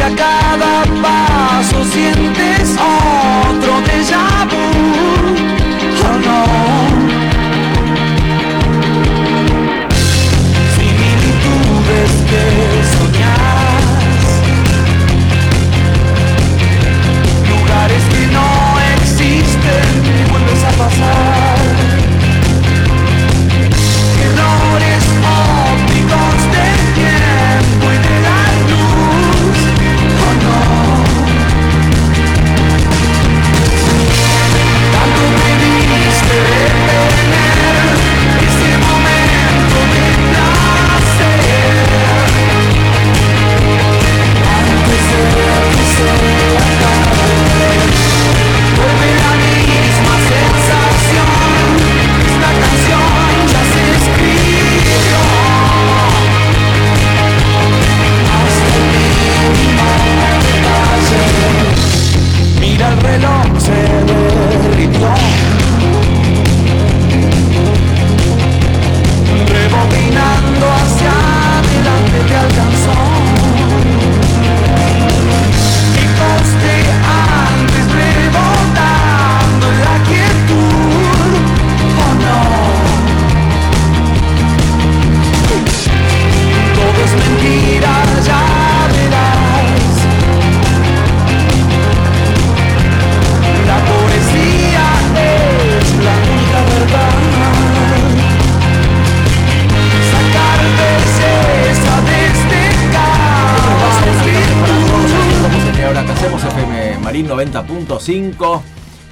a cada paso sientes otro déjà vu. Oh no. Similitudes que soñás, lugares que no existen y vuelves a pasar. Errores ópticos del tiempo y de la luz. Oh no. Tanto me diste de tener ese momento de placer. Antes de que se acabe, vuelve la misma sensación. Esta canción ya se escribió hasta el mínimo detalle. Mira el reloj, se derritió. Rebobinando hacia adelante te alcanzó. Y poste antes rebotando en la quietud. Oh no. Todo es mentira, ya verás. La poesía es la única verdad. Sacar belleza de este caos virtud. Ahora que hacemos FM Marín 90.5.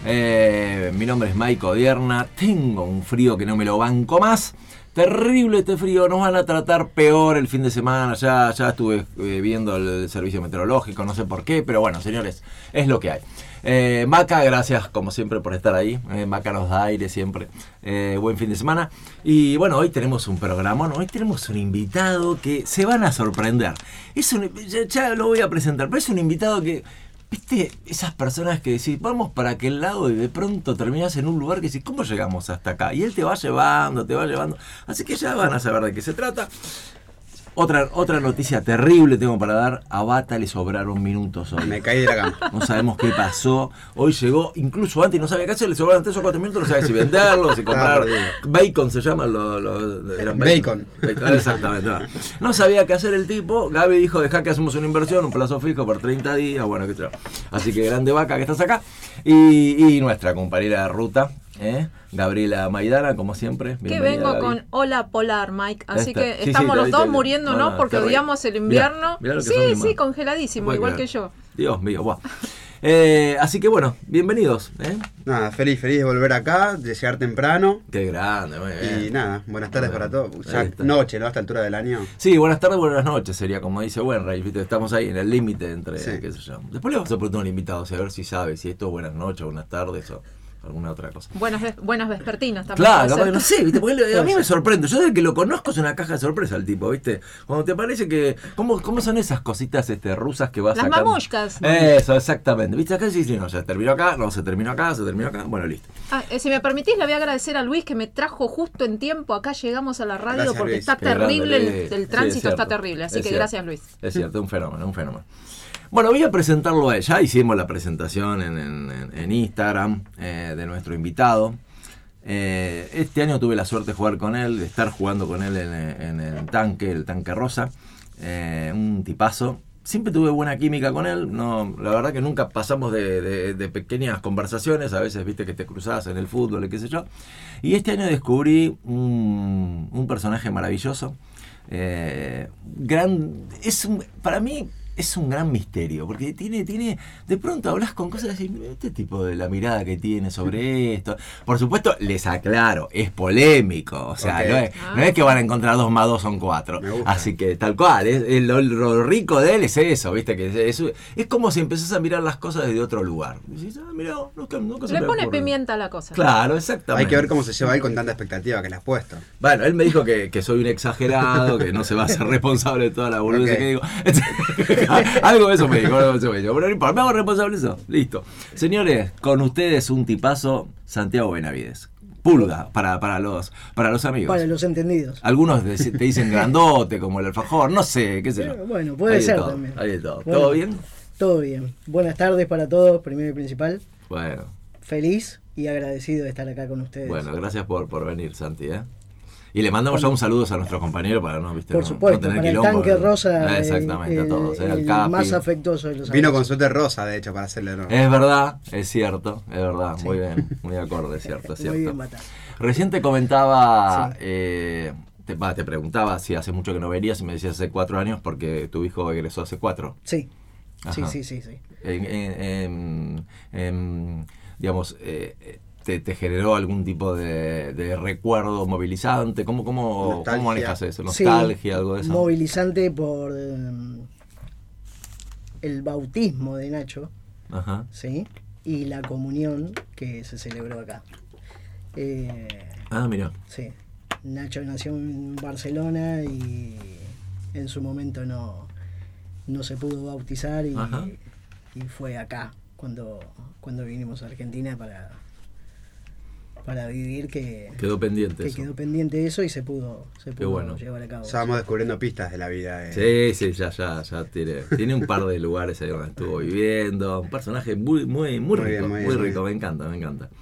Mi nombre es Maico Dierna. Tengo un frío que no me lo banco más. Terrible este frío, nos van a tratar peor el fin de semana, ya estuve viendo el servicio meteorológico, no sé por qué, pero bueno, señores, es lo que hay. Maca, gracias como siempre por estar ahí, Maca nos da aire siempre, buen fin de semana. Y bueno, hoy tenemos un programa, hoy tenemos un invitado que se van a sorprender. Ya lo voy a presentar, pero es un invitado que... ¿Viste esas personas que decís, vamos para aquel lado y de pronto terminás en un lugar que decís, ¿cómo llegamos hasta acá? Y él te va llevando. Así que ya van a saber de qué se trata. Otra noticia terrible tengo para dar. A Bata le sobraron minutos hoy. Me caí de la cama. No sabemos qué pasó. Hoy llegó, incluso antes no sabía qué hacer, le sobraron 3 o 4 minutos, no sabía si venderlo, si comprar. Bacon se llama, eran Bacon. Exactamente. No sabía qué hacer el tipo. Gaby dijo, dejá que hacemos una inversión, un plazo fijo por 30 días. Bueno, qué tal. Así que grande Vaca que estás acá. Y nuestra compañera de ruta, Gabriela Maidana, como siempre. Que vengo Gaby. Con Hola Polar, Mike. Así Esta. que Sí, estamos sí, los dos muriéndonos porque terrible. odiamos el invierno. Mirá lo que son mis manos. Congeladísimo, Puede igual creer. que yo. Dios mío, guau. Así que bueno, bienvenidos. Nada, feliz de volver acá, de llegar temprano. Qué grande, muy bien. Y nada, buenas tardes Bueno, para todos. Ya ahí está. noche, ¿no? A esta altura del año. Sí, buenas tardes, buenas noches, sería como dice Wenray, ¿viste? Estamos ahí en el límite entre, Sí. qué sé yo. Después le vamos a preguntar a un invitado, a ver si sabe si esto es buenas noches, buenas tardes o alguna otra cosa. Buenas vespertinas también. Claro, puede ser. no sé, ¿viste? Porque a mí me sorprende. Yo desde que lo conozco es una caja de sorpresa el tipo, ¿viste? Cuando te parece que... ¿Cómo son esas cositas rusas que vas Las sacando? mamushkas. Eso, exactamente. ¿Viste? Acá sí, no, ya terminó acá, no, se terminó acá. Bueno, listo. Si me permitís, le voy a agradecer a Luis que me trajo justo en tiempo. Acá llegamos a la radio Gracias, porque Luis. está Qué grande, terrible, Luis. el Sí, tránsito es cierto. está terrible. Así Es que cierto. gracias, Luis. Es cierto, un fenómeno. Bueno, voy a presentarlo a él. Ya hicimos la presentación en Instagram de nuestro invitado. Este año tuve la suerte de jugar con él, de estar jugando con él en el tanque rosa. Un tipazo. Siempre tuve buena química con él. No, la verdad que nunca pasamos de pequeñas conversaciones. A veces viste que te cruzás en el fútbol y qué sé yo. Y este año descubrí un personaje maravilloso. Para mí es un gran misterio, porque tiene de pronto hablas con cosas y este tipo de la mirada que tiene sobre esto. Por supuesto, les aclaro, es polémico, o sea, Okay. no es que van a encontrar 2 más 2 son 4. Me gusta. Así que tal cual, lo rico de él es eso, viste, que es como si empezás a mirar las cosas desde otro lugar. Y decís, mirá, nunca se Le me pone ocurrió. pimienta a la cosa. Claro, exactamente. Hay que ver cómo se lleva él con tanta expectativa que le has puesto. Bueno, él me dijo que soy un exagerado, que no se va a hacer responsable de toda la boludez Ok. que digo. Algo de eso me dijo, Pero no importa, me hago responsable de eso. Listo. Señores, con ustedes un tipazo, Santiago Benavides. Pulga, para los amigos. Para los entendidos. Algunos te dicen grandote, como el alfajor, no sé, qué sé yo. Bueno, puede Hay de ser todo, también. hay de todo. Bueno, ¿Todo bien? Todo bien. Buenas tardes para todos, primero y principal. Bueno, Feliz y agradecido de estar acá con ustedes. bueno, gracias por venir, Santi, ¿eh? Y le mandamos ya un saludo a nuestros compañeros para Por supuesto, tener para el quilombo. tanque rosa, Exactamente, a todos. el al Capi. más afectuoso de los Vino amigos. con suéter rosa, de hecho, para hacerle honor. Es verdad, es cierto, es verdad. Sí. Muy bien, muy acorde, es cierto, es cierto. Muy bien, Bata. Recién te comentaba, Sí. te preguntaba si hace mucho que no venías y me decías hace 4 años porque tu hijo egresó hace 4. Sí. Ajá. Sí. Digamos, te generó algún tipo de recuerdo movilizante? ¿Cómo Nostalgia. manejas eso? Sí, ¿Nostalgia, algo de eso? movilizante por el bautismo de Nacho, Ajá. ¿sí? Y la comunión que se celebró acá. Mira. Sí. Nacho nació en Barcelona y en su momento no se pudo bautizar Ajá. y fue acá cuando vinimos a Argentina para vivir que Quedó pendiente que eso. quedó pendiente eso y se pudo bueno. llevar a cabo. Ya vamos descubriendo pistas de la vida. Sí, ya tiene un par de lugares ahí donde estuvo viviendo. Un personaje muy rico, bien, muy muy rico, me encanta.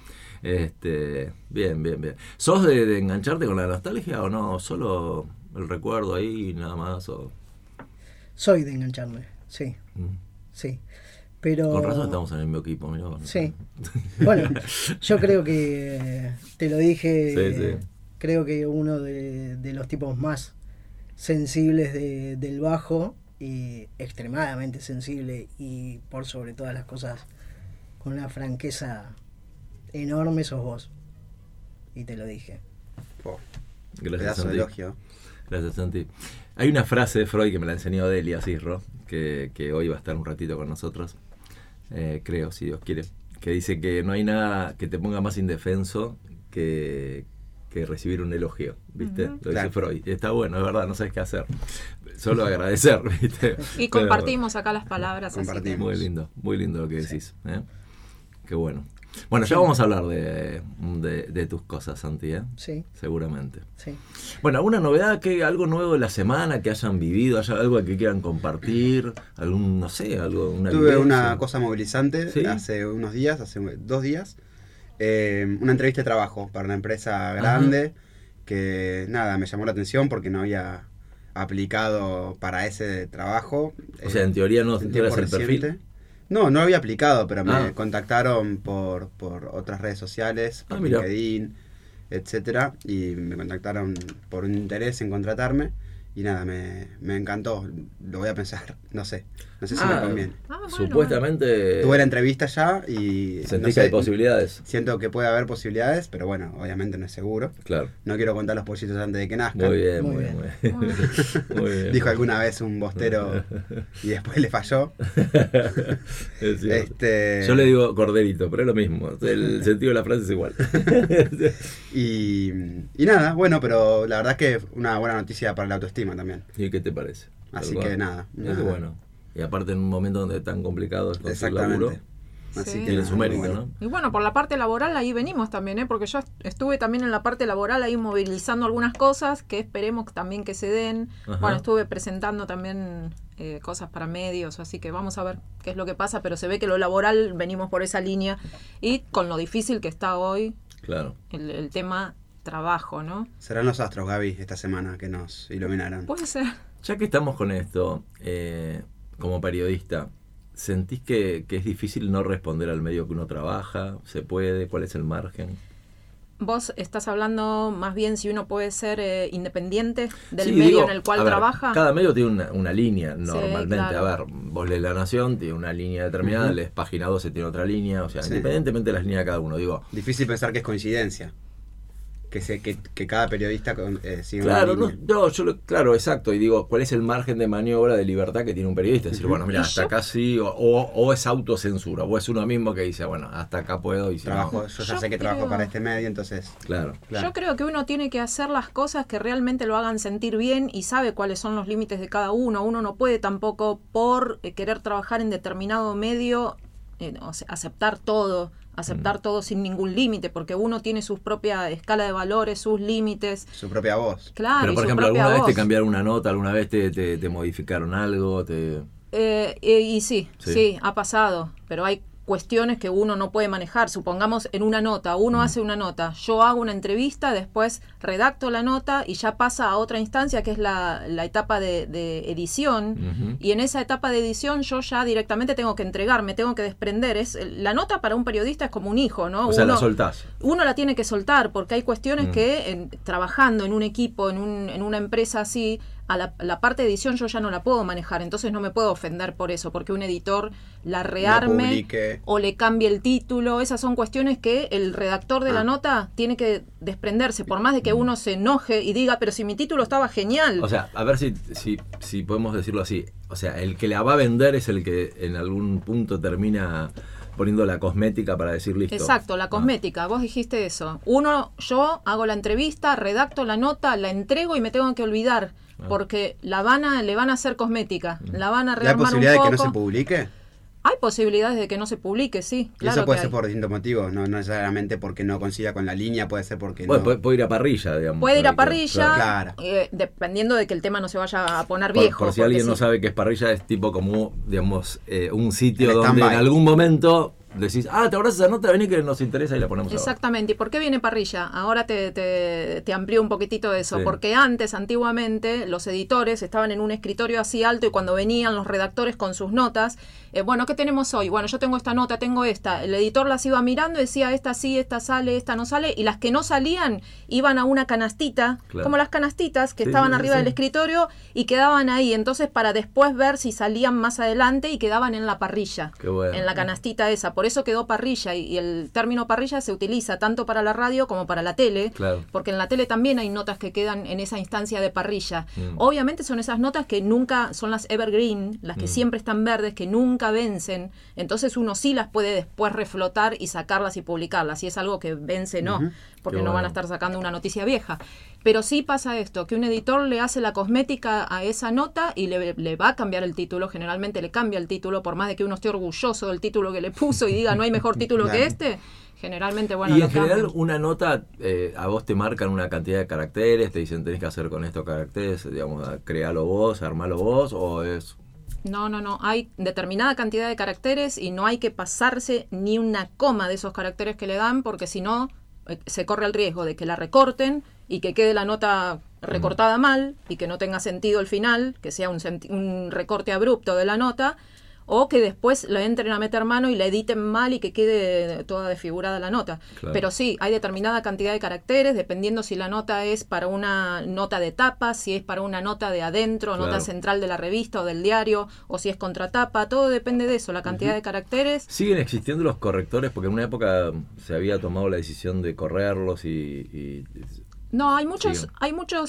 Bien. ¿Sos de engancharte con la nostalgia o no? ¿Solo el recuerdo ahí y nada más? O... Soy de engancharme, sí, Mm. sí. Pero Con razón estamos en el mismo equipo, mirá vos. sí. Bueno, yo creo que te lo dije, Sí. creo que uno de los tipos más sensibles del bajo y extremadamente sensible y por sobre todas las cosas con una franqueza enorme sos vos. Y te lo dije. Po, Gracias, pedazo de Santi. elogio. Gracias, Santi. Hay una frase de Freud que me la enseñó Delia Cisro, que hoy va a estar un ratito con nosotros, creo, si Dios quiere, que dice que no hay nada que te ponga más indefenso que recibir un elogio, ¿viste? Lo dice Claro. Freud. Y está bueno, es verdad, no sabes qué hacer. Solo agradecer, ¿viste? Y compartimos acá las palabras. Así que... Compartimos. Muy lindo lo que decís. ¿Eh? Qué bueno. Bueno, ya vamos a hablar de tus cosas, Santi, ¿eh? Sí, Seguramente. sí. Bueno, ¿alguna novedad? ¿Algo nuevo de la semana que hayan vivido? ¿Algo que quieran compartir? ¿Algún, no sé, algo, una Tuve vivencia? una cosa movilizante ¿Sí? hace unos días, hace 2 días. Una entrevista de trabajo para una empresa grande que, nada, me llamó la atención porque no había aplicado para ese trabajo. O sea, en teoría no en eras tiempo el perfil. reciente. No había aplicado, pero me Ah. contactaron por otras redes sociales, por mira. LinkedIn, etcétera, y me contactaron por un interés en contratarme y nada, me encantó. Lo voy a pensar, no sé si me conviene. bueno. Supuestamente Tuve la entrevista ya y sentís que hay posibilidades. siento que puede haber posibilidades, pero bueno, obviamente no es seguro. Claro. No quiero contar los pollitos antes de que nazcan. Muy bien, Muy muy bien. bien. Muy bien. Dijo alguna vez un bostero y después le falló. Es cierto. Yo Yo le digo corderito, pero es lo mismo. El sentido de la frase es igual. Y nada, bueno, pero la verdad es que una buena noticia para la autoestima también. ¿Y qué te parece? Así Tal cual. que nada. Mirá qué bueno. Y aparte en un momento donde es tan complicado es conseguir Exactamente. laburo, Así Sí. que tiene nada, su muy mérito, bueno. ¿no? Y bueno, por la parte laboral ahí venimos también, porque yo estuve también en la parte laboral ahí movilizando algunas cosas que esperemos también que se den. Ajá. Bueno, estuve presentando también cosas para medios, así que vamos a ver qué es lo que pasa, pero se ve que lo laboral venimos por esa línea y con lo difícil que está hoy Claro. el tema trabajo, ¿no? Serán los astros, Gaby, esta semana que nos iluminarán. Puede ser. Ya que estamos con esto, como periodista, ¿sentís que es difícil no responder al medio que uno trabaja? ¿Se puede? ¿Cuál es el margen? Vos estás hablando más bien si uno puede ser independiente del Sí, medio digo, en el cual a ver, trabaja. Cada medio tiene una línea normalmente. claro. A ver, vos lees La Nación, tiene una línea determinada, lees Página 12, tiene otra línea. O sea, Sí. independientemente de las líneas de cada uno, digo. Difícil pensar que es coincidencia. Que cada periodista siga Claro, una línea. claro, exacto. Y digo, ¿cuál es el margen de maniobra de libertad que tiene un periodista? Es decir, bueno, mira, Y hasta yo- acá sí, o es autocensura, o es uno mismo que dice, bueno, hasta acá puedo y si Trabajo, no, yo ya Yo sé que trabajo creo- para este medio, entonces... claro. Claro. Yo creo que uno tiene que hacer las cosas que realmente lo hagan sentir bien y sabe cuáles son los límites de cada uno. Uno no puede tampoco por querer trabajar en determinado medio o sea, aceptar todo aceptar todo sin ningún límite, porque uno tiene su propia escala de valores, sus límites. Su propia voz. Claro, Pero, por y su ejemplo, propia ¿alguna vez voz. te cambiaron una nota? ¿Alguna vez te modificaron algo? Y sí, Sí. sí, ha pasado, pero hay cuestiones que uno no puede manejar. Supongamos en una nota, uno hace una nota, yo hago una entrevista, después redacto la nota y ya pasa a otra instancia que es la etapa de edición. Ujú. Y en esa etapa de edición yo ya directamente tengo que entregar, me tengo que desprender. La nota para un periodista es como un hijo, ¿no? O sea, la soltás. Uno la tiene que soltar porque hay cuestiones que trabajando en un equipo, en una empresa así, a la parte de edición yo ya no la puedo manejar, entonces no me puedo ofender por eso, porque un editor la rearme publique. o le cambie el título. Esas son cuestiones que el redactor de la nota tiene que desprenderse, por más de que uno se enoje y diga, pero si mi título estaba genial. O sea, a ver si podemos decirlo así. O sea, el que la va a vender es el que en algún punto termina poniendo la cosmética para decir listo. Exacto, la cosmética, vos dijiste eso. Yo hago la entrevista, redacto la nota, la entrego y me tengo que olvidar, porque le van a hacer cosmética, la van a ¿Y hay rearmar un posibilidad de poco. que no se publique? Hay posibilidades de que no se publique, sí, Y claro eso puede que ser hay. por distintos motivos, no necesariamente porque no coincida con la línea, puede ser porque Bueno, no. puede ir a parrilla, digamos. Puede ir a Claro. parrilla, Claro. dependiendo de que el tema no se vaya a poner Por viejo. si porque alguien no sí. sabe qué es parrilla, es tipo como, digamos, un sitio El donde en stand-by. algún momento decís, ¿te acordás esa nota? Vení que nos interesa y la ponemos ahora. Exactamente. ¿Y por qué viene parrilla? Ahora te amplío un poquitito eso. Sí. Porque antiguamente, los editores estaban en un escritorio así alto y cuando venían los redactores con sus notas, ¿qué tenemos hoy? Bueno, yo tengo esta nota, tengo esta. El editor las iba mirando y decía, esta sí, esta sale, esta no sale. Y las que no salían iban a una canastita, Claro. como las canastitas que Sí, estaban sí, arriba sí. del escritorio y quedaban ahí. Entonces, para después ver si salían más adelante y quedaban en la parrilla. Qué bueno. En la canastita esa. Por eso quedó parrilla y el término parrilla se utiliza tanto para la radio como para la tele, Claro. porque en la tele también hay notas que quedan en esa instancia de parrilla. Mm. Obviamente son esas notas que nunca, son las evergreen, las que siempre están verdes, que nunca vencen, entonces uno sí las puede después reflotar y sacarlas y publicarlas, si es algo que vence no, porque Qué no van bueno. a estar sacando una noticia vieja. Pero sí pasa esto, que un editor le hace la cosmética a esa nota y le va a cambiar el título, generalmente le cambia el título, por más de que uno esté orgulloso del título que le puso y diga no hay mejor título que Claro. este, generalmente, bueno, Y lo en general cambian. una nota, a vos te marcan una cantidad de caracteres, te dicen tenés que hacer con estos caracteres, digamos, crealo vos, armalo vos, o es... No, hay determinada cantidad de caracteres y no hay que pasarse ni una coma de esos caracteres que le dan, porque si no, se corre el riesgo de que la recorten y que quede la nota recortada mal y que no tenga sentido el final, que sea un recorte abrupto de la nota, o que después le entren a meter mano y la editen mal y que quede toda desfigurada la nota. Claro. Pero sí, hay determinada cantidad de caracteres, dependiendo si la nota es para una nota de tapa, si es para una nota de adentro, Claro. nota central de la revista o del diario, o si es contratapa, todo depende de eso, la cantidad de caracteres. ¿Siguen existiendo los correctores? Porque en una época se había tomado la decisión de correrlos y No, hay muchos, Sigue.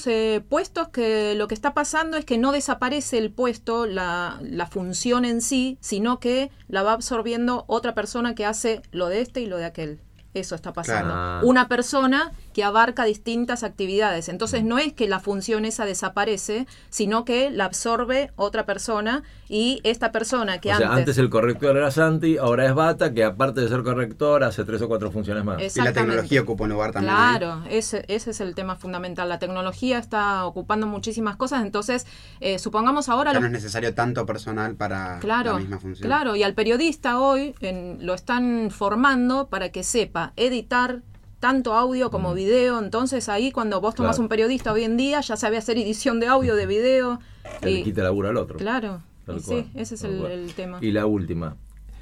puestos que lo que está pasando es que no desaparece el puesto, la función en sí, sino que la va absorbiendo otra persona que hace lo de este y lo de aquel. Eso está pasando. Claro. Una persona que abarca distintas actividades. Entonces no es que la función esa desaparece, sino que la absorbe otra persona y esta persona que o sea, antes el corrector era Santi, ahora es Bata, que aparte de ser corrector hace 3 o 4 funciones más. Y la Exactamente. tecnología ocupa un lugar también. ahí. Claro, ese es el tema fundamental. La tecnología está ocupando muchísimas cosas, entonces supongamos ahora... Ya no es necesario tanto personal para Claro, la misma función. claro, y al periodista hoy lo están formando para que sepa editar tanto audio como video, entonces ahí cuando vos tomás Claro. un periodista hoy en día ya sabe hacer edición de audio, de video. Que le y- quita laburo al otro. claro, Tal y cual, sí, ese es tal cual. el tema. Y la última.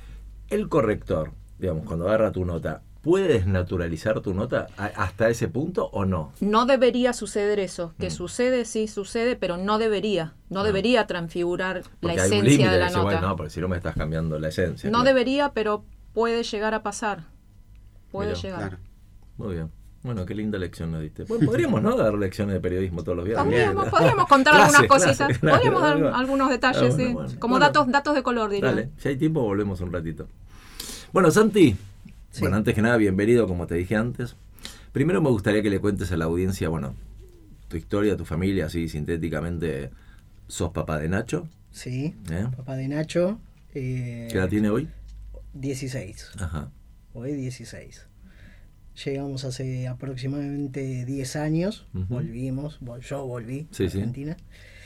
El corrector, digamos, cuando agarra tu nota, ¿puede desnaturalizar tu nota hasta ese punto o no? No debería suceder eso, que sucede, sí sucede, pero no debería transfigurar la Porque hay un esencia límite de la decir, nota. bueno, no, porque si no me estás cambiando la esencia. No claro. debería, pero puede llegar a pasar. Puede Mirá, llegar. Claro. Muy bien. Bueno, qué linda lección nos diste. Bueno, podríamos, ¿no? Dar lecciones de periodismo todos los días. Podríamos contar Clase, algunas cositas. clase, claro, Podríamos dar claro. algunos detalles, Ah, sí. bueno. Como Bueno. datos de color, diría. Dale, si hay tiempo volvemos un ratito. Bueno, Santi, Sí. bueno, antes que nada, bienvenido, como te dije antes. Primero me gustaría que le cuentes a la audiencia, bueno, tu historia, tu familia, así sintéticamente. ¿Sos papá de Nacho? Sí, ¿Eh? papá de Nacho. ¿Qué edad tiene hoy? 16. Ajá. hoy 16. Llegamos hace aproximadamente 10 años, yo volví Sí, a sí. Argentina.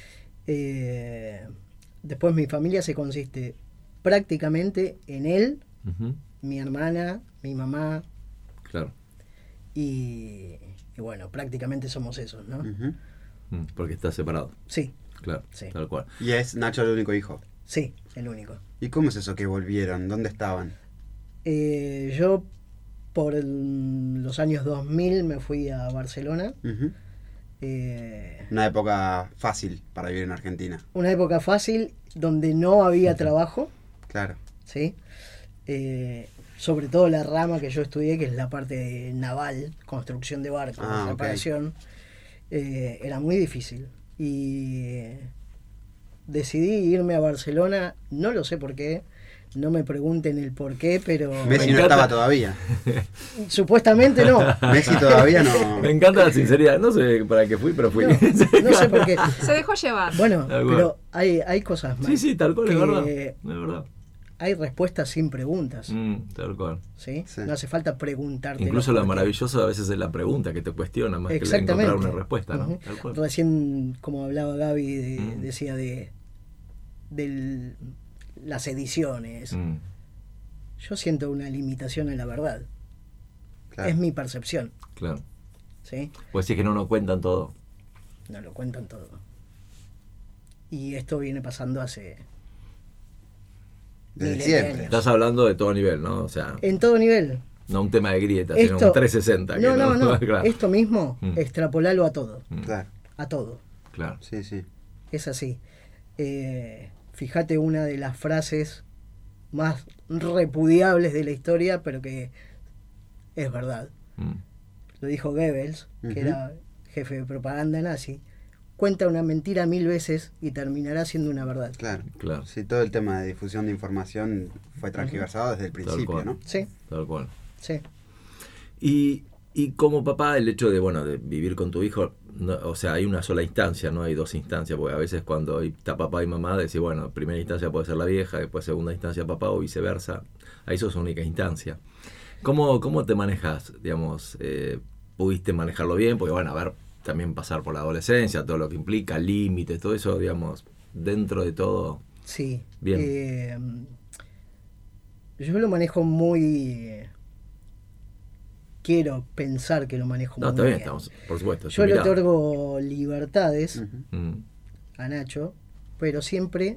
Después mi familia se consiste prácticamente en él, Ujú. mi hermana, mi mamá Claro. y bueno, prácticamente somos esos, ¿no? Ujú. Porque está separado. Sí, Claro. Sí. Tal cual. Y es Nacho el único hijo. sí, el único. ¿Y cómo es eso que volvieron? ¿Dónde estaban? Yo por los años 2000 me fui a Barcelona. Ujú. Una época fácil para vivir en Argentina. Una época fácil donde no había trabajo, Claro. ¿sí? Sobre todo la rama que yo estudié, que es la parte naval, construcción de barcos, Ah, ok. reparación, era muy difícil. Y decidí irme a Barcelona, no lo sé por qué, no me pregunten el por qué, pero Messi no encanta. estaba todavía. supuestamente no. Messi todavía no. Me encanta la sinceridad. No sé para qué fui, pero fui. No, no sé por qué. Se dejó llevar. Bueno, Tal cual. pero hay cosas más. Sí, sí, tal cual, es que verdad. Es verdad. Hay respuestas sin preguntas, Tal cual. ¿sí? Sí. No hace falta preguntarte. Incluso lo maravilloso a veces es la pregunta que te cuestiona más que Exactamente. encontrar una respuesta, ¿no? Ujú. Tal cual. Recién, como hablaba Gaby, Mm. decía de las ediciones. Mm, Yo siento una limitación a la verdad. Claro. Es mi percepción, claro. ¿sí? Pues sí, es que no nos cuentan todo. No lo cuentan todo. Y esto viene pasando hace Desde miles de siempre. años. Estás hablando de todo nivel, ¿no? O sea, En todo nivel. no un tema de grieta, sino Esto, un 360. que no. Claro. Esto mismo, Mm. extrapolalo a todo. Claro. A todo. Claro. Sí, sí. Es así. Fíjate una de las frases más repudiables de la historia, pero que es verdad. Mm, Lo dijo Goebbels, Ujú. que era jefe de propaganda nazi. Cuenta una mentira 1000 veces y terminará siendo una verdad. Claro. Claro. Sí, todo el tema de difusión de información fue transgiversado desde el principio, cual. ¿no? Sí, Tal cual. sí. Y como papá, el hecho de, bueno, de vivir con tu hijo, no, o sea, hay una sola instancia, no hay dos instancias, porque a veces cuando está papá y mamá, decís, bueno, primera instancia puede ser la vieja, después segunda instancia papá o viceversa. Ahí sos única instancia. ¿Cómo te manejas, digamos? ¿Pudiste manejarlo bien? Porque, bueno, a ver, también pasar por la adolescencia, todo lo que implica, límites, todo eso, digamos, dentro de todo. Sí. Bien. Yo lo manejo muy... Quiero pensar que lo manejo No, muy está bien, bien. estamos, por supuesto. es Yo le invitado. otorgo libertades Ujú. Mm, a Nacho, pero siempre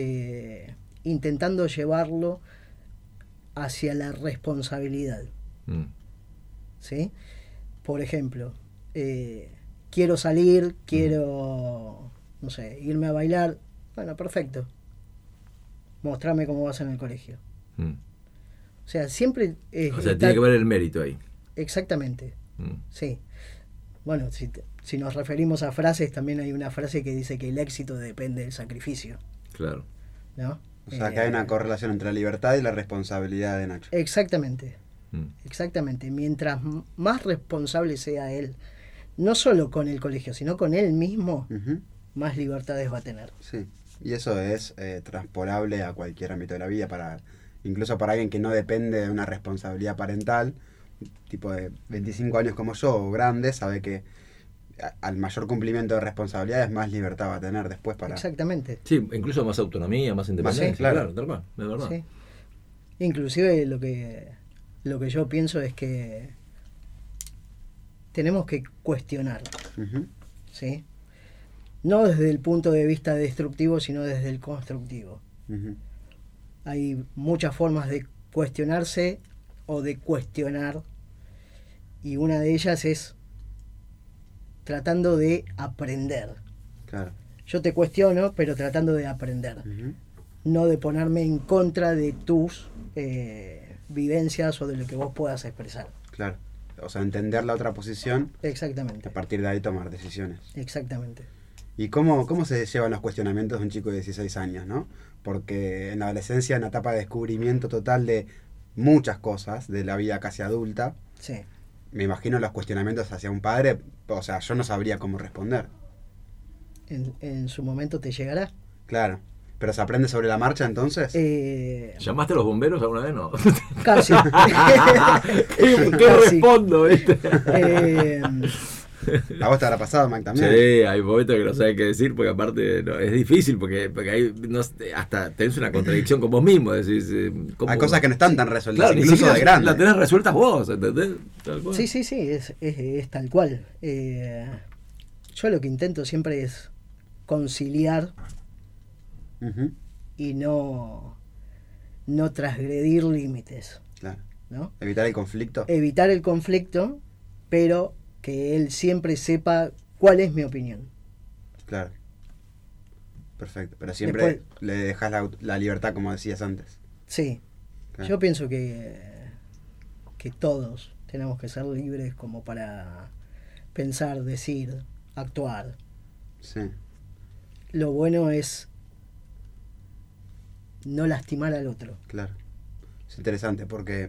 intentando llevarlo hacia la responsabilidad, mm, ¿sí? Por ejemplo, quiero salir, quiero, no sé, irme a bailar. Bueno, perfecto. Mostrame cómo vas en el colegio. mm. O sea, siempre... O sea, tiene que ver el mérito ahí. Exactamente, Mm, sí. Bueno, si nos referimos a frases, también hay una frase que dice que el éxito depende del sacrificio, claro. ¿no? O sea, que hay una correlación entre la libertad y la responsabilidad de Nacho. Exactamente, Mm, exactamente. Mientras más responsable sea él, no solo con el colegio, sino con él mismo, Ujú. más libertades va a tener. Sí. Y eso es transporable a cualquier ámbito de la vida, incluso para alguien que no depende de una responsabilidad parental, tipo de 25 años como yo, o grande, sabe que al mayor cumplimiento de responsabilidades, más libertad va a tener después para... Exactamente. Sí, incluso más autonomía, más independencia. Sí, claro. Tal cual, es verdad. Sí. Inclusive lo que yo pienso es que tenemos que cuestionar, Ujú. ¿sí? No desde el punto de vista destructivo, sino desde el constructivo. Ujú. Hay muchas formas de cuestionarse o de cuestionar, y una de ellas es tratando de aprender. Claro. Yo te cuestiono, pero tratando de aprender, Ujú. no de ponerme en contra de tus vivencias o de lo que vos puedas expresar. Claro. O sea, entender la otra posición y Exactamente, a partir de ahí tomar decisiones. exactamente. ¿Y cómo se llevan los cuestionamientos de un chico de 16 años, no? Porque en la adolescencia, en la etapa de descubrimiento total de muchas cosas, de la vida casi adulta, Sí. me imagino los cuestionamientos hacia un padre, o sea, yo no sabría cómo responder. En su momento te llegará. Claro. ¿Pero se aprende sobre la marcha entonces? ¿Llamaste a los bomberos alguna vez? No. Casi. ¿Qué Casi. respondo, viste? A vos te habrá pasado, Mike, también. Sí, hay momentos que no sabes qué decir, porque aparte no, es difícil, porque hay, hasta tenés una contradicción con vos mismo. Decís, ¿cómo? Hay cosas que no están tan resueltas, Claro, ni incluso siquiera de grande. la tenés resueltas vos, ¿entendés? Tal cual. Sí, es tal cual. Yo lo que intento siempre es conciliar Ujú, y no transgredir límites, claro. ¿no? Evitar el conflicto. Evitar el conflicto, pero que él siempre sepa cuál es mi opinión. Claro. Perfecto. Pero siempre Después- le dejas la libertad, como decías antes. Sí, Claro. yo pienso que todos tenemos que ser libres como para pensar, decir, actuar. Sí, Lo bueno es no lastimar al otro. claro. Es interesante porque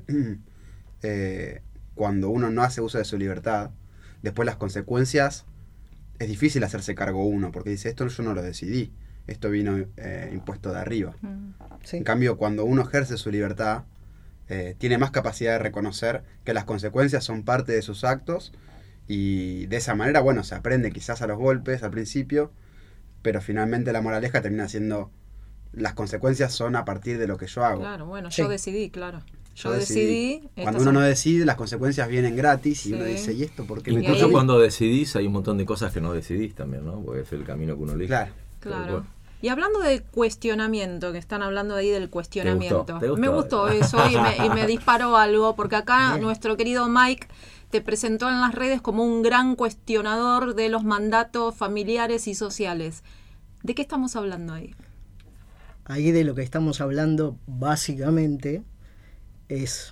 cuando uno no hace uso de su libertad, después las consecuencias, es difícil hacerse cargo uno, porque dice, esto yo no lo decidí, esto vino impuesto de arriba. Sí. En cambio, cuando uno ejerce su libertad, tiene más capacidad de reconocer que las consecuencias son parte de sus actos y de esa manera, bueno, se aprende quizás a los golpes al principio, pero finalmente la moraleja termina siendo las consecuencias son a partir de lo que yo hago. Claro, bueno, Sí. yo decidí, claro. Yo Yo decidí. Cuando estas uno son- no decide, las consecuencias vienen gratis y uno Sí. dice, ¿y esto por qué? Y me Incluso ahí- cuando decidís, hay un montón de cosas que no decidís también, ¿no? Porque es el camino que uno elige. Claro. Claro. Y hablando del cuestionamiento, que están hablando ahí del cuestionamiento. ¿Te gustó? Me gustó eso y me disparó algo, porque acá Bien. nuestro querido Mike te presentó en las redes como un gran cuestionador de los mandatos familiares y sociales. ¿De qué estamos hablando ahí? Ahí de lo que estamos hablando básicamente es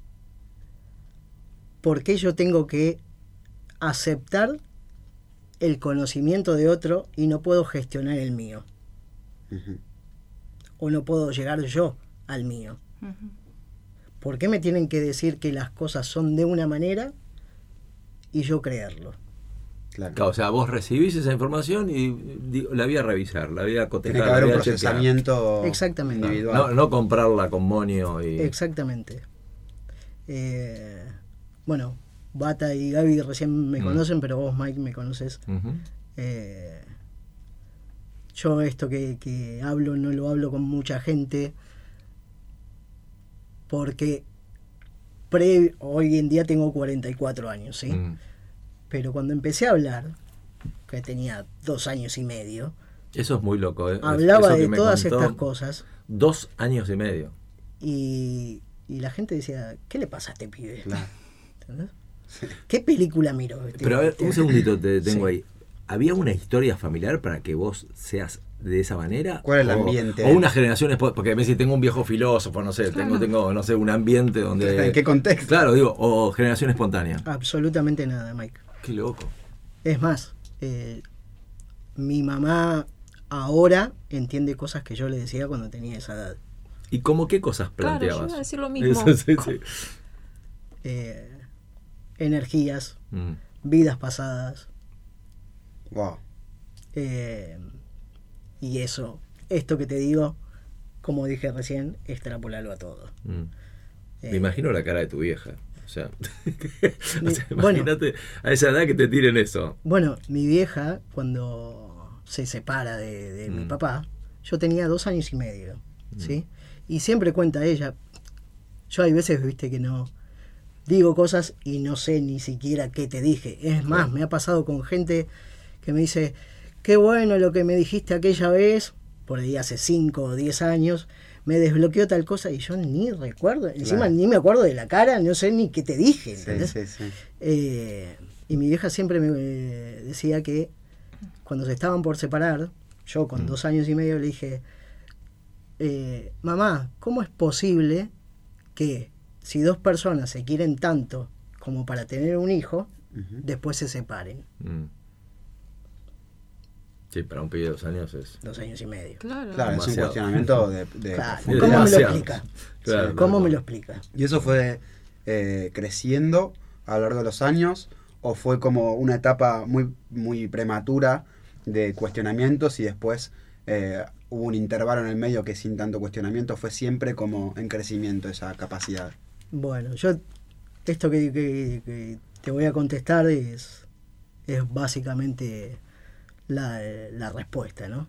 por qué yo tengo que aceptar el conocimiento de otro y no puedo gestionar el mío, Ujú. o no puedo llegar yo al mío. ¿Por qué me tienen que decir que las cosas son de una manera y yo creerlo? Claro. Claro, o sea, vos recibís esa información y la voy a revisar, la voy a cotejar. Tiene que haber la un voy a chequear. procesamiento Exactamente. individual. No comprarla con monio y... Exactamente. Bueno, Bata y Gaby recién me conocen, pero vos, Mike, me conoces. Ujú. Yo esto que hablo no lo hablo con mucha gente porque hoy en día tengo 44 años, ¿sí? Mm. Pero cuando empecé a hablar, que tenía 2 años y medio, Eso es muy loco, ¿eh? hablaba Eso que de me todas contó, estas cosas 2 años y medio. y la gente decía, ¿qué le pasa a este pibe? Claro. ¿Entendés? ¿Qué película miro? Pero a ver, un segundito te detengo Sí. ahí. ¿Había una historia familiar para que vos seas de esa manera? ¿Cuál es el O- ambiente? O unas generaciones, porque me decís, tengo un viejo filósofo, no sé, tengo no sé, un ambiente donde... ¿En qué contexto? Claro, digo, o generación espontánea. Absolutamente nada, Mike. Qué loco. Es más, mi mamá ahora entiende cosas que yo le decía cuando tenía esa edad. ¿Y cómo qué cosas Claro, planteabas? yo iba a decir lo mismo. Eso, sí, sí. Energías, Mm. vidas pasadas, Wow. y esto que te digo, como dije recién, extrapolarlo a todo. Mm. Eh, Me imagino la cara de tu vieja. O sea, Bueno. imagínate a esa edad que te tiren eso. Bueno, mi vieja, cuando se separa de mi papá, yo tenía 2 años y medio, ¿sí? Y siempre cuenta ella, yo hay veces, viste, que no digo cosas y no sé ni siquiera qué te dije. Es más, me ha pasado con gente que me dice, qué bueno lo que me dijiste aquella vez, por ahí hace 5 o 10 años, me desbloqueó tal cosa y yo ni recuerdo, encima Claro. ni me acuerdo de la cara, no sé ni qué te dije, Sí, ¿entendés? sí, sí. Y mi vieja siempre me decía que cuando se estaban por separar, yo con 2 años y medio le dije, mamá, ¿cómo es posible que si 2 personas se quieren tanto como para tener un hijo, Ujú. después se separen? Mm. Sí, para un pibe de 2 años es... 2 años y medio. Claro. Claro, es un Demasiado. cuestionamiento de Claro, profundidad. ¿cómo me lo Demasiado. explica? Claro, ¿Cómo claro. me lo explica? ¿Y eso fue creciendo a lo largo de los años o fue como una etapa muy, muy prematura de cuestionamientos y después hubo un intervalo en el medio que sin tanto cuestionamiento fue siempre como en crecimiento esa capacidad? Bueno, yo esto que te voy a contestar es básicamente la respuesta, ¿no?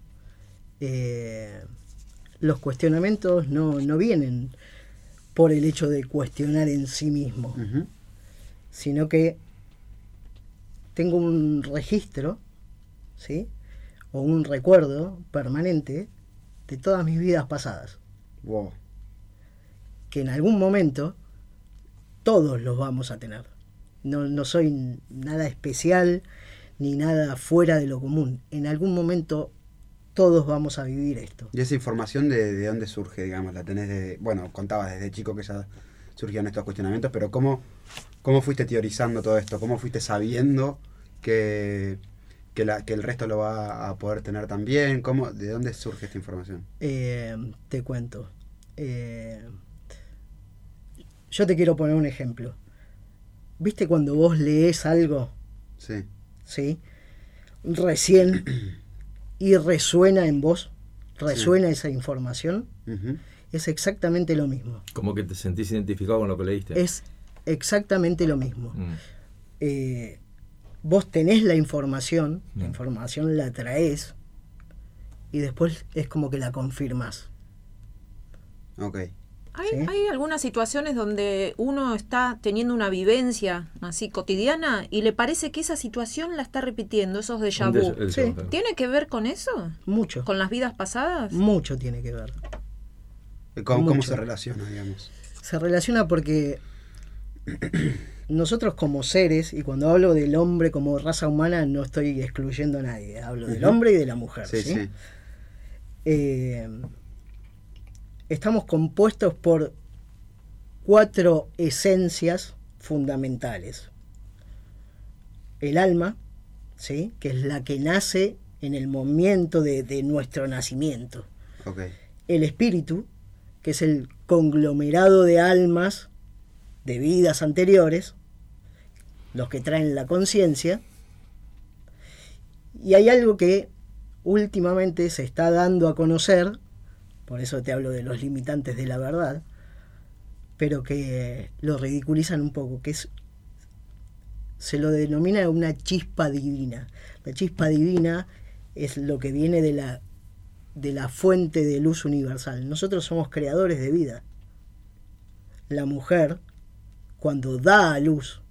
Los cuestionamientos no vienen por el hecho de cuestionar en sí mismo, Ujú. sino que tengo un registro, ¿sí? O un recuerdo permanente de todas mis vidas pasadas, Wow. que en algún momento todos los vamos a tener. No soy nada especial ni nada fuera de lo común. En algún momento todos vamos a vivir esto. ¿Y esa información de dónde surge, digamos? La tenés bueno, contabas desde chico que ya surgían estos cuestionamientos, pero ¿cómo fuiste teorizando todo esto? ¿Cómo fuiste sabiendo que el resto lo va a poder tener también? ¿De dónde surge esta información? Te cuento. Yo te quiero poner un ejemplo. ¿Viste cuando vos lees algo, Sí. sí? Recién y resuena en vos, resuena esa información, Ujú. es exactamente lo mismo. Como que te sentís identificado con lo que leíste. Es exactamente lo mismo. Mm. Vos tenés la información la traes y después es como que la confirmás. Ok. ¿Hay ¿Sí? algunas situaciones donde uno está teniendo una vivencia así cotidiana y le parece que esa situación la está repitiendo, esos déjà Un vu? déjà- el Sí. déjà vu. ¿Tiene que ver con eso? Mucho, ¿Con las vidas pasadas? mucho tiene que ver. ¿Cómo Mucho. se relaciona, digamos? Se relaciona porque nosotros como seres, y cuando hablo del hombre como raza humana no estoy excluyendo a nadie, hablo del Ujú. hombre y de la mujer. Sí, ¿sí? sí. Estamos compuestos por 4 esencias fundamentales. El alma, ¿sí? Que es la que nace en el momento de nuestro nacimiento. Ok. El espíritu, que es el conglomerado de almas de vidas anteriores, los que traen la conciencia. Y hay algo que últimamente se está dando a conocer, por eso te hablo de los limitantes de la verdad, pero que lo ridiculizan un poco, que se lo denomina una chispa divina. La chispa divina es lo que viene de la fuente de luz universal. Nosotros somos creadores de vida. La mujer, cuando da a luz,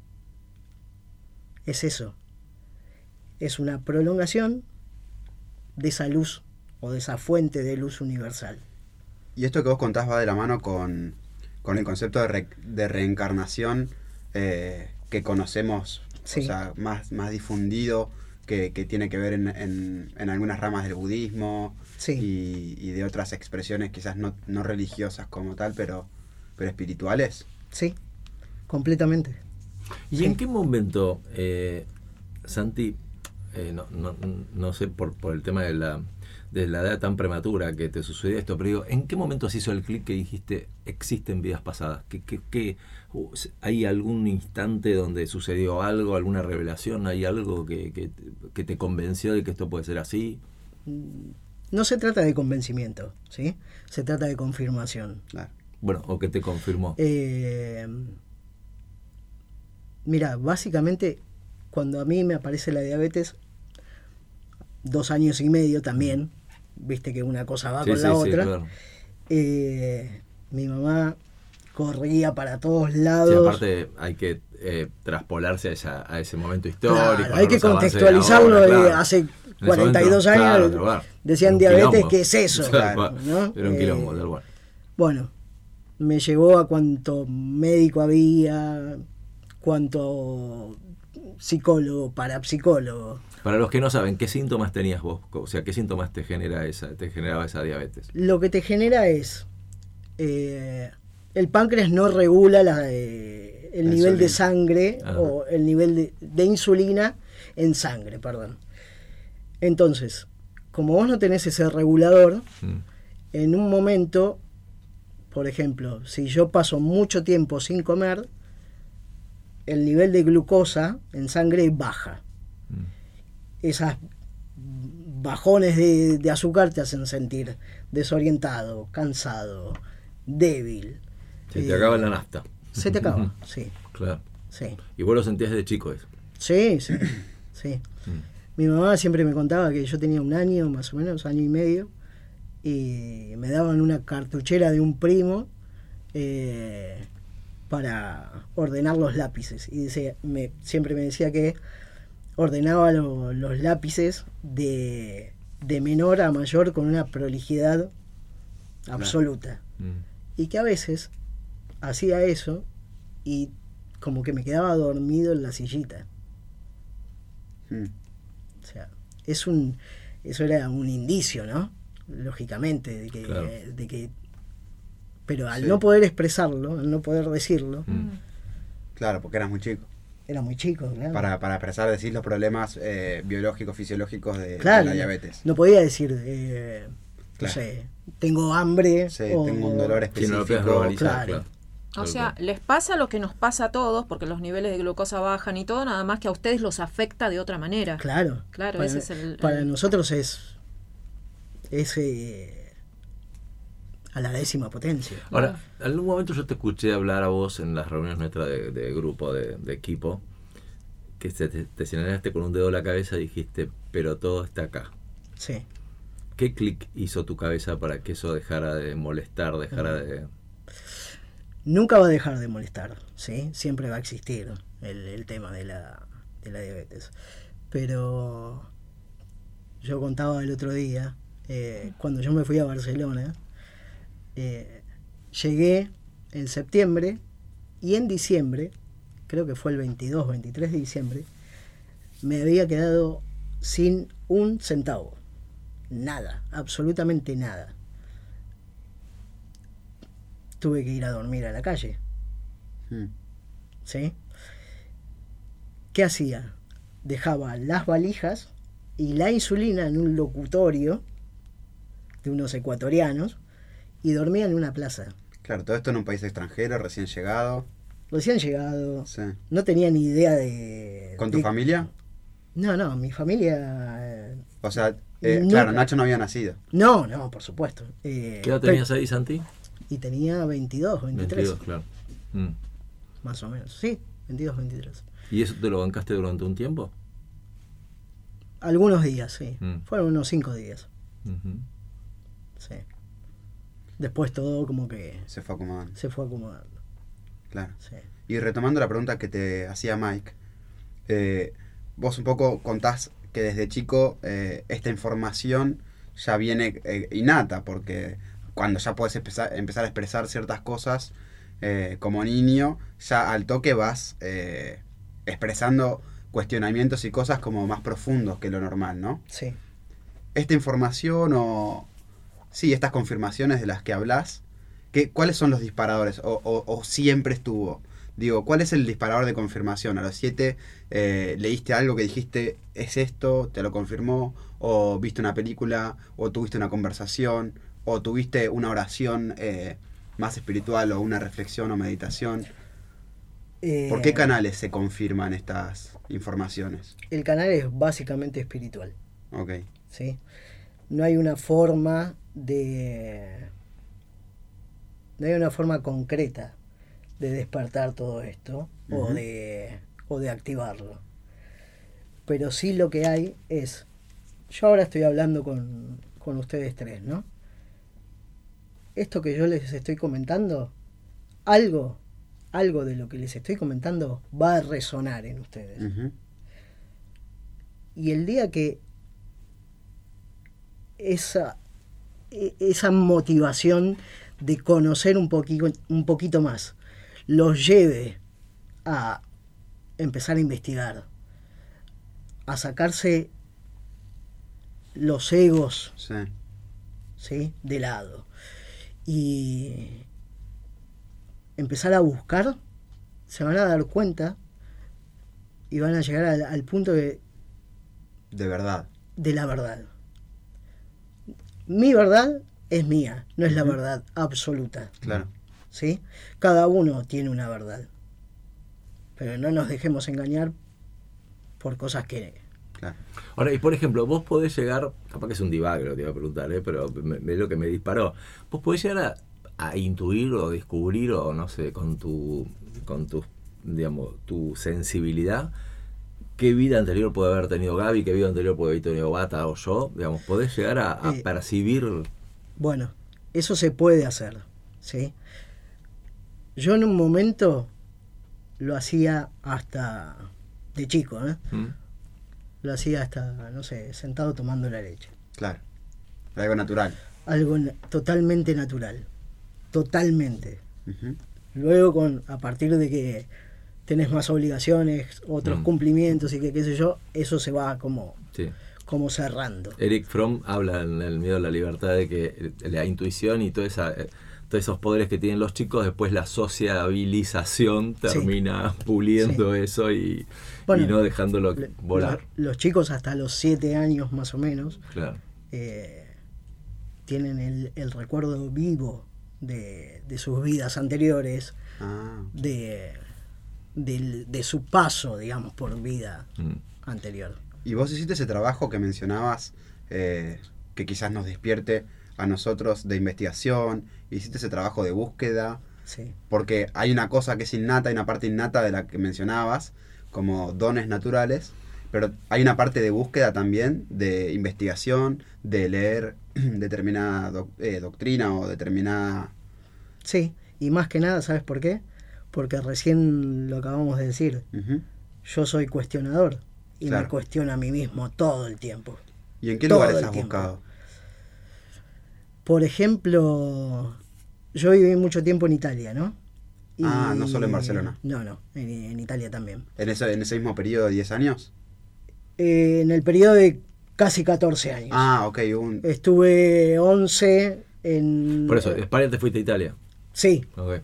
es eso. Es una prolongación de esa luz o de esa fuente de luz universal. Y esto que vos contás va de la mano con el concepto de reencarnación que conocemos, Sí. o sea, más difundido, que tiene que ver en algunas ramas del budismo Sí. y de otras expresiones quizás no religiosas como tal, pero espirituales. Sí, completamente. ¿Y Sí. en qué momento, Santi, no sé por el tema de la edad tan prematura que te sucedió esto, pero digo, ¿en qué momento se hizo el clic que dijiste existen vidas pasadas? ¿Hay algún instante donde sucedió algo, alguna revelación, hay algo que te convenció de que esto puede ser así? No se trata de convencimiento, ¿sí? Se trata de confirmación. Claro. Bueno, o que te confirmó. Mira, básicamente, cuando a mí me aparece la diabetes, 2 años y medio también, viste que una cosa va Sí, con sí, la sí, otra. claro. Mi mamá corría para todos Sí, lados. aparte hay que traspolarse a ese momento histórico. Claro, no hay que los avances de contextualizarlo. ahora, claro. Hace En ese 42 momento, años claro, claro. decían Un diabetes, quilombo. ¿qué es eso? Claro, ¿no? Era un quilombo, tal cual. Bueno, me llevó a cuánto médico había, cuánto psicólogo, parapsicólogo. Para los que no saben, ¿qué síntomas tenías vos? O sea, ¿qué síntomas te generaba esa diabetes? Lo que te genera es, el páncreas no regula el nivel de insulina. sangre, Ajá. o el nivel de insulina en sangre, perdón. Entonces, como vos no tenés ese regulador, en un momento, por ejemplo, si yo paso mucho tiempo sin comer, el nivel de glucosa en sangre baja. Esas bajones de azúcar te hacen sentir desorientado, cansado, débil. Se te acaba la nafta. Se te acaba, sí, Claro. sí. Y vos lo sentías de chico eso. Sí, sí, sí. Mi mamá siempre me contaba que yo tenía un año, más o menos, año y medio, y me daban una cartuchera de un primo para ordenar los lápices. Y siempre me decía que ordenaba los lápices de menor a mayor con una prolijidad absoluta. Y que a veces hacía eso y como que me quedaba dormido en la sillita. O sea, eso era un indicio, ¿no? Lógicamente, de que, Claro. pero al Sí. no poder expresarlo, al no poder decirlo, Claro, porque eras muy chico. era muy chico, claro. Para expresar, decir los problemas biológicos, fisiológicos de Claro, la diabetes. no podía decir, no Claro. sé, tengo hambre. Sí, o- tengo un dolor Si no lo puedes específico. verbalizar, claro. claro. O sea, les pasa lo que nos pasa a todos, porque los niveles de glucosa bajan y todo, nada más que a ustedes los afecta de otra manera. Claro. Claro, Para, ese es el... para nosotros es a la 10ª potencia. Ahora, en algún momento yo te escuché hablar a vos en las reuniones nuestras de grupo, de equipo, que te señalaste con un dedo en la cabeza y dijiste, pero todo está acá. Sí. ¿Qué clic hizo tu cabeza para que eso dejara de molestar, dejara de... Nunca va a dejar de molestar, ¿sí? Siempre va a existir el tema de la diabetes. Pero yo contaba el otro día, cuando yo me fui a Barcelona, llegué en septiembre y en diciembre, creo que fue el 22, 23 de diciembre, me había quedado sin un centavo. Nada, absolutamente nada. Tuve que ir a dormir a la calle. ¿Sí? ¿Qué hacía? Dejaba las valijas y la insulina en un locutorio de unos ecuatorianos y dormía en una plaza. Claro, todo esto en un país extranjero, recién llegado. Recién llegado, Sí. no tenía ni idea de... ¿Con tu de- familia? No, mi familia... O sea, Nunca. claro, Nacho no había nacido. No, por supuesto. ¿Qué edad tenías ahí, Santi? Y tenía 22, 23, 22, claro. más o menos. Sí, 22, 23. ¿Y eso te lo bancaste durante un tiempo? Algunos días, sí. Mm. Fueron unos 5 días. Ujú. Sí. Después todo como que Se fue acomodando. se fue acomodando. Claro. Sí. Y retomando la pregunta que te hacía Mike, vos un poco contás que desde chico esta información ya viene innata, porque cuando ya podés empezar a expresar ciertas cosas como niño, ya al toque vas expresando cuestionamientos y cosas como más profundos que lo normal, ¿no? Sí. Esta información sí, estas confirmaciones de las que hablas, ¿cuáles son los disparadores? ¿O siempre estuvo? Digo, ¿cuál es el disparador de confirmación? ¿A los 7 leíste algo que dijiste, es esto, te lo confirmó? ¿O viste una película? ¿O tuviste una conversación? ¿O tuviste una oración más espiritual o una reflexión o meditación? ¿Por qué canales se confirman estas informaciones? El canal es básicamente espiritual. Ok. ¿Sí? No hay una forma no hay una forma concreta de despertar todo esto o de activarlo. Pero sí lo que hay es, yo ahora estoy hablando con ustedes tres, ¿no? Esto que yo les estoy comentando, algo de lo que les estoy comentando va a resonar en ustedes. Ujú. Y el día que esa motivación de conocer un poquito más los lleve a empezar a investigar, a sacarse los egos, Sí. ¿sí?, de lado y empezar a buscar, se van a dar cuenta y van a llegar al punto De verdad. de la verdad. Mi verdad es mía, no es la verdad absoluta, Claro. ¿sí? Cada uno tiene una verdad, pero no nos dejemos engañar por cosas que Claro. Ahora, y por ejemplo, vos podés llegar, capaz que es un divague lo que te iba a preguntar, pero es lo que me disparó. Vos podés llegar a intuir o descubrir, o no sé, con tu, digamos, tu sensibilidad, qué vida anterior puede haber tenido Gaby, qué vida anterior puede haber tenido Bata o yo, digamos, podés llegar a percibir. Bueno, eso se puede hacer, ¿sí? Yo en un momento lo hacía hasta de chico, ¿eh? Lo hacía hasta, no sé, sentado tomando la leche. Claro. Algo natural. Algo totalmente natural. Totalmente. Ujú. Luego, a partir de que tenés más obligaciones, otros cumplimientos y que qué sé yo, eso se va como cerrando. Eric Fromm habla en El miedo a la libertad de que la intuición y todos esos poderes que tienen los chicos, después la sociabilización termina puliendo eso y no dejándolo volar. Los chicos hasta los 7 años más o menos tienen el recuerdo vivo de sus vidas anteriores, de su paso, digamos, por vida anterior. Y vos hiciste ese trabajo que mencionabas, que quizás nos despierte a nosotros de investigación, hiciste ese trabajo de búsqueda, porque hay una cosa que es innata, hay una parte innata de la que mencionabas, como dones naturales, pero hay una parte de búsqueda también, de investigación, de leer determinada doctrina o determinada... Sí, y más que nada, ¿sabes por qué? Porque recién lo acabamos de decir. Uh-huh. Yo soy cuestionador y Claro. me cuestiono a mí mismo todo el tiempo. ¿Y en qué Todo lugares el has tiempo. buscado? Por ejemplo, yo viví mucho tiempo en Italia, ¿no? No solo en Barcelona. No, en Italia también. ¿En ese mismo periodo de 10 años? En el periodo de casi 14 años. Ok. Estuve 11 en... Por eso, de España te fuiste a Italia. Sí. Okay.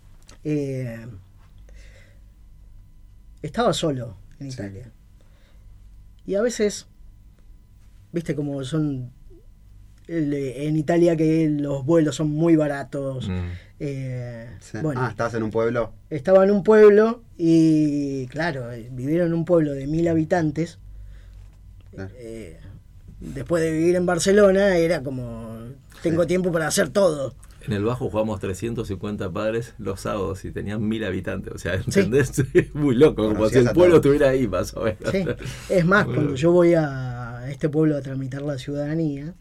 Estaba solo en Italia. Y a veces, viste como son en Italia, que los vuelos son muy baratos. Bueno, ¿estabas en un pueblo? estaba en un pueblo y claro, vivir en un pueblo de 1000 habitantes. Claro. Después de vivir en Barcelona era como, tengo tiempo para hacer todo. En el Bajo jugamos 350 padres los sábados y tenían 1000 habitantes. O sea, ¿entendés? Muy loco, como si el pueblo estuviera ahí, más o menos. Sí. Es más, cuando yo voy a este pueblo a tramitar la ciudadanía,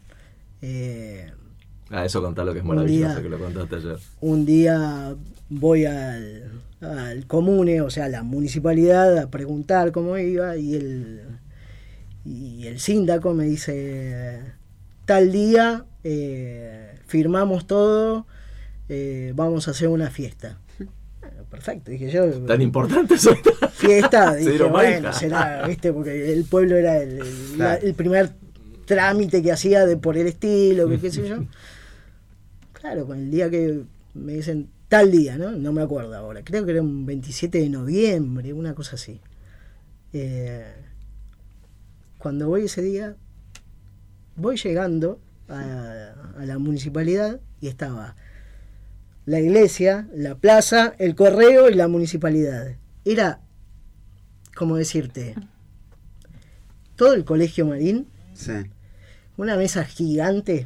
eso contá lo que es maravilloso, que lo contaste ayer. un día voy al comune, o sea, a la municipalidad, a preguntar cómo iba, y el síndaco me dice, tal día firmamos todo, vamos a hacer una fiesta. Perfecto, dije yo. ¿Tan importante eso? Fiesta, dije, Cero bueno, manija. será, viste, porque el pueblo era el primer trámite que hacía por el estilo, que qué sé yo. Claro, con el día que me dicen tal día, ¿no? No me acuerdo ahora, creo que era un 27 de noviembre, una cosa así. Cuando voy ese día, voy llegando a la municipalidad y estaba la iglesia, la plaza, el correo y la municipalidad. Era, como decirte, todo el colegio Marín, Sí. una mesa gigante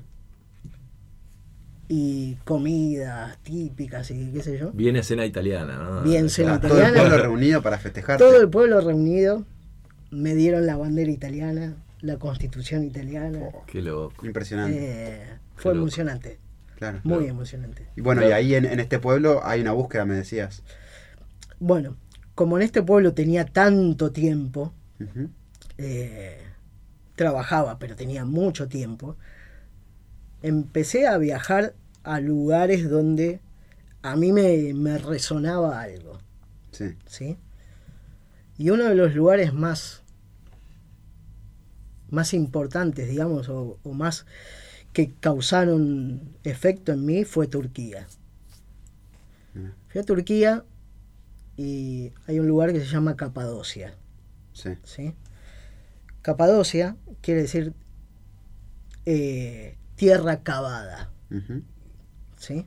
y comidas típicas y qué sé yo. Bien escena italiana, ¿no? Bien cena Todo el italiana. pueblo reunido para festejar. Todo el pueblo reunido, me dieron la bandera italiana, la constitución italiana. Qué loco. Impresionante. Fue Qué loco. emocionante, Claro. muy emocionante. Y bueno, Claro. y ahí en este pueblo hay una búsqueda, me decías. Bueno, como en este pueblo tenía tanto tiempo, Ujú. trabajaba, pero tenía mucho tiempo, empecé a viajar a lugares donde a mí me resonaba algo, Sí. ¿sí? Y uno de los lugares más importantes, digamos, o más que causaron efecto en mí fue Turquía. Fui a Turquía y hay un lugar que se llama Capadocia, Sí. ¿sí? Capadocia quiere decir tierra cavada, Ujú. ¿sí?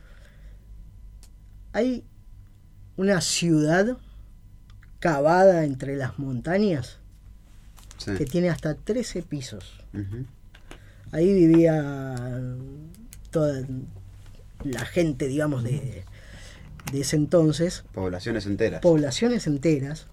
Hay una ciudad cavada entre las montañas Sí. que tiene hasta 13 pisos. Ujú. Ahí vivía toda la gente, digamos, de ese entonces. Poblaciones enteras. Poblaciones enteras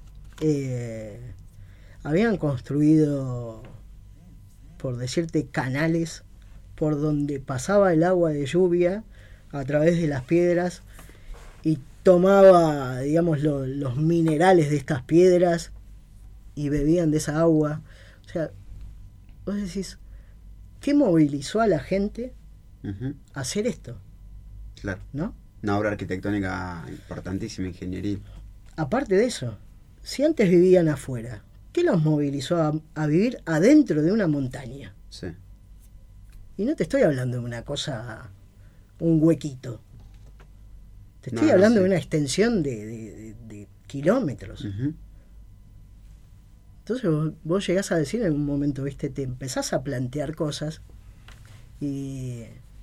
habían construido, por decirte, canales por donde pasaba el agua de lluvia a través de las piedras y tomaba, digamos, los minerales de estas piedras y bebían de esa agua. O sea, vos decís, ¿qué movilizó a la gente Ujú. a hacer esto? Claro. ¿No? Una obra arquitectónica importantísima, ingenieril. Aparte de eso, si antes vivían afuera, ¿qué los movilizó a vivir adentro de una montaña? Sí. Y no te estoy hablando de una cosa, un huequito. Te estoy No, hablando sí. de una extensión de kilómetros. Ujú. Entonces vos llegás a decir en un momento, ¿viste? Te empezás a plantear cosas y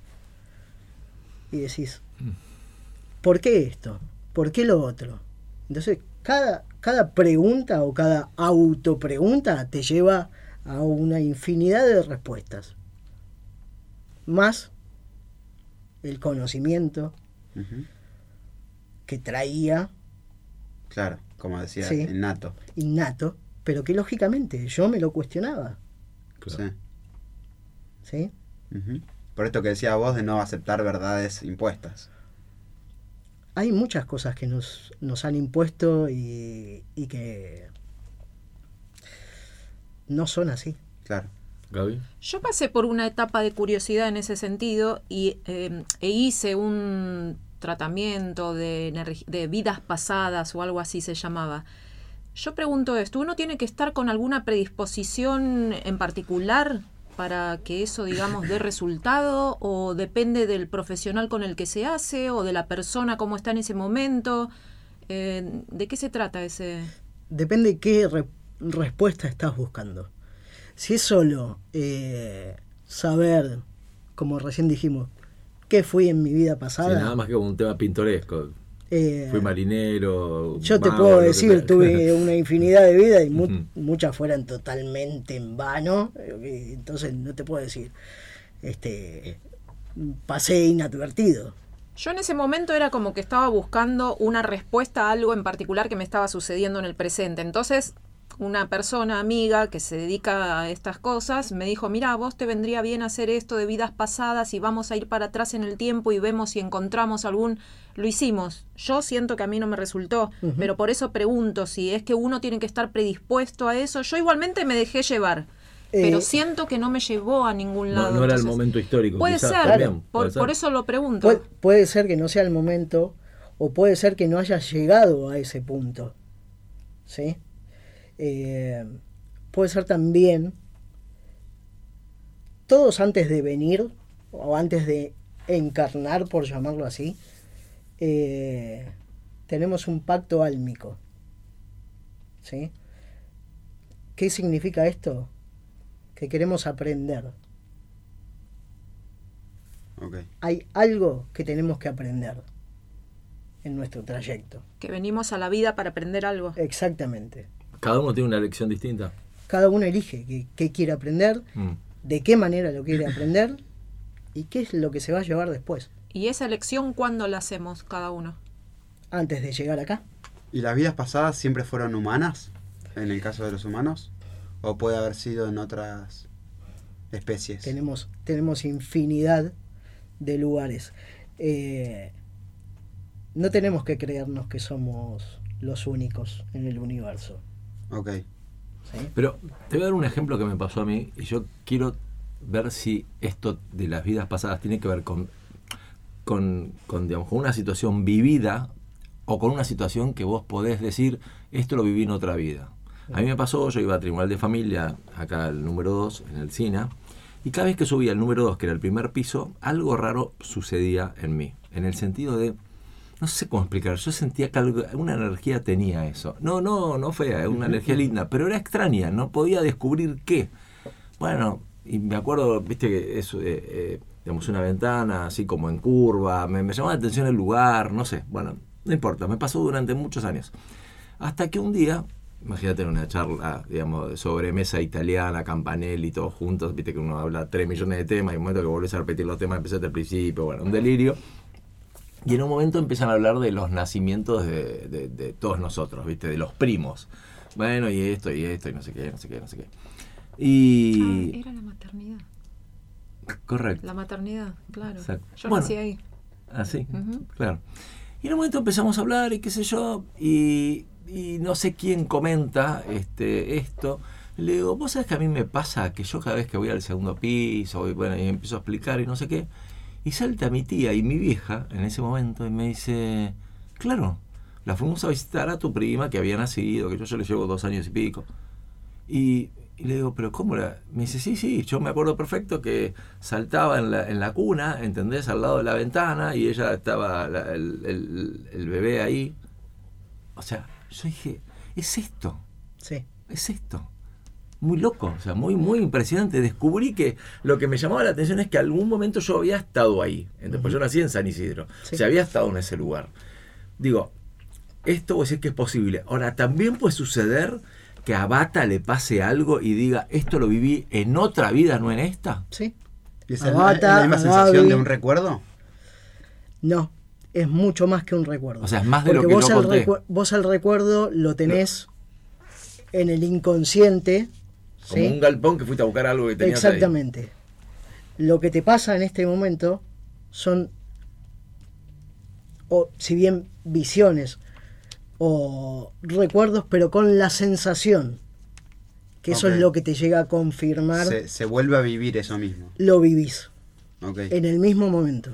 decís, ¿por qué esto? ¿Por qué lo otro? Entonces, cada pregunta o cada autopregunta te lleva a una infinidad de respuestas. Más el conocimiento Ujú. que traía Claro, como decía, Sí. innato. innato, pero que lógicamente yo me lo cuestionaba. Claro. Sí. ¿Sí? Ujú. Por esto que decía vos de no aceptar verdades impuestas. Hay muchas cosas que nos han impuesto y que no son así. Claro. Gaby. Yo pasé por una etapa de curiosidad en ese sentido e hice un tratamiento de vidas pasadas o algo así se llamaba. Yo pregunto esto, ¿uno tiene que estar con alguna predisposición en particular para que eso, digamos, dé resultado? ¿O depende del profesional con el que se hace? ¿O de la persona cómo está en ese momento? ¿De qué se trata ese...? Depende qué respuesta estás buscando. Si es solo saber, como recién dijimos, qué fui en mi vida Sí, pasada. nada más que como un tema pintoresco. Fui marinero. Yo te mago, puedo lo que decir, sea. tuve una infinidad de vidas y Ujú. muchas fueran totalmente en vano. Entonces no te puedo decir, pasé inadvertido. Yo en ese momento era como que estaba buscando una respuesta a algo en particular que me estaba sucediendo en el presente. Entonces, una persona amiga que se dedica a estas cosas me dijo, mira, vos te vendría bien hacer esto de vidas pasadas y vamos a ir para atrás en el tiempo y vemos si encontramos algún... Lo hicimos. Yo siento que a mí no me resultó, Ujú. pero por eso pregunto si es que uno tiene que estar predispuesto a eso. Yo igualmente me dejé llevar, pero siento que no me llevó a ningún lado. No era el entonces, momento histórico. puede quizás, ser, también, puede por ser. eso lo pregunto. Puede ser que no sea el momento o puede ser que no hayas llegado a ese punto. ¿Sí? Puede ser también, todos antes de venir o antes de encarnar, por llamarlo así, tenemos un pacto álmico. ¿Sí? ¿Qué significa esto? Que queremos aprender. Ok. Hay algo que tenemos que aprender en nuestro trayecto. Que venimos a la vida para aprender algo. Exactamente. Cada uno tiene una lección distinta. Cada uno elige qué quiere aprender, de qué manera lo quiere aprender y qué es lo que se va a llevar después, ¿Y esa elección cuándo la hacemos cada uno? antes de llegar acá. ¿Y las vidas pasadas siempre fueron humanas? En el caso de los humanos. ¿O puede haber sido en otras especies? Tenemos infinidad de lugares. No tenemos que creernos que somos los únicos en el universo. Ok. ¿Sí? Pero te voy a dar un ejemplo que me pasó a mí y yo quiero ver si esto de las vidas pasadas tiene que ver con digamos, con una situación vivida o con una situación que vos podés decir, esto lo viví en otra vida. A mí me pasó, yo iba a Tribunal de Familia, acá el número 2, en el SINA, y cada vez que subía al número 2, que era el primer piso, algo raro sucedía en mí, en el sentido de, no sé cómo explicar, yo sentía que una energía tenía eso. No fea, una energía linda, pero era extraña, no podía descubrir qué. Bueno, y me acuerdo, viste que eso, digamos, una ventana así como en curva, me llamó la atención el lugar, no sé, bueno, no importa, me pasó durante muchos años. Hasta que un día imagínate en una charla, digamos, de sobremesa italiana, Campanelli, todos juntos, viste que uno habla 3 millones de temas y en un momento que volvés a repetir los temas, empezaste al principio, bueno, un delirio. Y en un momento empiezan a hablar de los nacimientos de todos nosotros, viste, de los primos. Bueno, y esto, y no sé qué, no sé qué, no sé qué. Y... era la maternidad. Correcto. La maternidad, claro. Exacto. Yo Bueno, nací ahí. Ah, sí, Ujú. claro. Y en un momento empezamos a hablar y qué sé yo, y no sé quién comenta esto. Le digo, vos sabés que a mí me pasa que yo cada vez que voy al segundo piso, y bueno, y empiezo a explicar y no sé qué, y salta mi tía y mi vieja en ese momento y me dice, claro, la fuimos a visitar a tu prima que había nacido, que yo le llevo 2 años y pico. Y le digo, ¿pero cómo era? Me dice, sí, yo me acuerdo perfecto que saltaba en la cuna, ¿entendés? Al lado de la ventana y ella estaba, el bebé ahí. O sea, yo dije, es esto. Sí. Es esto. Muy loco, o sea, muy, muy impresionante. Descubrí que lo que me llamaba la atención es que algún momento yo había estado ahí. Entonces, yo nací en San Isidro. Sí. O sea, había estado en ese lugar. Digo, esto voy a decir que es posible. Ahora, también puede suceder que a Bata le pase algo y diga, esto lo viví en otra vida, no en esta. Sí. ¿Y es A la Bata, misma a sensación Gaby. de un recuerdo? No, es mucho más que un recuerdo. O sea, es más de lo Porque que yo conté. vos el recuerdo lo tenés en el inconsciente. Como ¿sí? un galpón que fuiste a buscar algo que tenías ahí. Exactamente. Lo que te pasa en este momento son, o si bien visiones o recuerdos, pero con la sensación, que eso Ok. es lo que te llega a confirmar, Se vuelve a vivir eso mismo. lo vivís Ok. en el mismo momento.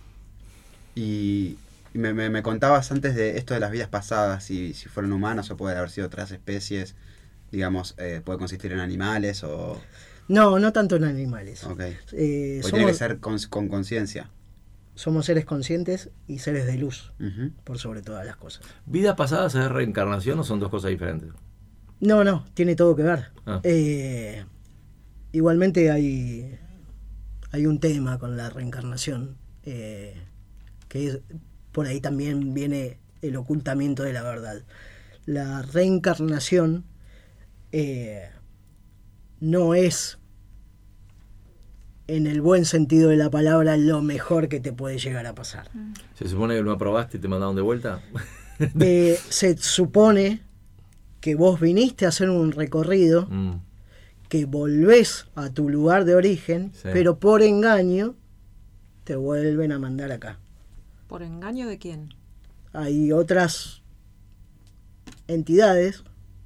Y me contabas antes de esto de las vidas pasadas, si fueron humanas o pueden haber sido otras especies, digamos, puede consistir en animales o... No tanto en animales. Ok. Eh, Pues tiene que somos, ser con conciencia. somos seres conscientes y seres de luz, Ujú. por sobre todas las cosas. ¿Vida pasada es reencarnación o son dos cosas diferentes? No, tiene todo que ver. Ah. Igualmente hay un tema con la reencarnación, que es, por ahí también viene el ocultamiento de la verdad. La reencarnación no es, en el buen sentido de la palabra, lo mejor que te puede llegar a pasar. ¿Se supone que lo aprobaste y te mandaron de vuelta? Se supone que vos viniste a hacer un recorrido, Mm. que volvés a tu lugar de origen, Sí. pero por engaño te vuelven a mandar acá. ¿Por engaño de quién? Hay otras entidades.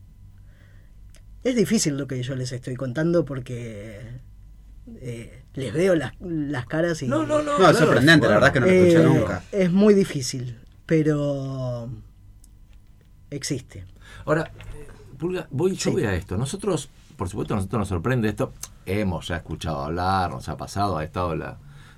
Es difícil lo que yo les estoy contando porque les veo las caras y No, No, claro, es sorprendente, la verdad que no lo escuché nunca. es muy difícil, pero existe. Ahora, Pulga, yo voy a esto. Nosotros, por supuesto, a nosotros nos sorprende esto. Hemos ya escuchado hablar, nos ha pasado, ha estado la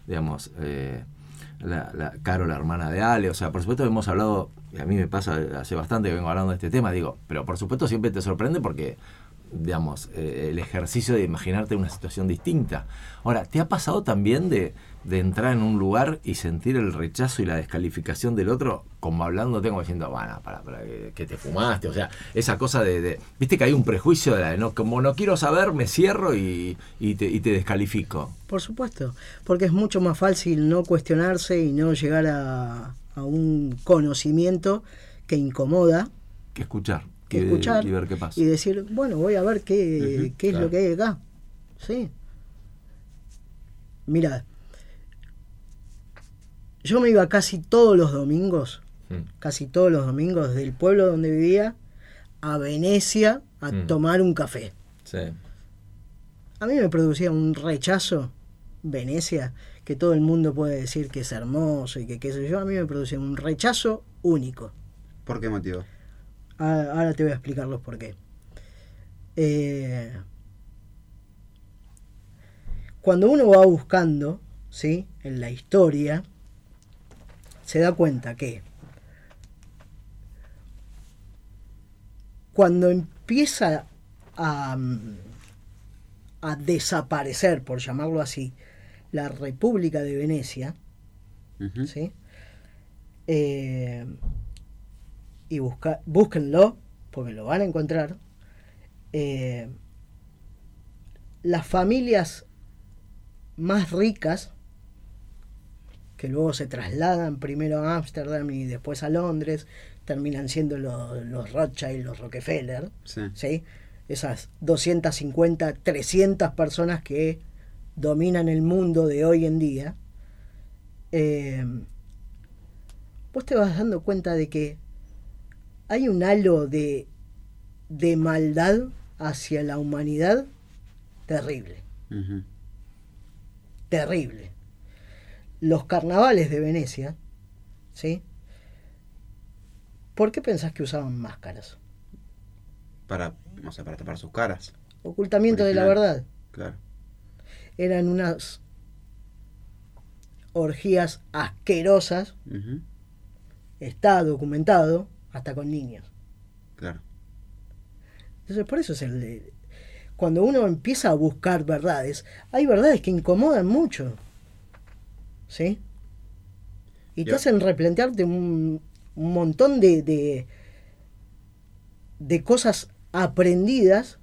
Caro, la hermana de Ale. O sea, por supuesto hemos hablado, y a mí me pasa hace bastante que vengo hablando de este tema, digo, pero por supuesto siempre te sorprende porque, digamos, el ejercicio de imaginarte una situación distinta. Ahora, ¿te ha pasado también de entrar en un lugar y sentir el rechazo y la descalificación del otro, como hablándote, como diciendo, bueno, para que te fumaste? O sea, esa cosa viste que hay un prejuicio de no, como no quiero saber, me cierro y te descalifico. Por supuesto, porque es mucho más fácil no cuestionarse y no llegar a un conocimiento que incomoda, Que escuchar. que y escuchar y ver qué pasa. y decir, bueno, voy a ver qué es claro. lo que hay acá. Sí. Mira, yo me iba casi todos los domingos del pueblo donde vivía a Venecia a tomar un café. Sí. A mí me producía un rechazo Venecia, que todo el mundo puede decir que es hermoso y que qué sé yo. A mí me producía un rechazo único. ¿Por qué motivo? Ahora te voy a explicar los por qué. Cuando uno va buscando, ¿sí?, en la historia, se da cuenta que cuando empieza a desaparecer, por llamarlo así, la República de Venecia, Ujú. ¿sí? Y búsquenlo, porque lo van a encontrar, las familias más ricas, que luego se trasladan primero a Ámsterdam y después a Londres, terminan siendo los Rothschild, los Rockefeller, Sí. ¿sí? Esas 250, 300 personas que dominan el mundo de hoy en día, vos te vas dando cuenta de que hay un halo de maldad hacia la humanidad terrible. Ujú. Terrible. Los carnavales de Venecia, ¿sí? ¿Por qué pensás que usaban máscaras? Para tapar sus caras. Ocultamiento de la Original. verdad. Claro. Eran unas orgías asquerosas, Ujú. está documentado, hasta con niños. Claro. Entonces, por eso cuando uno empieza a buscar verdades, hay verdades que incomodan mucho, ¿sí? Y te Yo- hacen replantearte un montón de cosas aprendidas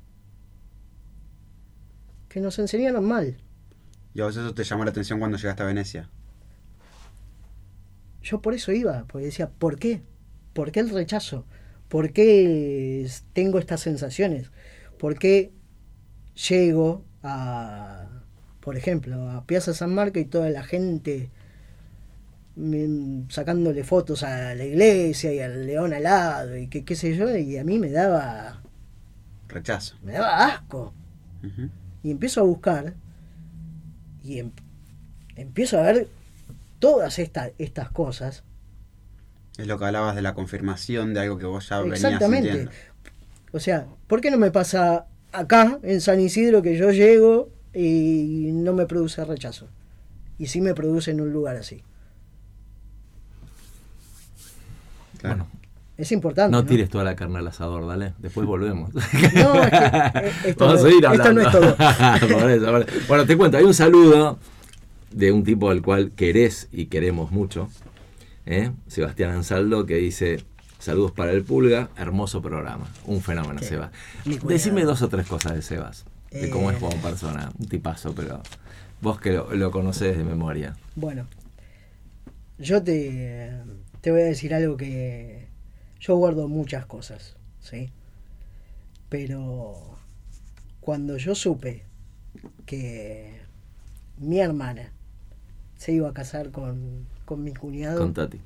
que nos enseñaron mal. ¿Y a vos eso te llamó la atención cuando llegaste a Venecia? Yo por eso iba, porque decía, ¿por qué? ¿Por qué el rechazo? ¿Por qué tengo estas sensaciones? ¿Por qué llego por ejemplo, a Piazza San Marco y toda la gente sacándole fotos a la iglesia y al león alado y qué sé yo, y a mí me daba Rechazo. asco. Ujú. Y empiezo a buscar y empiezo a ver todas estas cosas. Es lo que hablabas de la confirmación de algo que vos ya venías Exactamente. sintiendo. O sea, ¿por qué no me pasa acá, en San Isidro, que yo llego y no me produce rechazo? Y sí me produce en un lugar así. Claro. Bueno, Es importante. no tires toda la carne al asador, dale. Después volvemos. No, es que esto, Vamos no, a seguir esto hablando. no es todo. Por eso, por eso. Bueno, te cuento, hay un saludo de un tipo al cual querés y queremos mucho, Sebastián Ansaldo, que dice: saludos para el Pulga, hermoso programa, un fenómeno, Sí. Sebas. Mi cuñado. Decime 2 o 3 cosas de Sebas, de cómo es como persona, un tipazo, pero vos que lo conocés de memoria. Bueno, yo te voy a decir algo que yo guardo muchas cosas, ¿sí? Pero cuando yo supe que mi hermana se iba a casar con mi cuñado, Con Tati.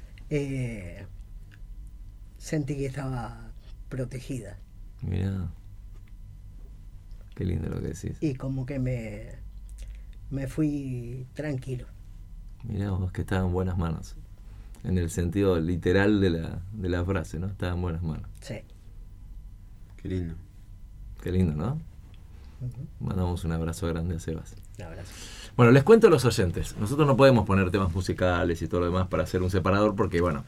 sentí que estaba protegida Mirá, qué lindo lo que decís. y como que me fui tranquilo. Mirá vos, que estaba en buenas manos. En el sentido literal de la frase, ¿no? Estaba en buenas manos. Sí. Qué lindo. Qué lindo, ¿no? Ujú. Mandamos un abrazo grande a Sebas. Un abrazo. Bueno, les cuento a los oyentes. Nosotros no podemos poner temas musicales y todo lo demás para hacer un separador porque, bueno,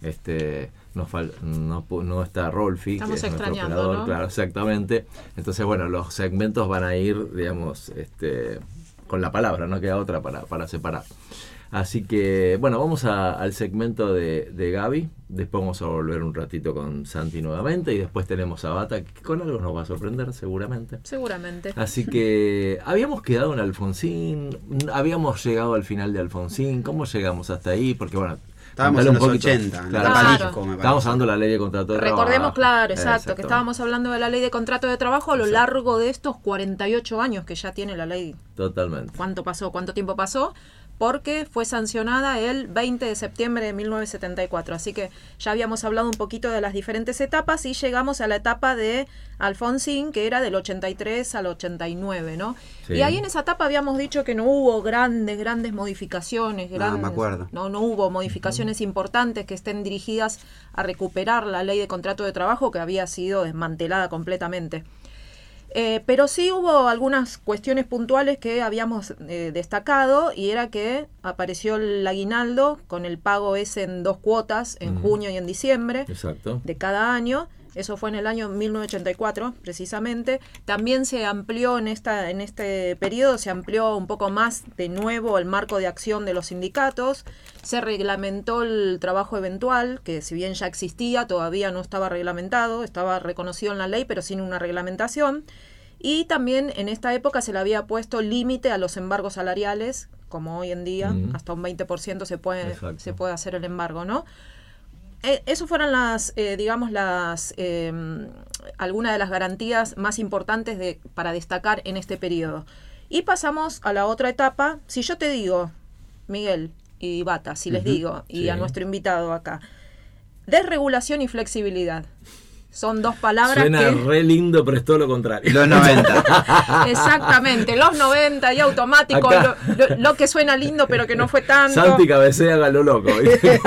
no está Rolfi, que Estamos es nuestro extrañando, operador, ¿no? claro, exactamente. Entonces, bueno, los segmentos van a ir, digamos, con la palabra, no queda otra para separar. Así que, bueno, vamos al segmento de Gaby. Después vamos a volver un ratito con Santi nuevamente. Y después tenemos a Bata, que con algo nos va a sorprender seguramente. Seguramente. Así que habíamos quedado en Alfonsín. Habíamos llegado al final de Alfonsín. ¿Cómo llegamos hasta ahí? Porque, bueno, Estábamos contale en un los poquito. 80, en Claro, la Claro. Palisco, me parece. Estábamos hablando de la ley de contrato de trabajo. Recordemos, claro, exacto, que Exactamente. estábamos hablando de la ley de contrato de trabajo a lo Exacto. largo de estos 48 años que ya tiene la ley. Totalmente. ¿Cuánto pasó? ¿Cuánto tiempo pasó? Porque fue sancionada el 20 de septiembre de 1974. Así que ya habíamos hablado un poquito de las diferentes etapas y llegamos a la etapa de Alfonsín, que era del 83 al 89, ¿no? Sí. Y ahí en esa etapa habíamos dicho que no hubo grandes modificaciones. me acuerdo. No hubo modificaciones importantes que estén dirigidas a recuperar la ley de contrato de trabajo que había sido desmantelada completamente. Pero sí hubo algunas cuestiones puntuales que habíamos destacado, y era que apareció el aguinaldo con el pago ese en 2 cuotas, en junio y en diciembre Exacto. de cada año, Eso fue en el año 1984, precisamente. También se amplió en este periodo, se amplió un poco más de nuevo el marco de acción de los sindicatos. Se reglamentó el trabajo eventual, que si bien ya existía, todavía no estaba reglamentado, estaba reconocido en la ley, pero sin una reglamentación. Y también en esta época se le había puesto límite a los embargos salariales, como hoy en día, hasta un 20% se puede hacer el embargo, ¿no? Esas fueron algunas de las garantías más importantes para destacar en este periodo. Y pasamos a la otra etapa. Si yo te digo, Miguel y Bata, si les digo, y a nuestro invitado acá, desregulación y flexibilidad. Son dos palabras Suena re lindo, pero es todo lo contrario. Los 90. Exactamente, los 90 y automático, lo que suena lindo pero que no fue tanto. Santi cabecea haga lo loco, ¿viste?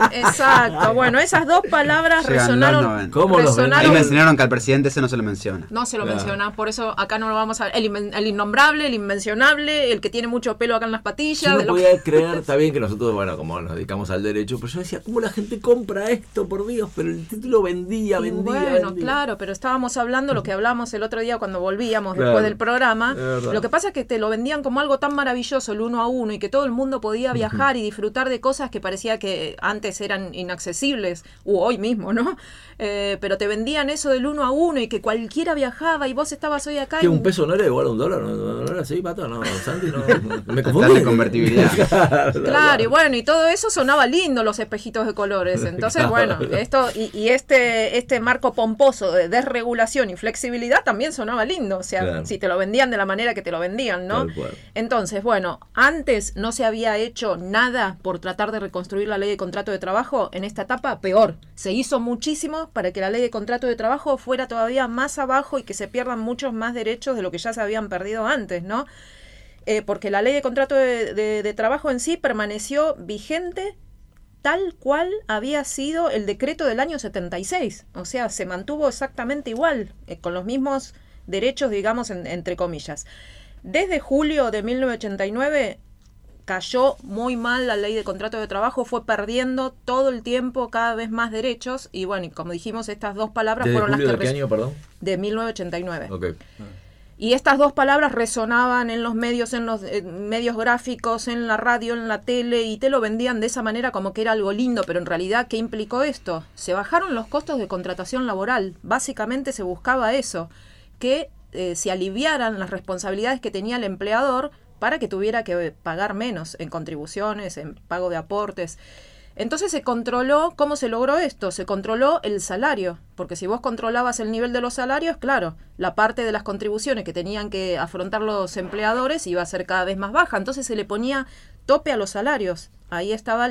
Exacto, bueno, esas dos palabras Llegan resonaron. los 90. ¿Cómo los ven? Ahí me enseñaron que al presidente ese no se lo menciona. No se lo Claro. menciona, por eso acá no lo vamos a ver. El innombrable, el inmencionable, el que tiene mucho pelo acá en las patillas. Yo no podía creer, está bien que nosotros, bueno, como nos dedicamos al derecho, pero yo decía, ¿cómo la gente compra esto, por Dios? Pero el título vendía. Bueno, claro, pero estábamos hablando lo que hablamos el otro día cuando volvíamos Claro, después del programa. es verdad. Lo que pasa es que te lo vendían como algo tan maravilloso, el 1 a 1, y que todo el mundo podía viajar y disfrutar de cosas que parecía que antes eran inaccesibles, u hoy mismo, ¿no? Pero te vendían eso del 1 a 1 y que cualquiera viajaba y vos estabas hoy acá. ¿Que y un peso no era igual a un dólar? ¿No era así, Pato? No, Santi, no. Me confundí. Dale convertibilidad. Claro, y bueno, y todo eso sonaba lindo, los espejitos de colores. Entonces, Claro. bueno, esto y este marco pomposo de desregulación y flexibilidad también sonaba lindo. O sea, Claro. si te lo vendían de la manera que te lo vendían, ¿no? Tal cual. Entonces, bueno, antes no se había hecho nada por tratar de reconstruir la ley de contrato de trabajo. En esta etapa, peor. Se hizo muchísimo para que la ley de contrato de trabajo fuera todavía más abajo y que se pierdan muchos más derechos de lo que ya se habían perdido antes, ¿no? Porque la ley de contrato de trabajo en sí permaneció vigente tal cual había sido el decreto del año 76. O sea, se mantuvo exactamente igual, con los mismos derechos, digamos, entre comillas. Desde julio de 1989 cayó muy mal la ley de contrato de trabajo, fue perdiendo todo el tiempo cada vez más derechos y bueno, y como dijimos, estas dos palabras ¿Desde fueron las julio que... de qué año, perdón? De 1989. Ok. Y estas dos palabras resonaban en los medios medios gráficos, en la radio, en la tele, y te lo vendían de esa manera como que era algo lindo, pero en realidad, ¿qué implicó esto? Se bajaron los costos de contratación laboral. Básicamente se buscaba eso, que se aliviaran las responsabilidades que tenía el empleador para que tuviera que pagar menos en contribuciones, en pago de aportes. Entonces se controló. ¿Cómo se logró esto? Se controló el salario, porque si vos controlabas el nivel de los salarios, claro, la parte de las contribuciones que tenían que afrontar los empleadores iba a ser cada vez más baja, entonces se le ponía tope a los salarios. Ahí estaba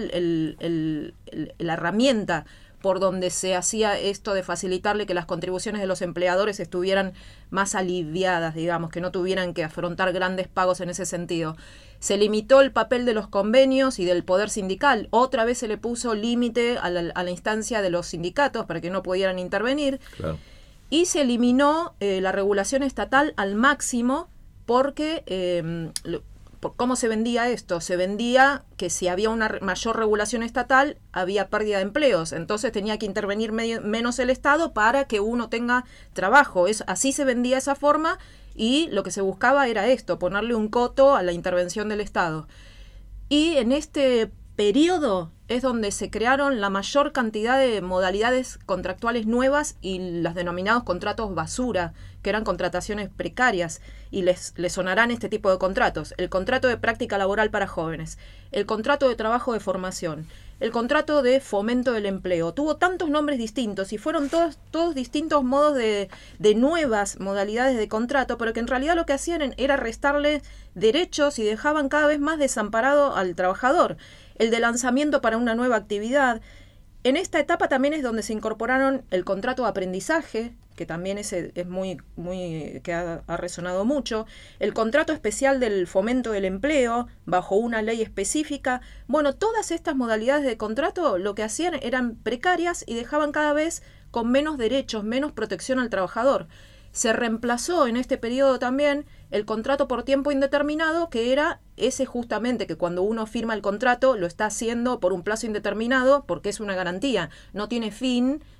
la herramienta por donde se hacía esto de facilitarle que las contribuciones de los empleadores estuvieran más aliviadas, digamos, que no tuvieran que afrontar grandes pagos en ese sentido. Se limitó el papel de los convenios y del poder sindical. Otra vez se le puso límite a la instancia de los sindicatos para que no pudieran intervenir. Claro. Y se eliminó la regulación estatal al máximo porque... ¿Cómo se vendía esto? Se vendía que si había una mayor regulación estatal, había pérdida de empleos. Entonces tenía que intervenir menos el Estado para que uno tenga trabajo. Así se vendía esa forma y lo que se buscaba era esto, ponerle un coto a la intervención del Estado. Y en este periodo es donde se crearon la mayor cantidad de modalidades contractuales nuevas y los denominados contratos basura, que eran contrataciones precarias, y les sonarán este tipo de contratos: el contrato de práctica laboral para jóvenes, el contrato de trabajo de formación, el contrato de fomento del empleo. Tuvo tantos nombres distintos y fueron todos distintos modos de nuevas modalidades de contrato, pero que en realidad lo que hacían era restarle derechos y dejaban cada vez más desamparado al trabajador. El de lanzamiento para una nueva actividad. En esta etapa también es donde se incorporaron el contrato de aprendizaje, que también es muy que ha resonado mucho, el contrato especial del fomento del empleo, bajo una ley específica. Bueno, todas estas modalidades de contrato lo que hacían eran precarias y dejaban cada vez con menos derechos, menos protección al trabajador. Se reemplazó en este periodo también el contrato por tiempo indeterminado, que era ese justamente que cuando uno firma el contrato lo está haciendo por un plazo indeterminado porque es una garantía, no tiene fin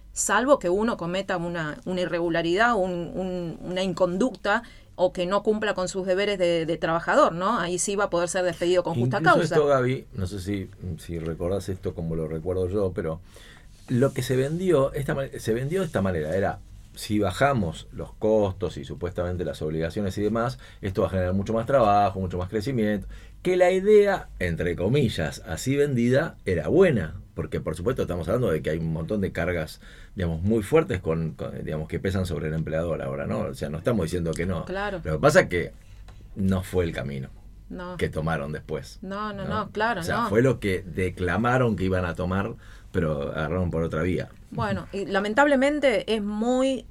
salvo que uno cometa una irregularidad, una inconducta, o que no cumpla con sus deberes de trabajador, ¿no? Ahí sí va a poder ser despedido con justa Incluso causa. Esto, Gaby, no sé si recordás esto como lo recuerdo yo, pero lo que se vendió de esta manera era: si bajamos los costos y supuestamente las obligaciones y demás, esto va a generar mucho más trabajo, mucho más crecimiento. Que la idea, entre comillas, así vendida, era buena, porque por supuesto estamos hablando de que hay un montón de cargas, digamos, muy fuertes digamos, que pesan sobre el empleador ahora, ¿no? O sea, no estamos diciendo que no. Claro. Lo que pasa es que no fue el camino No. que tomaron después. No, claro, O sea, no. fue lo que declamaron que iban a tomar, pero agarraron por otra vía. Bueno, y lamentablemente es muy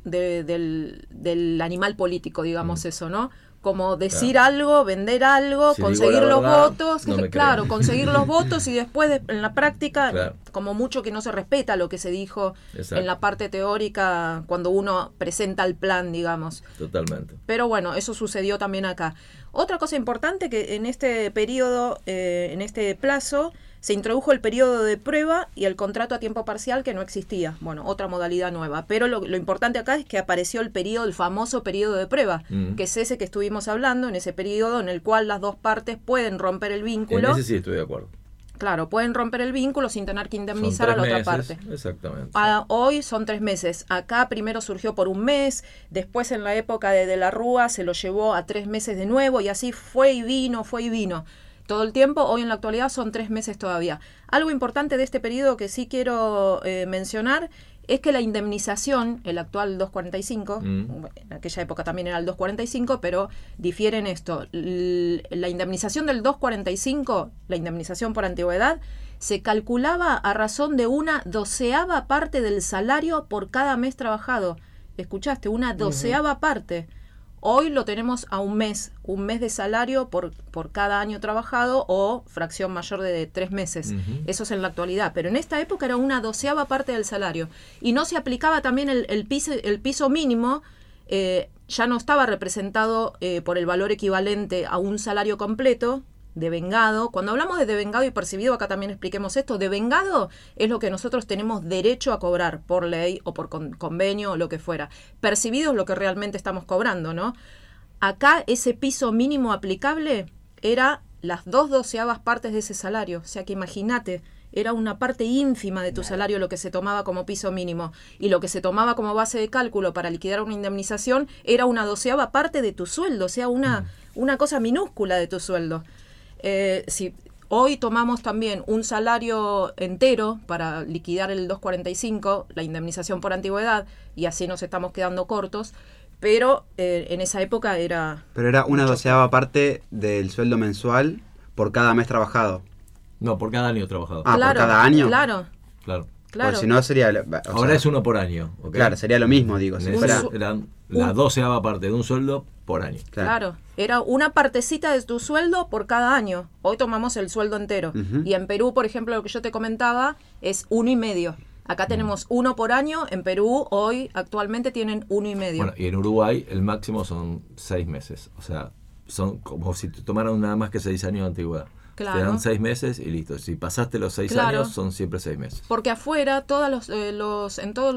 del animal político, digamos eso, ¿no? Como decir algo, vender algo, Si conseguir digo la los verdad, votos, no me claro, creen. conseguir los votos y después en la práctica, Claro. como mucho que no se respeta lo que se dijo Exacto. en la parte teórica cuando uno presenta el plan, digamos. Totalmente. Pero bueno, eso sucedió también acá. Otra cosa importante que en este periodo, en este plazo, se introdujo el periodo de prueba y el contrato a tiempo parcial que no existía. Bueno, otra modalidad nueva. Pero lo importante acá es que apareció el famoso periodo de prueba, que es ese que estuvimos hablando, en ese periodo en el cual las dos partes pueden romper el vínculo. En ese sí estoy de acuerdo. Claro, pueden romper el vínculo sin tener que indemnizar Son a la 3 otra meses, parte. Exactamente. Hoy son 3 meses. Acá primero surgió por 1 mes, después en la época de la Rúa se lo llevó a 3 meses de nuevo y así fue y vino. Todo el tiempo. Hoy en la actualidad son 3 meses todavía. Algo importante de este periodo que sí quiero mencionar es que la indemnización, el actual 245, en aquella época también era el 245, pero difiere en esto. La indemnización del 245, la indemnización por antigüedad, se calculaba a razón de 1/12ª parte del salario por cada mes trabajado. ¿Escuchaste? 1/12ª parte. Hoy lo tenemos a 1 mes de salario por cada año trabajado o fracción mayor de 3 meses. Eso es en la actualidad, pero en esta época era 1/12ª parte del salario. Y no se aplicaba también el piso mínimo, ya no estaba representado por el valor equivalente a un salario completo, devengado. Cuando hablamos de devengado y percibido, acá también expliquemos esto. Devengado es lo que nosotros tenemos derecho a cobrar por ley o por convenio o lo que fuera. Percibido es lo que realmente estamos cobrando, ¿no? Acá ese piso mínimo aplicable era las 2/12ª partes de ese salario. O sea que imagínate, era una parte ínfima de tu salario lo que se tomaba como piso mínimo. Y lo que se tomaba como base de cálculo para liquidar una indemnización era 1/12ª parte de tu sueldo. O sea, una cosa minúscula de tu sueldo. Si hoy tomamos también un salario entero para liquidar el 245, la indemnización por antigüedad, y así nos estamos quedando cortos, pero en esa época era... Pero era 1/12ª parte del sueldo mensual por cada mes trabajado. No, por cada año trabajado. Ah, ¿por cada año? Claro. Porque si no sería... Ahora es 1 por año. ¿ok? Claro, sería lo mismo, digo. Si fuera... Eran la 12ª parte de un sueldo por año. Claro, era una partecita de tu sueldo por cada año. Hoy tomamos el sueldo entero. Y en Perú, por ejemplo, lo que yo te comentaba es 1,5. Acá tenemos 1 por año. En Perú, hoy, actualmente, tienen 1,5. Bueno, y en Uruguay el máximo son 6 meses. O sea, son como si te tomaran nada más que 6 años de antigüedad. Claro. Te dan 6 meses y listo. Si pasaste los 6 Claro. años, son siempre 6 meses. Porque afuera, en todos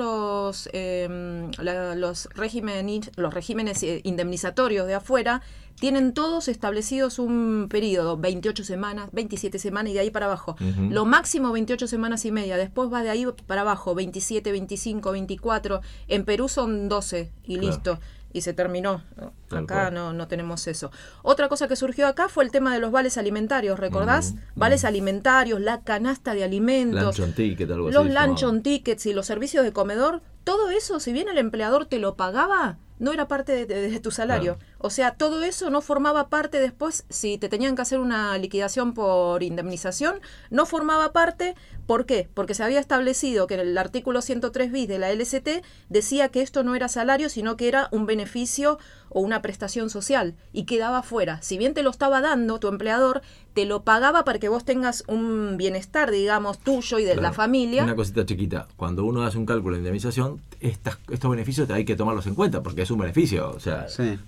los regímenes indemnizatorios de afuera, tienen todos establecidos un periodo, 28 semanas, 27 semanas y de ahí para abajo. Lo máximo 28 semanas y media, después va de ahí para abajo, 27, 25, 24. En Perú son 12 y Claro. listo. Y se terminó. Tal Acá cual. no tenemos eso. Otra cosa que surgió acá fue el tema de los vales alimentarios, ¿recordás? Vales alimentarios, la canasta de alimentos, Luncheon ticket, algo así. los se llamaba. luncheon tickets y los servicios de comedor, todo eso, si bien el empleador te lo pagaba, no era parte de tu salario. Claro. O sea, todo eso no formaba parte después, si te tenían que hacer una liquidación por indemnización, no formaba parte. ¿Por qué? Porque se había establecido que en el artículo 103 bis de la LCT decía que esto no era salario, sino que era un beneficio o una prestación social y quedaba fuera. Si bien te lo estaba dando tu empleador, te lo pagaba para que vos tengas un bienestar, digamos, tuyo y de la Claro. familia. Una cosita chiquita. Cuando uno hace un cálculo de indemnización, estos beneficios hay que tomarlos en cuenta porque es un beneficio. O sea, Sí. se Algunas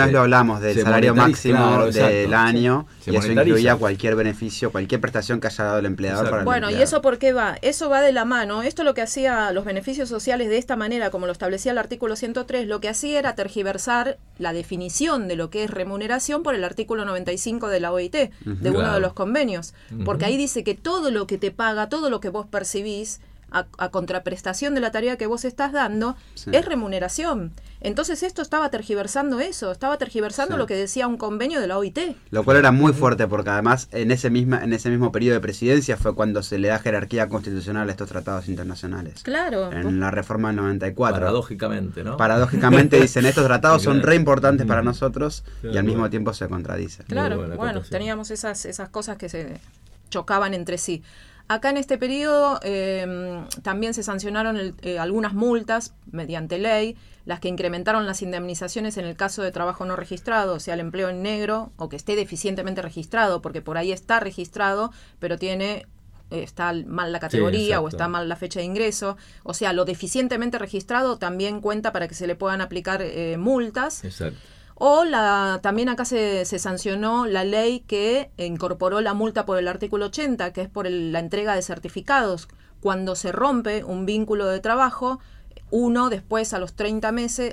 vez lo hablamos del se salario monetariza, máximo claro, del exacto. año, Se y eso monetariza. incluía cualquier beneficio, cualquier prestación que haya dado el empleador Exacto. para el Bueno, ¿y empleado. eso por qué va? Eso va de la mano. Esto lo que hacía los beneficios sociales de esta manera, como lo establecía el artículo 103, lo que hacía era tergiversar la definición de lo que es remuneración por el artículo 95 de la OIT, de uno Claro. de los convenios. Porque Ujú. ahí dice que todo lo que te paga, todo lo que vos percibís a contraprestación de la tarea que vos estás dando, Sí. es remuneración. Entonces esto estaba tergiversando eso, estaba tergiversando Sí. lo que decía un convenio de la OIT. Lo cual era muy fuerte porque además en ese mismo periodo de presidencia fue cuando se le da jerarquía constitucional a estos tratados internacionales. Claro. En la reforma del 94. Paradójicamente, ¿no? Paradójicamente dicen estos tratados son Claro. re importantes para nosotros Claro, y al mismo bueno. tiempo se contradicen. Claro, Muy buena bueno, acotación. teníamos esas cosas que se chocaban entre sí. Acá en este periodo también se sancionaron algunas multas mediante ley, las que incrementaron las indemnizaciones en el caso de trabajo no registrado, o sea, el empleo en negro, o que esté deficientemente registrado, porque por ahí está registrado, pero está mal la categoría o exacto. está mal la fecha de ingreso. O sea, lo deficientemente registrado también cuenta para que se le puedan aplicar multas. Exacto. O también acá se sancionó la ley que incorporó la multa por el artículo 80, que es por la entrega de certificados. Cuando se rompe un vínculo de trabajo, uno después a los 30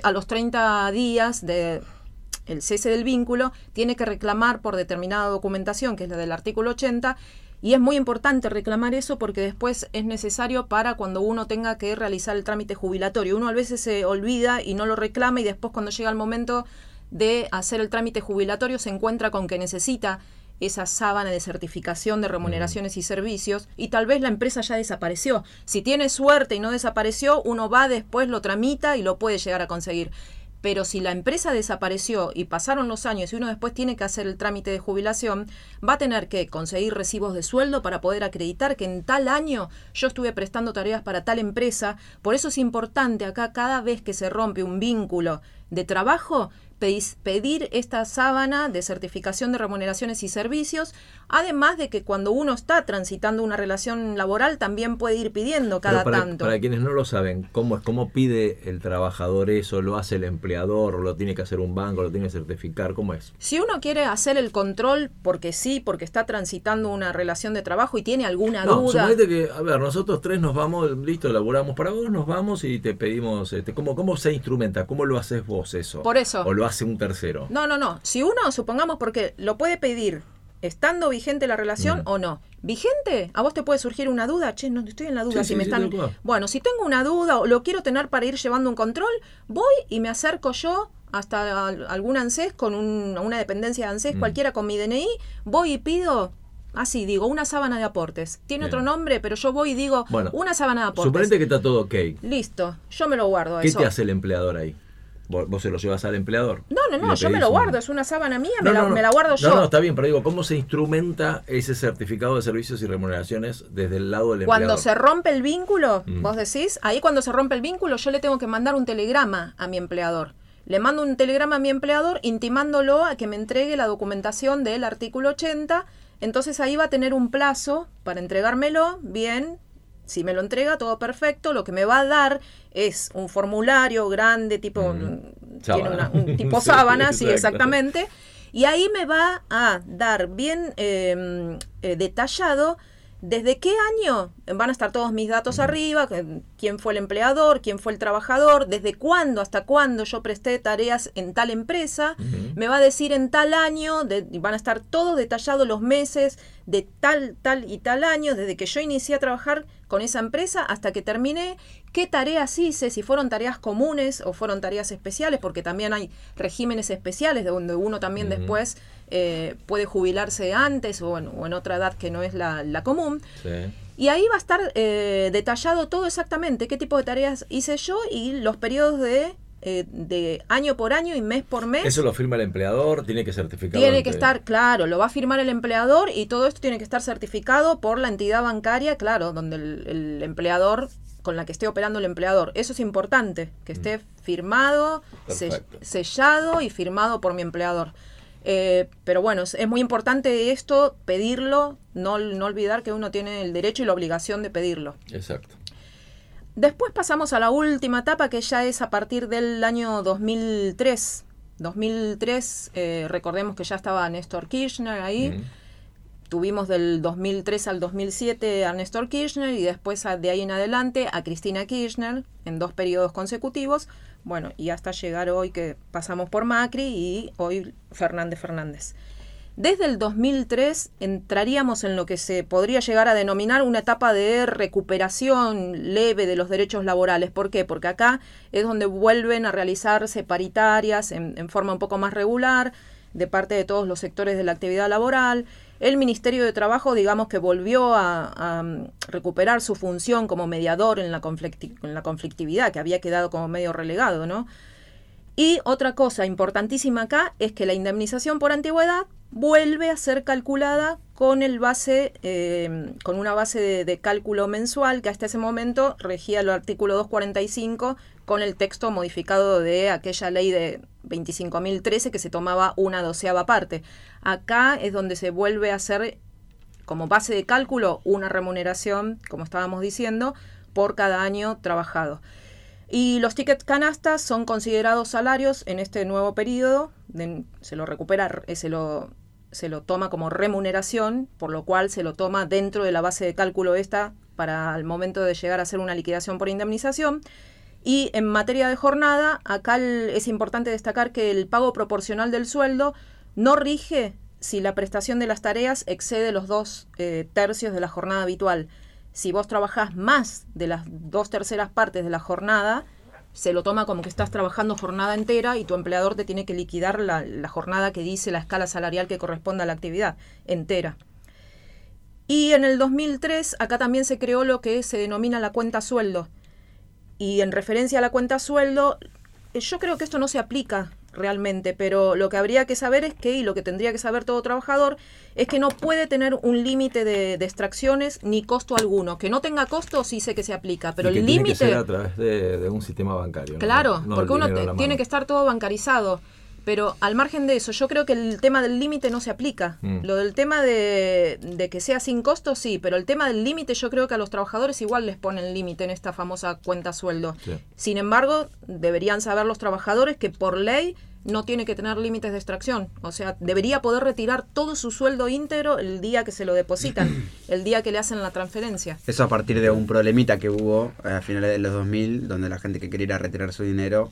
días de el cese del vínculo, tiene que reclamar por determinada documentación, que es la del artículo 80, y es muy importante reclamar eso porque después es necesario para cuando uno tenga que realizar el trámite jubilatorio. Uno a veces se olvida y no lo reclama, y después cuando llega el momento de hacer el trámite jubilatorio se encuentra con que necesita esa sábana de certificación de remuneraciones y servicios, y tal vez la empresa ya desapareció. Si tiene suerte y no desapareció, uno va después, lo tramita y lo puede llegar a conseguir. Pero si la empresa desapareció y pasaron los años y uno después tiene que hacer el trámite de jubilación, va a tener que conseguir recibos de sueldo para poder acreditar que en tal año yo estuve prestando tareas para tal empresa. Por eso es importante acá, cada vez que se rompe un vínculo de trabajo, pedir esta sábana de certificación de remuneraciones y servicios, además de que cuando uno está transitando una relación laboral también puede ir pidiendo cada Pero tanto. para quienes no lo saben, ¿cómo pide el trabajador eso? ¿Lo hace el empleador? ¿O lo tiene que hacer un banco? ¿Lo tiene que certificar? ¿Cómo es? Si uno quiere hacer el control porque sí, porque está transitando una relación de trabajo y tiene alguna duda. Suponete que, a ver, nosotros tres nos vamos, listo, laburamos para vos, nos vamos y te pedimos, ¿cómo se instrumenta? ¿Cómo lo haces vos eso? Por eso. ¿O lo hace un tercero? No. Si uno, supongamos, porque lo puede pedir estando vigente la relación o no. ¿Vigente? A vos te puede surgir una duda. Che, no estoy en la duda. Sí, si sí, me sí, están. tal cual. Bueno, si tengo una duda o lo quiero tener para ir llevando un control, voy y me acerco yo hasta algún ANSES con una dependencia de ANSES, cualquiera con mi DNI, voy y pido. Así digo, una sábana de aportes. Tiene Bien. otro nombre, pero yo voy y digo, Bueno, una sábana de aportes. Suponete que está todo ok. Listo, yo me lo guardo. ¿Qué eso. te hace el empleador ahí? ¿Vos se lo llevas al empleador? No, Y le yo me pedís lo un- guardo, es una sábana mía, No, me la guardo yo. No, está bien, pero digo, ¿cómo se instrumenta ese certificado de servicios y remuneraciones desde el lado del empleador? Cuando se rompe el vínculo, Mm. vos decís, ahí cuando se rompe el vínculo yo le tengo que mandar un telegrama a mi empleador. Le mando un telegrama a mi empleador intimándolo a que me entregue la documentación del artículo 80, entonces ahí va a tener un plazo para entregármelo, bien, si me lo entrega todo perfecto, lo que me va a dar es un formulario grande, tipo, tiene Sábana. un tipo Sí, sábana, sí, exacto. exactamente, y ahí me va a dar bien detallado desde qué año van a estar todos mis datos arriba, quién fue el empleador, quién fue el trabajador, desde cuándo hasta cuándo yo presté tareas en tal empresa, me va a decir en tal año, van a estar todos detallados los meses de tal y tal año, desde que yo inicié a trabajar con esa empresa hasta que terminé, qué tareas hice, si fueron tareas comunes o fueron tareas especiales, porque también hay regímenes especiales de donde uno también después puede jubilarse antes o en otra edad que no es la común. Sí. Y ahí va a estar detallado todo exactamente, qué tipo de tareas hice yo y los periodos de año por año y mes por mes. Eso lo firma el empleador, tiene que certificarlo. Tiene que estar, claro, lo va a firmar el empleador y todo esto tiene que estar certificado por la entidad bancaria, claro, donde el empleador, con la que esté operando el empleador. Eso es importante, que esté firmado, Perfecto. sellado y firmado por mi empleador. Pero bueno, es muy importante esto, pedirlo, no olvidar que uno tiene el derecho y la obligación de pedirlo. Exacto. Después pasamos a la última etapa, que ya es a partir del año 2003. 2003, recordemos que ya estaba Néstor Kirchner ahí. Tuvimos del 2003 al 2007 a Néstor Kirchner y después de ahí en adelante a Cristina Kirchner en 2 periodos consecutivos. Bueno, y hasta llegar hoy que pasamos por Macri y hoy Fernández. Desde el 2003 entraríamos en lo que se podría llegar a denominar una etapa de recuperación leve de los derechos laborales. ¿Por qué? Porque acá es donde vuelven a realizarse paritarias en forma un poco más regular de parte de todos los sectores de la actividad laboral. El Ministerio de Trabajo, digamos que volvió a recuperar su función como mediador en la conflictividad, que había quedado como medio relegado, ¿no? Y otra cosa importantísima acá es que la indemnización por antigüedad vuelve a ser calculada con una base de cálculo mensual que hasta ese momento regía el artículo 245 con el texto modificado de aquella ley de 25.013 que se tomaba 1/12 parte. Acá es donde se vuelve a hacer como base de cálculo una remuneración, como estábamos diciendo, por cada año trabajado. Y los tickets canastas son considerados salarios en este nuevo periodo, se lo recupera, se lo toma como remuneración, por lo cual se lo toma dentro de la base de cálculo esta para el momento de llegar a hacer una liquidación por indemnización. Y en materia de jornada, acá es importante destacar que el pago proporcional del sueldo no rige si la prestación de las tareas excede los 2/3 de la jornada habitual. Si vos trabajás más de las 2/3 partes de la jornada, se lo toma como que estás trabajando jornada entera y tu empleador te tiene que liquidar la jornada que dice la escala salarial que corresponde a la actividad entera. Y en el 2003 acá también se creó lo que se denomina la cuenta sueldo. Y en referencia a la cuenta sueldo, yo creo que esto no se aplica realmente, pero lo que habría que saber es que, y lo que tendría que saber todo trabajador, es que no puede tener un límite de extracciones ni costo alguno. Que no tenga costo sí sé que se aplica, pero el límite... Tiene que ser a través de un sistema bancario. Claro, no porque uno tiene que que estar todo bancarizado. Pero al margen de eso, yo creo que el tema del límite no se aplica. Lo del tema de que sea sin costo, sí, pero el tema del límite yo creo que a los trabajadores igual les ponen límite en esta famosa cuenta sueldo. Sí. Sin embargo, deberían saber los trabajadores que por ley no tiene que tener límites de extracción. O sea, debería poder retirar todo su sueldo íntegro el día que se lo depositan, el día que le hacen la transferencia. Eso a partir de un problemita que hubo a finales de los 2000, donde la gente que quería ir a retirar su dinero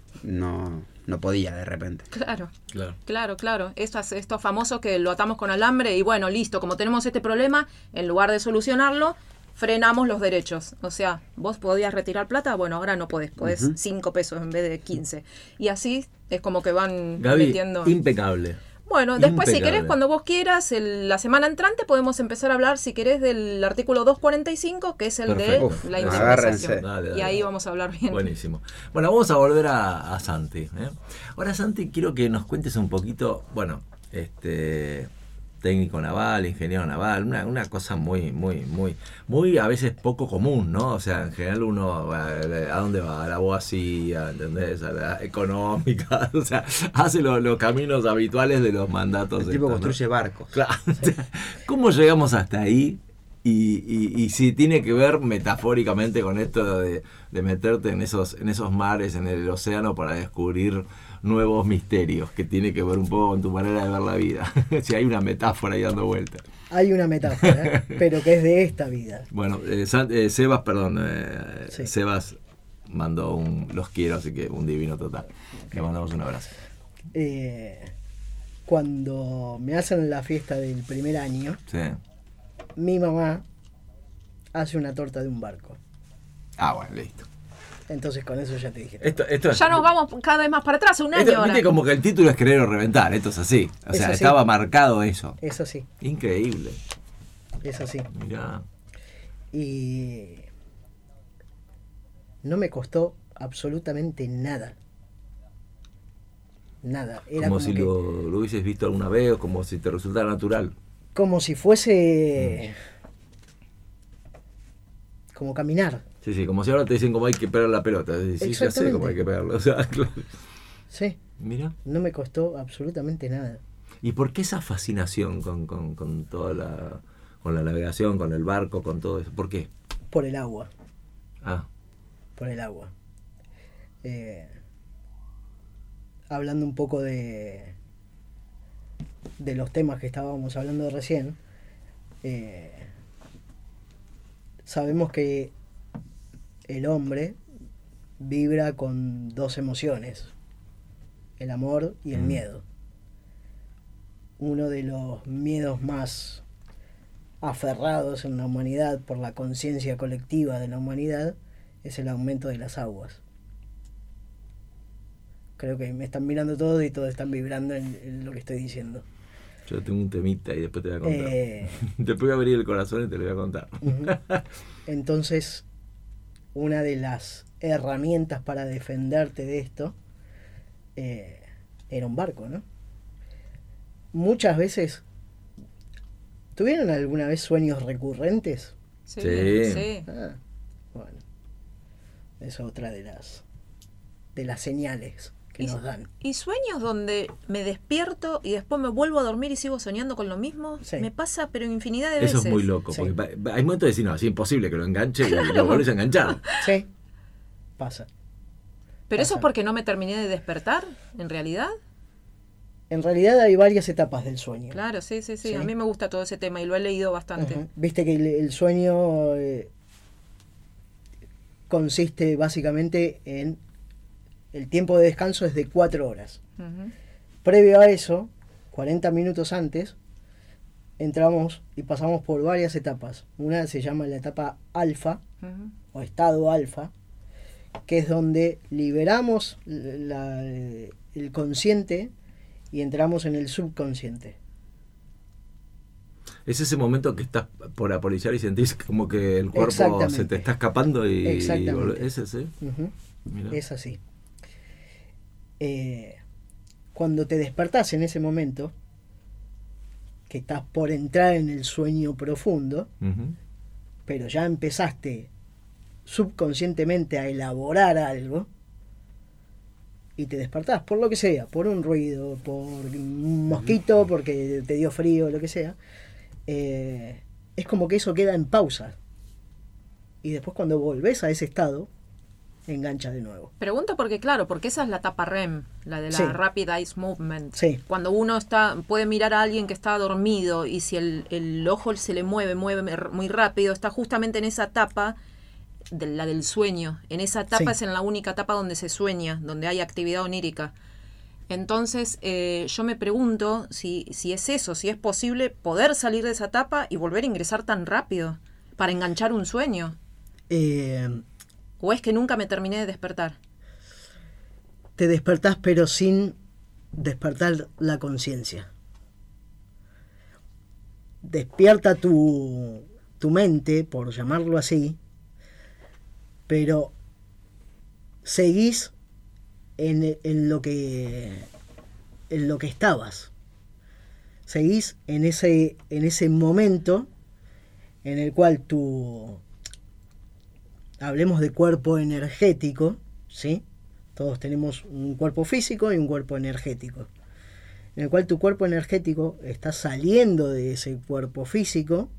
no podía de repente. Claro. Esto famoso que lo atamos con alambre y bueno, listo, como tenemos este problema, en lugar de solucionarlo, frenamos los derechos. O sea, vos podías retirar plata, bueno, ahora no podés 5 pesos en vez de 15. Y así es como que van Gaby, metiendo... impecable. Bueno, después si querés, cuando vos quieras, la semana entrante podemos empezar a hablar, si querés, del artículo 245, que es el Perfecto. de la indemnización. Dale. Y ahí vamos a hablar bien. Buenísimo. Bueno, vamos a volver a Santi. Ahora, Santi, quiero que nos cuentes un poquito, bueno, técnico naval, ingeniero naval, una cosa muy a veces poco común, ¿no? O sea, en general uno, ¿a dónde va? A la abogacía, ¿entendés? A la económica, o sea, hace los caminos habituales de los mandatos. El tipo construye barcos. Claro. ¿Cómo llegamos hasta ahí? Y si tiene que ver metafóricamente con esto de meterte en esos mares, en el océano, para descubrir nuevos misterios, que tiene que ver un poco con tu manera de ver la vida. Si hay una metáfora ahí dando vuelta. Hay una metáfora, pero que es de esta vida. Bueno, Sebas, sí. Sebas mandó los quiero, así que un divino total. Le mandamos un abrazo. Cuando me hacen la fiesta del primer año, Sí. mi mamá hace una torta de un barco. Ah, bueno, listo. Entonces con eso ya te dije. Esto Ya nos vamos cada vez más para atrás, un año ahora. Viste como que el título es querer o reventar, esto es así. O sea, así. estaba marcado eso. Es así. Increíble. Es así. Mirá. Y no me costó absolutamente nada. Nada. Era como si que, lo hubieses visto alguna vez o como si te resultara natural. como si fuese como caminar. Sí, como si ahora te dicen cómo hay que pegar la pelota. Sí, ya sé cómo hay que pegarla. O sea, claro. Sí. Mira. No me costó absolutamente nada. ¿Y por qué esa fascinación con toda con la navegación, con el barco, con todo eso? ¿Por qué? Por el agua. Ah. Por el agua. hablando un poco de los temas que estábamos hablando recién, sabemos que el hombre vibra con dos emociones, el amor y el miedo. Uno de los miedos más aferrados en la humanidad por la conciencia colectiva de la humanidad es el aumento de las aguas. Creo que me están mirando todos y todos están vibrando en lo que estoy diciendo. Yo tengo un temita y después te voy a contar. Después voy a abrir el corazón y te lo voy a contar. Entonces, una de las herramientas para defenderte de esto era un barco, ¿no? Muchas veces, ¿tuvieron alguna vez sueños recurrentes? Sí, Sí. sí. Bueno, es otra de las señales que nos dan. Y sueños donde me despierto y después me vuelvo a dormir y sigo soñando con lo mismo, Sí. me pasa pero infinidad de veces. Eso es muy loco, Sí. porque hay momentos de decir, no, es imposible que lo enganche y lo vuelves a enganchar. Sí, pasa. Pero eso pasa. es porque no me terminé de despertar, en realidad. En realidad hay varias etapas del sueño. Claro, sí. Sí. A mí me gusta todo ese tema y lo he leído bastante. Ajá. Viste que el sueño consiste básicamente en el tiempo de descanso es de 4 horas. Ujú. Previo a eso, 40 minutos antes, entramos y pasamos por varias etapas. Una se llama la etapa alfa Ujú. o estado alfa, que es donde liberamos el consciente y entramos en el subconsciente. Es ese momento que estás por apolillar y sentís como que el cuerpo Exactamente. se te está escapando y Exactamente. ese, sí. Ujú. Mirá. Es así. Cuando te despertás en ese momento, que estás por entrar en el sueño profundo, Ujú. pero ya empezaste subconscientemente a elaborar algo, y te despertás por lo que sea, por un ruido, por un mosquito, porque te dio frío, lo que sea, es como que eso queda en pausa. Y después cuando volvés a ese estado, engancha de nuevo. Pregunto porque, claro, porque esa es la etapa REM, la de la Sí. Rapid Eye Movement. Sí. Cuando uno puede mirar a alguien que está dormido y si el ojo se le mueve muy rápido, está justamente en esa etapa, la del sueño. En esa etapa Sí. es en la única etapa donde se sueña, donde hay actividad onírica. Entonces, yo me pregunto si es eso, si es posible poder salir de esa etapa y volver a ingresar tan rápido para enganchar un sueño. ¿O es que nunca me terminé de despertar? Te despertás pero sin despertar la conciencia. Despierta tu mente, por llamarlo así, pero seguís en lo que estabas. Seguís en ese momento en el cual hablemos de cuerpo energético, ¿sí? Todos tenemos un cuerpo físico y un cuerpo energético, en el cual tu cuerpo energético está saliendo de ese cuerpo físico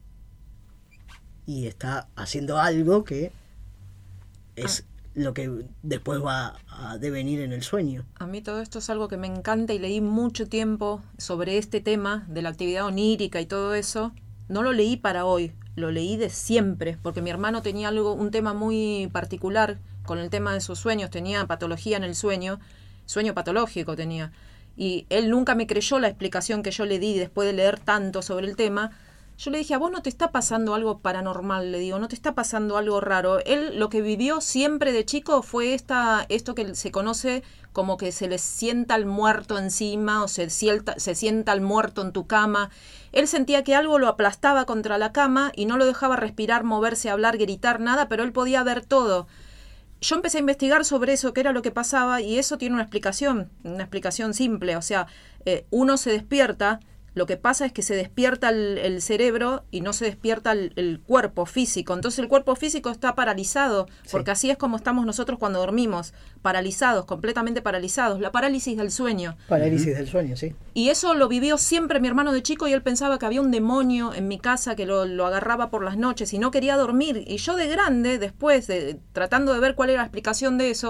y está haciendo algo que es lo que después va a devenir en el sueño. A mí todo esto es algo que me encanta y leí mucho tiempo sobre este tema de la actividad onírica y todo eso. No lo leí para hoy, lo leí de siempre, porque mi hermano tenía un tema muy particular con el tema de sus sueños, tenía patología en el sueño patológico tenía, y él nunca me creyó la explicación que yo le di después de leer tanto sobre el tema. Yo le dije, a vos no te está pasando algo paranormal, le digo, no te está pasando algo raro. Él lo que vivió siempre de chico fue esto que se conoce como que se le sienta el muerto encima o se sienta el muerto en tu cama. Él sentía que algo lo aplastaba contra la cama y no lo dejaba respirar, moverse, hablar, gritar, nada, pero él podía ver todo. Yo empecé a investigar sobre eso, qué era lo que pasaba, y eso tiene una explicación simple. O sea, uno se despierta, lo que pasa es que se despierta el cerebro y no se despierta el cuerpo físico. Entonces el cuerpo físico está paralizado, porque así es como estamos nosotros cuando dormimos, paralizados, completamente paralizados, la parálisis del sueño. Parálisis del sueño, sí. Y eso lo vivió siempre mi hermano de chico, y él pensaba que había un demonio en mi casa que lo agarraba por las noches y no quería dormir. Y yo de grande, después, tratando de ver cuál era la explicación de eso,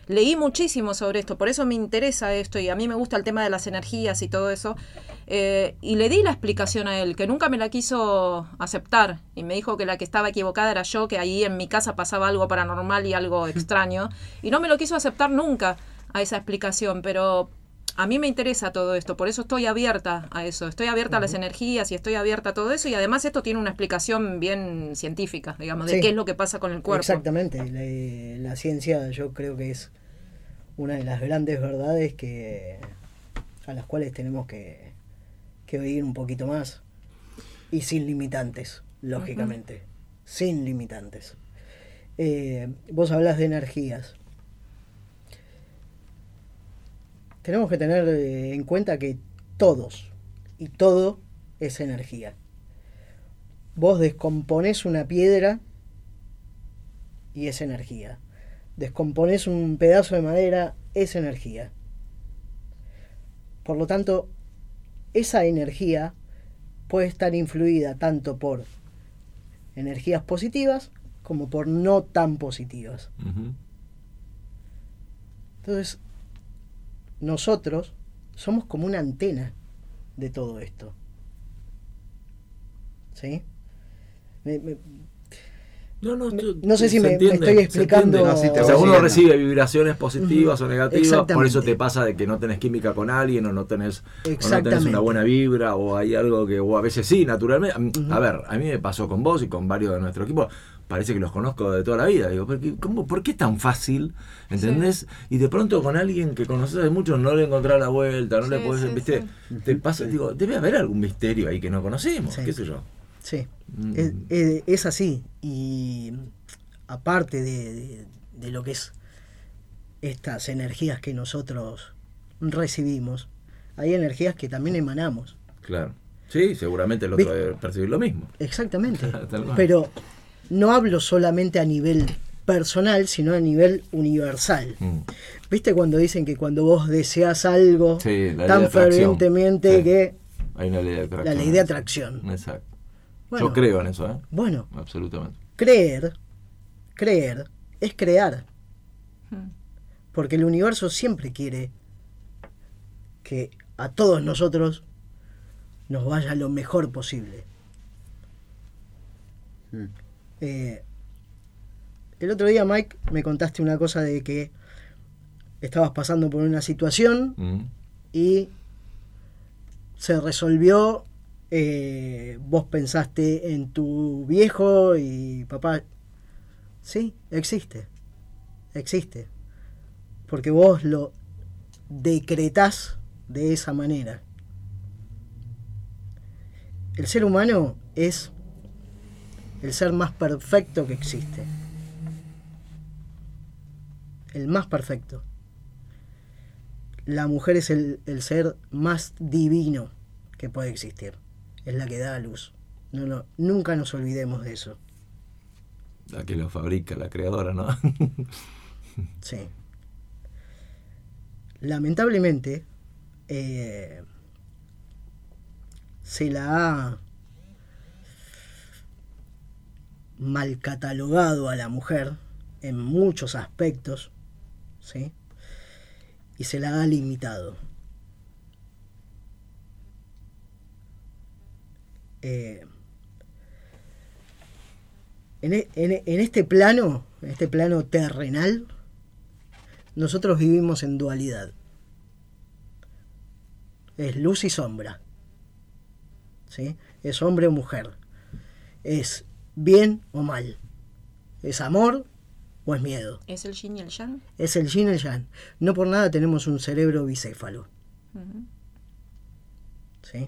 leí muchísimo sobre esto, por eso me interesa esto y a mí me gusta el tema de las energías y todo eso. Y le di la explicación a él, que nunca me la quiso aceptar. Y me dijo que la que estaba equivocada era yo, que ahí en mi casa pasaba algo paranormal y algo extraño. Y no me lo quiso aceptar nunca a esa explicación, pero a mí me interesa todo esto, por eso estoy abierta a eso. Estoy abierta a las energías y estoy abierta a todo eso. Y además esto tiene una explicación bien científica, digamos, de Sí. qué es lo que pasa con el cuerpo. Exactamente. La ciencia yo creo que es una de las grandes verdades a las cuales tenemos que oír un poquito más. Y sin limitantes, lógicamente. Sin limitantes. Vos hablas de energías. Tenemos que tener en cuenta que todos y todo es energía. Vos descomponés una piedra y es energía. Descomponés un pedazo de madera, es energía. Por lo tanto, esa energía puede estar influida tanto por energías positivas como por no tan positivas. Ujú. Entonces, nosotros somos como una antena de todo esto. ¿Sí? No sé si me estoy explicando. No, sí, te O sea, voy uno siguiendo. recibe vibraciones positivas o negativas, por Exactamente. eso te pasa de que no tenés química con alguien o no tenés Exactamente. una buena vibra o hay algo que, o a veces sí, naturalmente. A ver, a mí me pasó con vos y con varios de nuestro equipo, parece que los conozco de toda la vida. Digo, ¿por qué es tan fácil? ¿Entendés? Sí. Y de pronto con alguien que conoces de mucho no le encontrás la vuelta, no le Sí, podés, sí, ¿viste? sí. Te pasa, digo, debe haber algún misterio ahí que no conocemos, Sí. qué sé yo. Sí, Mm. es así. Y aparte de lo que es estas energías que nosotros recibimos, hay energías que también emanamos. Claro. Sí, seguramente el otro debe percibir lo mismo. Exactamente. Tal cual. Pero no hablo solamente a nivel personal, sino a nivel universal. Mm. ¿Viste cuando dicen que cuando vos deseas algo Sí, la ley tan de atracción. fervientemente Sí. que Hay una ley de atracción. la ley de atracción? Exacto. Bueno, Yo creo en eso, ¿eh? Bueno, Absolutamente. creer es crear. Mm. Porque el universo siempre quiere que a todos nosotros nos vaya lo mejor posible. Mm. El otro día, Mike, me contaste una cosa de que estabas pasando por una situación Mm. y se resolvió. Vos pensaste en tu viejo y papá. Sí, existe. Porque vos lo decretás de esa manera. El ser humano es el ser más perfecto que existe. El más perfecto. La mujer es el ser más divino que puede existir. Es la que da a luz. Nunca nos olvidemos de eso. La que lo fabrica, la creadora, ¿no? Sí. Lamentablemente, se la ha mal catalogado a la mujer en muchos aspectos, ¿sí? Y se la ha limitado. En este plano terrenal, nosotros vivimos en dualidad. Es luz y sombra. ¿Sí? Es hombre o mujer. Es bien o mal. Es amor o es miedo. ¿Es el yin y el yang? Es el yin y el yang. No por nada tenemos un cerebro bicéfalo. Ujú. ¿Sí?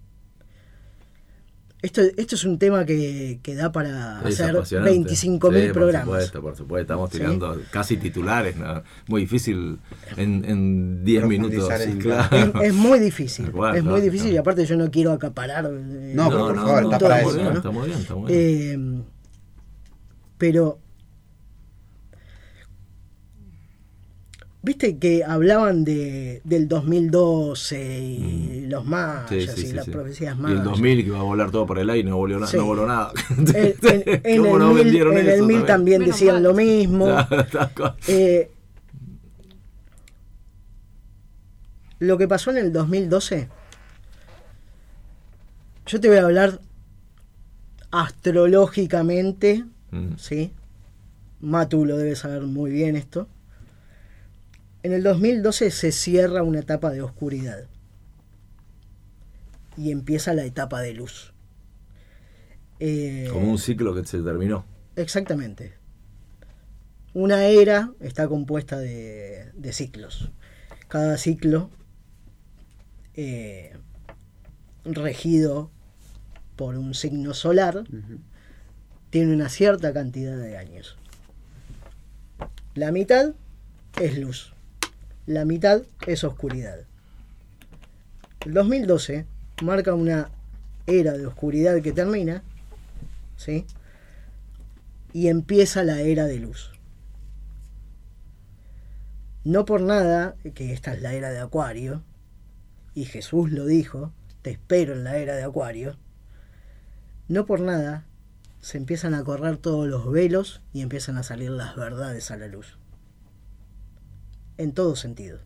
Esto es un tema que da para Es hacer apasionante. 25.000 Sí, programas. Por supuesto. Estamos Sí. tirando casi titulares, ¿no? Muy difícil en 10 minutos. Profundizar en Claro. Es muy difícil. Tal cual, es muy lógico. difícil y aparte yo no quiero acaparar. No, pero por favor, está todo para eso, eso, ¿no? Está muy bien, está muy bien. Pero viste que hablaban del 2012 y los mayas y las profecías Y mayas. el 2000 que iba a volar todo por el aire y no voló, Sí. no voló nada. En ¿Cómo el no 1000 vendieron eso también Menos decían mal. lo mismo. Claro, tal cual. Lo que pasó en el 2012, yo te voy a hablar astrológicamente, ¿sí? Matu lo debe saber muy bien esto. En el 2012 se cierra una etapa de oscuridad y empieza la etapa de luz. Como un ciclo que se terminó. Exactamente. Una era está compuesta de ciclos. Cada ciclo regido por un signo solar tiene una cierta cantidad de años. La mitad es luz, la mitad es oscuridad. El 2012 marca una era de oscuridad que termina, ¿sí? Y empieza la era de luz. No por nada que esta es la era de Acuario, y Jesús lo dijo, te espero en la era de Acuario. No por nada se empiezan a correr todos los velos y empiezan a salir las verdades a la luz. En todo sentido.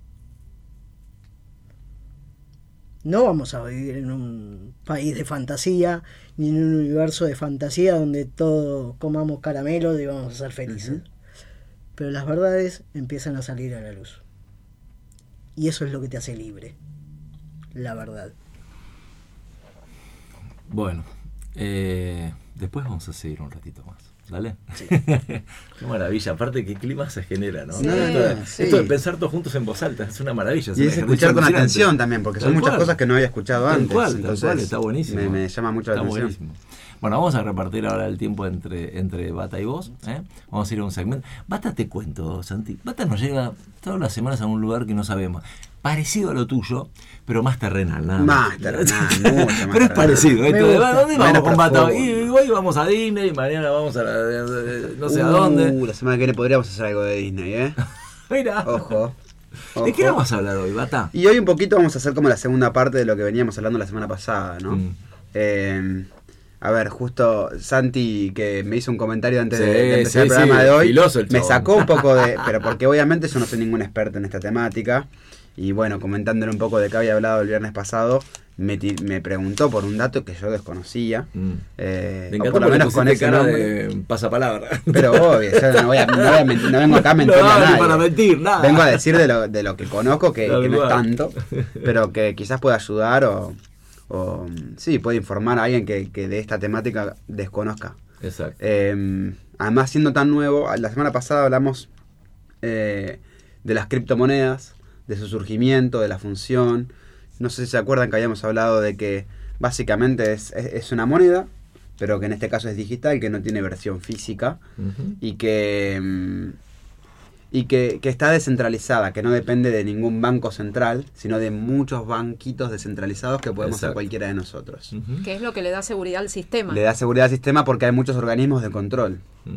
No vamos a vivir en un país de fantasía, ni en un universo de fantasía donde todos comamos caramelos y vamos a ser felices. Pero las verdades empiezan a salir a la luz. Y eso es lo que te hace libre. La verdad. Bueno, después vamos a seguir un ratito más. ¿Dale? Sí. Qué maravilla. Aparte, qué clima se genera, ¿no? Sí, esto de pensar todos juntos en voz alta es una maravilla. Y es escuchar con atención también, porque son muchas cosas que no había escuchado antes. Entonces, está buenísimo. Me llama mucho la atención. Buenísimo. Bueno, vamos a repartir ahora el tiempo entre Bata y vos. Vamos a ir a un segmento. Bata, te cuento, Santi. Bata nos llega todas las semanas a un lugar que no sabemos. Parecido a lo tuyo, pero más terrenal, nada más. Terrenal, mucho más. Pero es parecido. ¿Dónde vamos con Bata? Y hoy vamos a Disney, mañana vamos a no sé a dónde. La semana que viene podríamos hacer algo de Disney, ¿eh? Mira. Ojo. ¿De qué vamos a hablar hoy, Bata? Y hoy un poquito vamos a hacer como la segunda parte de lo que veníamos hablando la semana pasada, ¿no? A ver, justo Santi, que me hizo un comentario antes de empezar el programa de hoy, me sacó un poco de... Pero porque obviamente yo no soy ningún experto en esta temática. Y bueno, comentándole un poco de qué había hablado el viernes pasado, me preguntó por un dato que yo desconocía. Me encantó por lo menos con ese cara de pasapalabra. Pero obvio, yo no vengo acá a mentir a nadie. Para mentir, nada. Vengo a decir de lo que conozco, que no es tanto, pero que quizás pueda ayudar o sí, puede informar a alguien que de esta temática desconozca. Exacto. Además, siendo tan nuevo, la semana pasada hablamos de las criptomonedas, de su surgimiento, de la función. No sé si se acuerdan que habíamos hablado de que básicamente es una moneda, pero que en este caso es digital, que no tiene versión física y que está descentralizada, que no depende de ningún banco central, sino de muchos banquitos descentralizados que podemos ser cualquiera de nosotros. Que es lo que le da seguridad al sistema. Le da seguridad al sistema porque hay muchos organismos de control.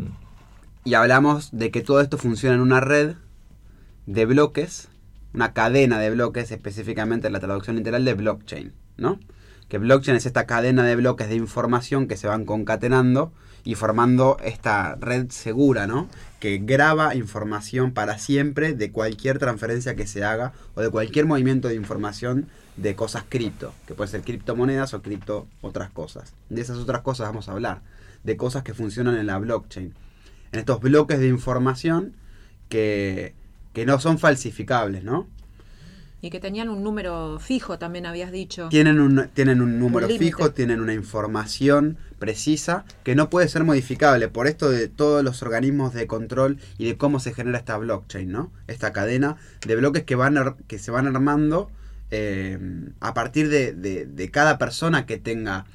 Y hablamos de que todo esto funciona en una red de bloques, una cadena de bloques, específicamente en la traducción literal de blockchain, ¿no? Que blockchain es esta cadena de bloques de información que se van concatenando y formando esta red segura, ¿no? Que graba información para siempre de cualquier transferencia que se haga o de cualquier movimiento de información de cosas cripto, que pueden ser criptomonedas o cripto otras cosas. De esas otras cosas vamos a hablar, de cosas que funcionan en la blockchain. En estos bloques de información que no son falsificables, ¿no? Y que tenían un número fijo, también habías dicho. Tienen un número fijo, tienen una información precisa que no puede ser modificable por esto de todos los organismos de control y de cómo se genera esta blockchain, ¿no? Esta cadena de bloques que se van armando a partir de cada persona que tenga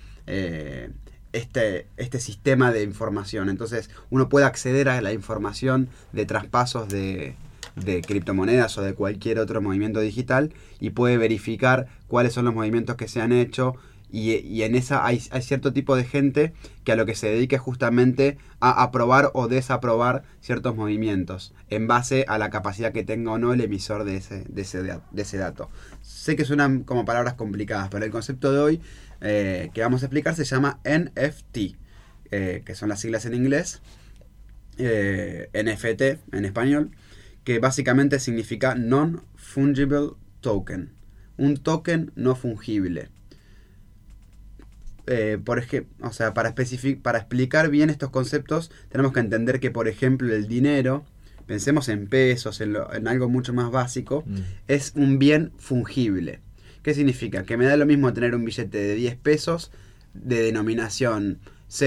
este sistema de información. Entonces uno puede acceder a la información de traspasos de criptomonedas o de cualquier otro movimiento digital y puede verificar cuáles son los movimientos que se han hecho y en esa hay cierto tipo de gente que a lo que se dedica es justamente a aprobar o desaprobar ciertos movimientos en base a la capacidad que tenga o no el emisor de ese dato. Sé que suenan como palabras complicadas, pero el concepto de hoy que vamos a explicar se llama NFT, que son las siglas en inglés, NFT en español, que básicamente significa Non-Fungible Token. un token no fungible? Por ejemplo, o sea, para explicar bien estos conceptos, tenemos que entender que, por ejemplo, el dinero, pensemos en pesos, en algo mucho más básico, es un bien fungible. ¿Qué significa? Que me da lo mismo tener un billete de 10 pesos de denominación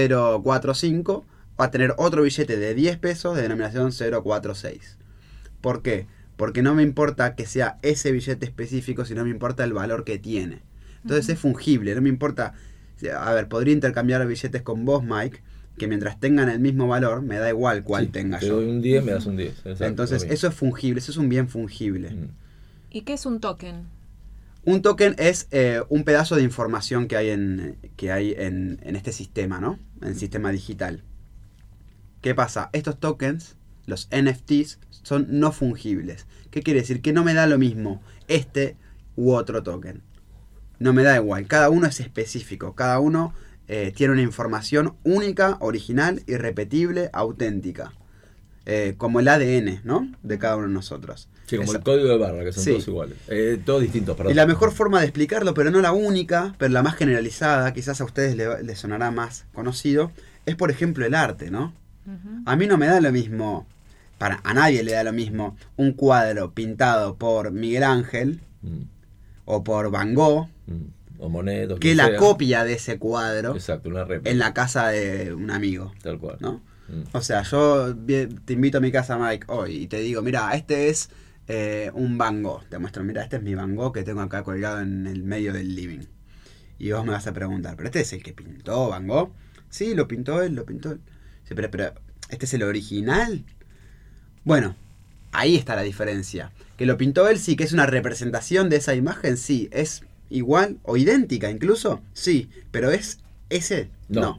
045 o a tener otro billete de 10 pesos de denominación 046. ¿Por qué? Porque no me importa que sea ese billete específico, sino me importa el valor que tiene. Entonces es fungible, no me importa. A ver, podría intercambiar billetes con vos, Mike, que mientras tengan el mismo valor, me da igual cuál tenga te yo. doy un 10, me das un 10. Exacto, Entonces eso es fungible, eso es un bien fungible. ¿Y qué es un token? Un token es un pedazo de información que hay en este sistema, ¿no? En el sistema digital. ¿Qué pasa? Estos tokens, los NFTs, son no fungibles. ¿Qué quiere decir? Que no me da lo mismo este u otro token. No me da igual. Cada uno es específico. Cada uno tiene una información única, original, irrepetible, auténtica. Como el ADN, ¿no? De cada uno de nosotros. Sí, como el código de barra, que son todos iguales. Todos distintos, perdón. Y la mejor forma de explicarlo, pero no la única, pero la más generalizada, quizás a ustedes les sonará más conocido, es por ejemplo el arte, ¿no? A mí no me da lo mismo, a nadie le da lo mismo, un cuadro pintado por Miguel Ángel o por Van Gogh, o Monet, o que la copia de ese cuadro. Exacto, una réplica. En la casa de un amigo. Tal cual. ¿No? O sea, yo te invito a mi casa, Mike, hoy y te digo, mira, este es un Van Gogh. Te muestro, mira, este es mi Van Gogh que tengo acá colgado en el medio del living. Y vos me vas a preguntar, ¿pero este es el que pintó Van Gogh? Sí, lo pintó él. Sí, pero ¿este es el original? Bueno, ahí está la diferencia. Que lo pintó él, sí, que es una representación de esa imagen, sí. ¿Es igual o idéntica incluso? Sí, pero ¿es ese? No.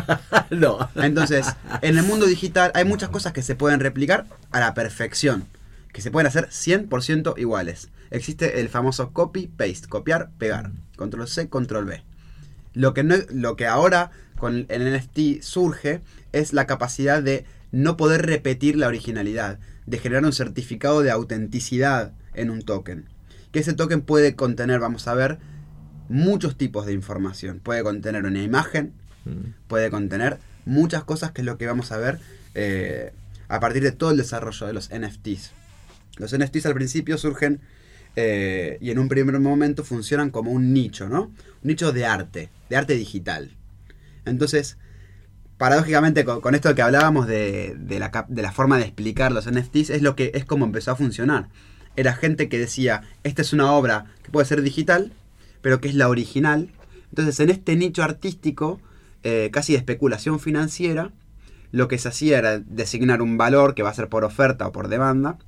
No. Entonces, en el mundo digital hay muchas cosas que se pueden replicar a la perfección, que se pueden hacer 100% iguales. Existe el famoso copy-paste, copiar, pegar, control C, control V. Lo que ahora con el NFT surge es la capacidad de no poder repetir la originalidad, de generar un certificado de autenticidad en un token. Que ese token puede contener, vamos a ver, muchos tipos de información. Puede contener una imagen, puede contener muchas cosas, que es lo que vamos a ver a partir de todo el desarrollo de los NFTs. Los NFTs al principio surgen y en un primer momento funcionan como un nicho, ¿no? Un nicho de arte digital. Entonces, paradójicamente, con esto que hablábamos de la forma de explicar los NFTs, es como empezó a funcionar. Era gente que decía, esta es una obra que puede ser digital, pero que es la original. Entonces, en este nicho artístico, casi de especulación financiera, lo que se hacía era designar un valor que va a ser por oferta o por demanda,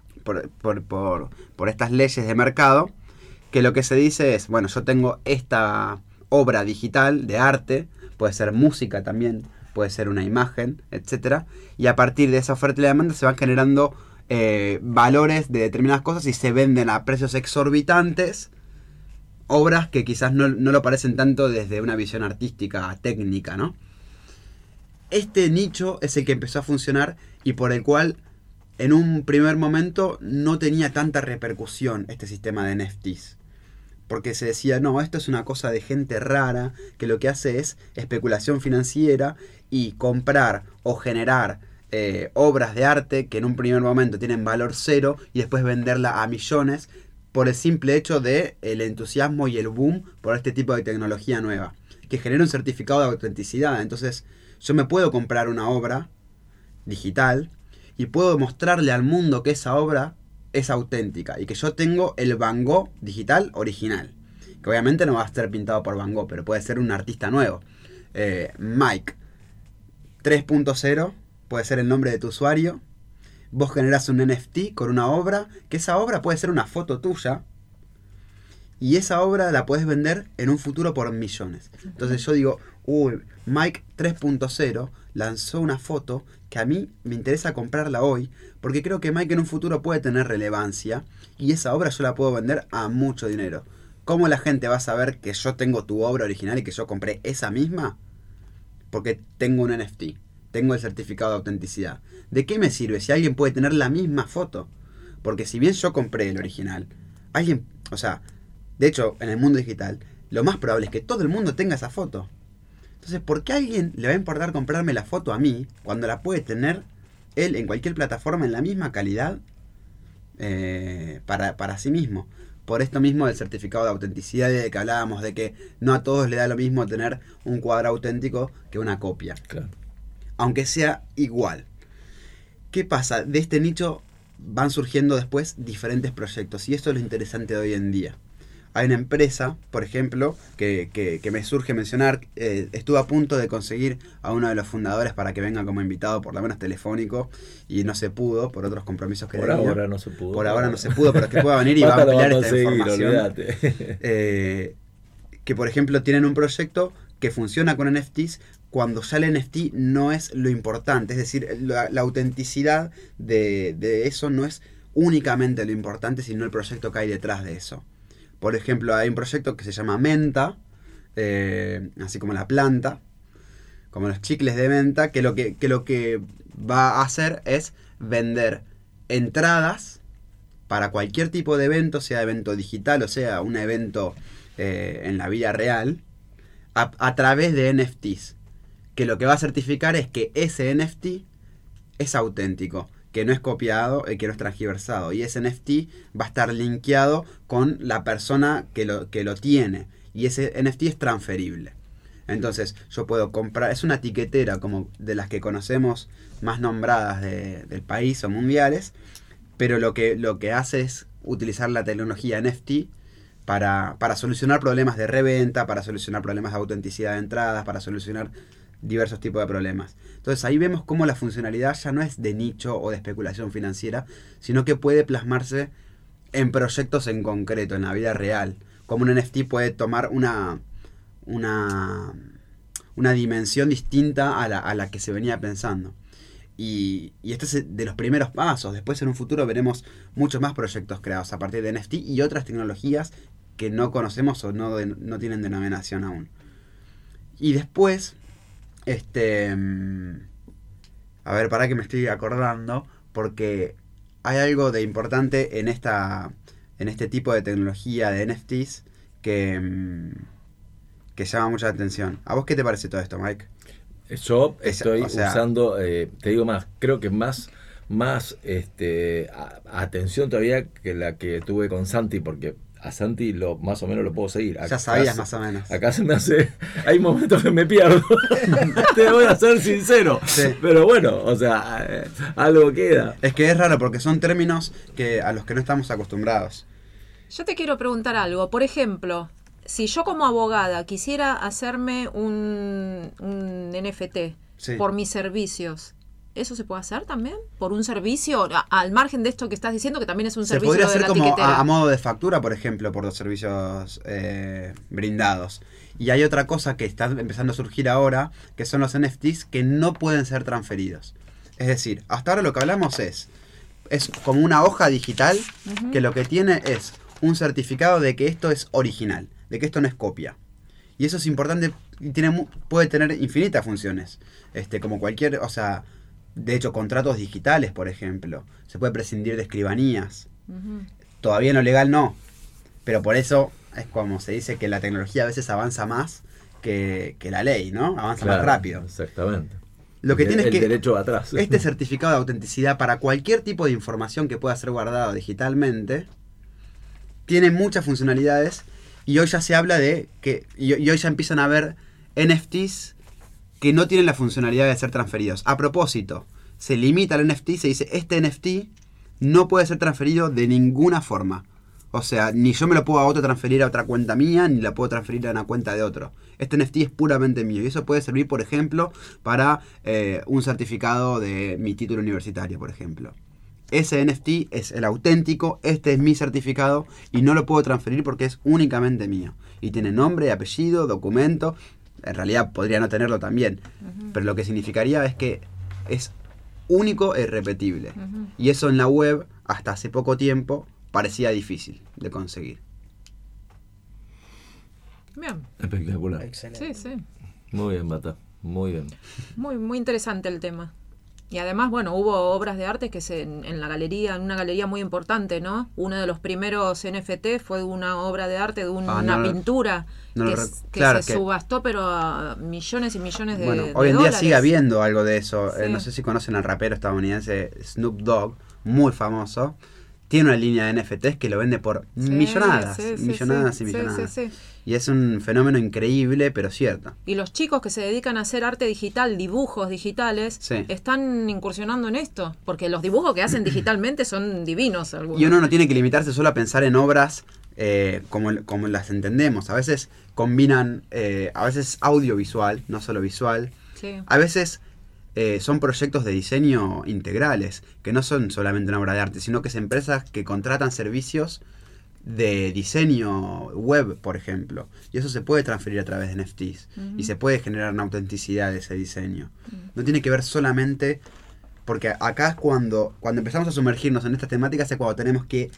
por estas leyes de mercado, que lo que se dice es, bueno, yo tengo esta obra digital de arte, puede ser música también, puede ser una imagen, etcétera, y a partir de esa oferta y la demanda se van generando valores de determinadas cosas y se venden a precios exorbitantes obras que quizás no lo parecen tanto desde una visión artística, técnica, ¿no? Este nicho es el que empezó a funcionar y por el cual en un primer momento no tenía tanta repercusión este sistema de NFTs. Porque se decía, no, esto es una cosa de gente rara que lo que hace es especulación financiera y comprar o generar obras de arte que en un primer momento tienen valor cero y después venderla a millones por el simple hecho de el entusiasmo y el boom por este tipo de tecnología nueva, que genera un certificado de autenticidad. Entonces yo me puedo comprar una obra digital y puedo mostrarle al mundo que esa obra es auténtica y que yo tengo el Van Gogh digital original, que obviamente no va a estar pintado por Van Gogh, pero puede ser un artista nuevo. Mike 3.0 puede ser el nombre de tu usuario. Vos generás un NFT con una obra, que esa obra puede ser una foto tuya, y esa obra la puedes vender en un futuro por millones. Entonces yo digo, Mike 3.0 lanzó una foto que a mí me interesa comprarla hoy, porque creo que Mike en un futuro puede tener relevancia, y esa obra yo la puedo vender a mucho dinero. ¿Cómo la gente va a saber que yo tengo tu obra original y que yo compré esa misma? Porque tengo un NFT, tengo el certificado de autenticidad. ¿De qué me sirve si alguien puede tener la misma foto? Porque si bien yo compré el original, alguien, o sea, De hecho, en el mundo digital, lo más probable es que todo el mundo tenga esa foto. Entonces, ¿por qué a alguien le va a importar comprarme la foto a mí cuando la puede tener él en cualquier plataforma en la misma calidad para sí mismo? Por esto mismo del certificado de autenticidad de que hablábamos, de que no a todos le da lo mismo tener un cuadro auténtico que una copia. Claro. Aunque sea igual. ¿Qué pasa? De este nicho van surgiendo después diferentes proyectos y esto es lo interesante de hoy en día. Hay una empresa, por ejemplo, que me surge mencionar, estuve a punto de conseguir a uno de los fundadores para que venga como invitado, por lo menos telefónico, y no se pudo por otros compromisos que Por tenía. ahora no se pudo. Por ahora no se pudo, pero es que pueda venir y va a ampliar esta información. Olvídate. Que por ejemplo tienen un proyecto que funciona con NFTs cuando ya el NFT no es lo importante, es decir, la autenticidad de eso no es únicamente lo importante, sino el proyecto que hay detrás de eso. Por ejemplo, hay un proyecto que se llama Menta, así como la planta, como los chicles de menta, que lo que va a hacer es vender entradas para cualquier tipo de evento, sea evento digital o sea un evento en la vida real, a través de NFTs. Que lo que va a certificar es que ese NFT es auténtico, que no es copiado y que no es transgiversado. Y ese NFT va a estar linkeado con la persona que lo tiene. Y ese NFT es transferible. Entonces yo puedo comprar, es una etiquetera como de las que conocemos más nombradas del país o mundiales, pero lo que hace es utilizar la tecnología NFT para solucionar problemas de reventa, para solucionar problemas de autenticidad de entradas, para solucionar diversos tipos de problemas. Entonces ahí vemos cómo la funcionalidad ya no es de nicho o de especulación financiera, sino que puede plasmarse en proyectos en concreto, en la vida real. Como un NFT puede tomar una dimensión distinta a la que se venía pensando. Y este es de los primeros pasos. Después en un futuro veremos muchos más proyectos creados a partir de NFT y otras tecnologías que no conocemos o no tienen denominación aún. Y después, a ver, para que me estoy acordando, porque hay algo de importante en este tipo de tecnología de NFTs que llama mucha atención. ¿A vos qué te parece todo esto, Mike? Yo estoy usando, te digo más, creo que más atención todavía que la que tuve con Santi, porque a Santi más o menos lo puedo seguir. Ya sabías más o menos. Acá se me hace, hay momentos que me pierdo, te voy a ser sincero, sí. Pero bueno, o sea, algo queda. Es que es raro porque son términos a los que no estamos acostumbrados. Yo te quiero preguntar algo, por ejemplo, si yo como abogada quisiera hacerme un NFT sí. por mis servicios, ¿eso se puede hacer también? ¿Por un servicio? Al margen de esto que estás diciendo, que también es un servicio de la etiquetera. Se podría hacer como a modo de factura, por ejemplo, por los servicios brindados. Y hay otra cosa que está empezando a surgir ahora, que son los NFTs que no pueden ser transferidos. Es decir, hasta ahora lo que hablamos es como una hoja digital que lo que tiene es un certificado de que esto es original, de que esto no es copia. Y eso es importante y puede tener infinitas funciones. Como cualquier, o sea, de hecho, contratos digitales, por ejemplo. Se puede prescindir de escribanías. Todavía en lo legal no. Pero por eso es como se dice que la tecnología a veces avanza más que la ley, ¿no? Avanza más rápido. Exactamente. Lo que tiene es que derecho atrás. Este certificado de autenticidad para cualquier tipo de información que pueda ser guardada digitalmente tiene muchas funcionalidades y hoy ya se habla de que y hoy ya empiezan a haber NFTs que no tienen la funcionalidad de ser transferidos. A propósito, se limita al NFT, se dice, este NFT no puede ser transferido de ninguna forma. O sea, ni yo me lo puedo transferir a otra cuenta mía, ni la puedo transferir a una cuenta de otro. Este NFT es puramente mío. Y eso puede servir, por ejemplo, para un certificado de mi título universitario, por ejemplo. Ese NFT es el auténtico, este es mi certificado, y no lo puedo transferir porque es únicamente mío. Y tiene nombre, apellido, documento. En realidad podría no tenerlo también, pero lo que significaría es que es único e irrepetible. Y eso en la web, hasta hace poco tiempo, parecía difícil de conseguir. Bien. Espectacular. Excelente. Sí, sí. Muy bien, Bata. Muy bien. Muy, muy interesante el tema. Y además, bueno, hubo obras de arte que en la galería, en una galería muy importante, ¿no? Uno de los primeros NFT fue una obra de arte de una pintura que se subastó, pero a millones y millones de Bueno, hoy en dólares. día sigue habiendo algo de eso. Sí. No sé si conocen al rapero estadounidense Snoop Dogg, muy famoso. Tiene una línea de NFTs que lo vende por millonadas, millonadas y millonadas. Sí. Y es un fenómeno increíble, pero cierto. Y los chicos que se dedican a hacer arte digital, dibujos digitales, Sí. están incursionando en esto, porque los dibujos que hacen digitalmente son divinos algunos. Y uno no tiene que limitarse solo a pensar en obras como las entendemos. A veces combinan, a veces audiovisual, no solo visual. Sí. A veces son proyectos de diseño integrales, que no son solamente una obra de arte, sino que es empresas que contratan servicios de diseño web, por ejemplo. Y eso se puede transferir a través de NFTs. Y se puede generar una autenticidad de ese diseño. No tiene que ver solamente... Porque acá es cuando empezamos a sumergirnos en estas temáticas, es cuando tenemos que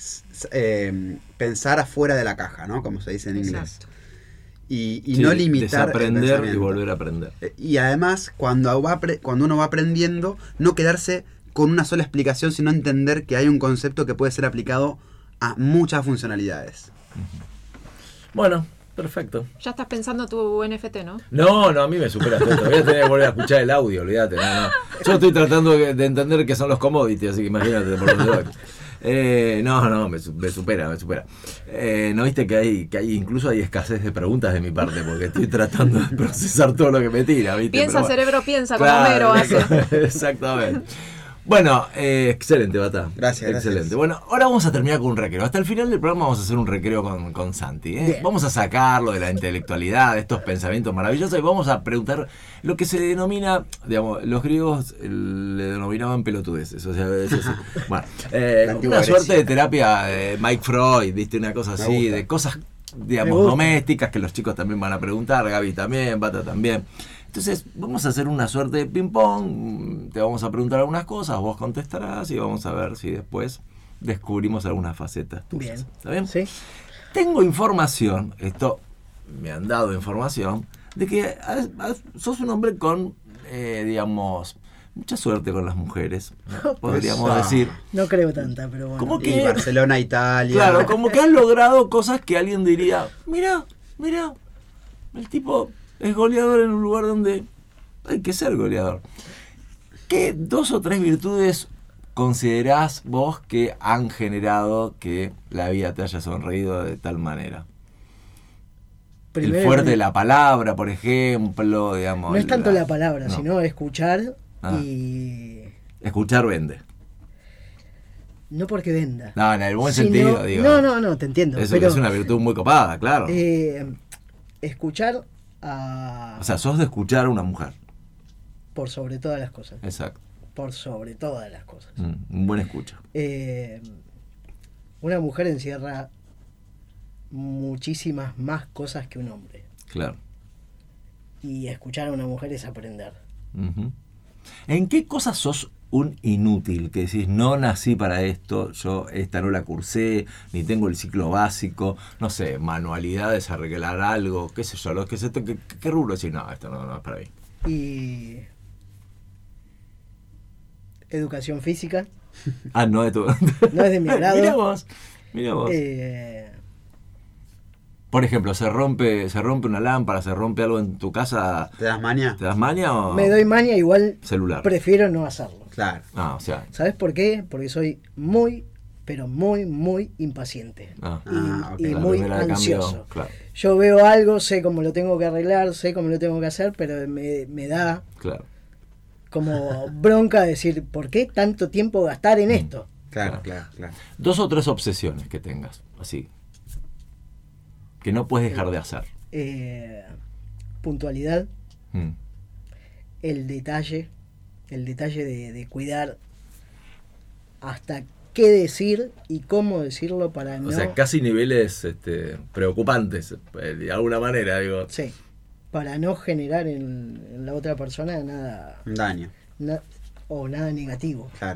pensar afuera de la caja, ¿no? Como se dice en inglés. Exacto. Y Sí, no limitar el desaprender y pensamiento. volver a aprender. Y además, cuando uno va aprendiendo, no quedarse con una sola explicación, sino entender que hay un concepto que puede ser aplicado a muchas funcionalidades. Bueno, perfecto. Ya estás pensando tu NFT, ¿no? No, a mí me supera todo. Voy a tener que volver a escuchar el audio, olvídate. No. Yo estoy tratando de entender qué son los commodities, así que imagínate por dónde voy. Me supera. ¿No viste que hay incluso hay escasez de preguntas de mi parte? Porque estoy tratando de procesar todo lo que me tira, ¿viste? Piensa, Pero bueno. cerebro, piensa, Claro, como Homero hace. Exactamente. Bueno, excelente, Bata. Gracias. Excelente. Bueno, ahora vamos a terminar con un recreo. Hasta el final del programa vamos a hacer un recreo con Santi. Bien. Vamos a sacarlo de la intelectualidad, de estos pensamientos maravillosos, y vamos a preguntar lo que se denomina, digamos, los griegos le denominaban pelotudeces. O sea, bueno, antigua una Grecia. suerte de terapia de Mike Freud, ¿viste? Una cosa así, gusta. de cosas, Me digamos, gusta. domésticas que los chicos también van a preguntar, Gaby también, Bata también. Entonces, vamos a hacer una suerte de ping-pong, te vamos a preguntar algunas cosas, vos contestarás y vamos a ver si después descubrimos algunas facetas tuyas. Bien. ¿Está bien? Sí. Tengo información, esto me han dado información, de que sos un hombre con, digamos, mucha suerte con las mujeres, ¿no? Podríamos Esa. decir. No creo tanta, pero bueno. ¿Cómo Y que? Barcelona, Italia. Claro, como que has logrado cosas que alguien diría, mira, el tipo es goleador en un lugar donde hay que ser goleador. ¿Qué 2 o 3 virtudes considerás vos que han generado que la vida te haya sonreído de tal manera? Primero, el fuerte de la palabra, por ejemplo, digamos. no es tanto la palabra, no. sino escuchar Ah. y... Escuchar vende. No porque venda. No, en el buen sino- sentido, digo. No, te entiendo. Eso pero, es una virtud muy copada, claro. escuchar a... O sea, sos de escuchar a una mujer. por sobre todas las cosas. Exacto. Por sobre todas las cosas. Un buen escucha. Una mujer encierra muchísimas más cosas que un hombre. Claro. Y escuchar a una mujer es aprender. Ujú. ¿En qué cosas sos un inútil? Que decís, no nací para esto, yo esta no la cursé, ni tengo el ciclo básico, no sé, manualidades, arreglar algo, qué sé yo, ¿qué rubro decís? No, esto no es para mí. Y educación física. Ah, no de tu... No es de mi agrado. Mirá vos. Eh, Por ejemplo, se rompe una lámpara, se rompe algo en tu casa, ¿Te das maña? ¿te das maña o me doy maña, igual celular? prefiero no hacerlo. Claro. Ah, o sea... ¿Sabes por qué? Porque soy muy, pero muy, muy impaciente. Ah, Ah, ok. Y la muy primera de cambio, ansioso. claro, Yo veo algo, sé cómo lo tengo que arreglar, sé cómo lo tengo que hacer, pero me da claro. como bronca decir, ¿por qué tanto tiempo gastar en esto? Claro. 2 o 3 obsesiones que tengas, así. Que no puedes dejar de hacer. Puntualidad, Mm. el detalle de cuidar hasta qué decir y cómo decirlo para no... O sea, casi niveles preocupantes, de alguna manera, digo. Sí, para no generar en la otra persona nada Un daño. o nada negativo. Claro.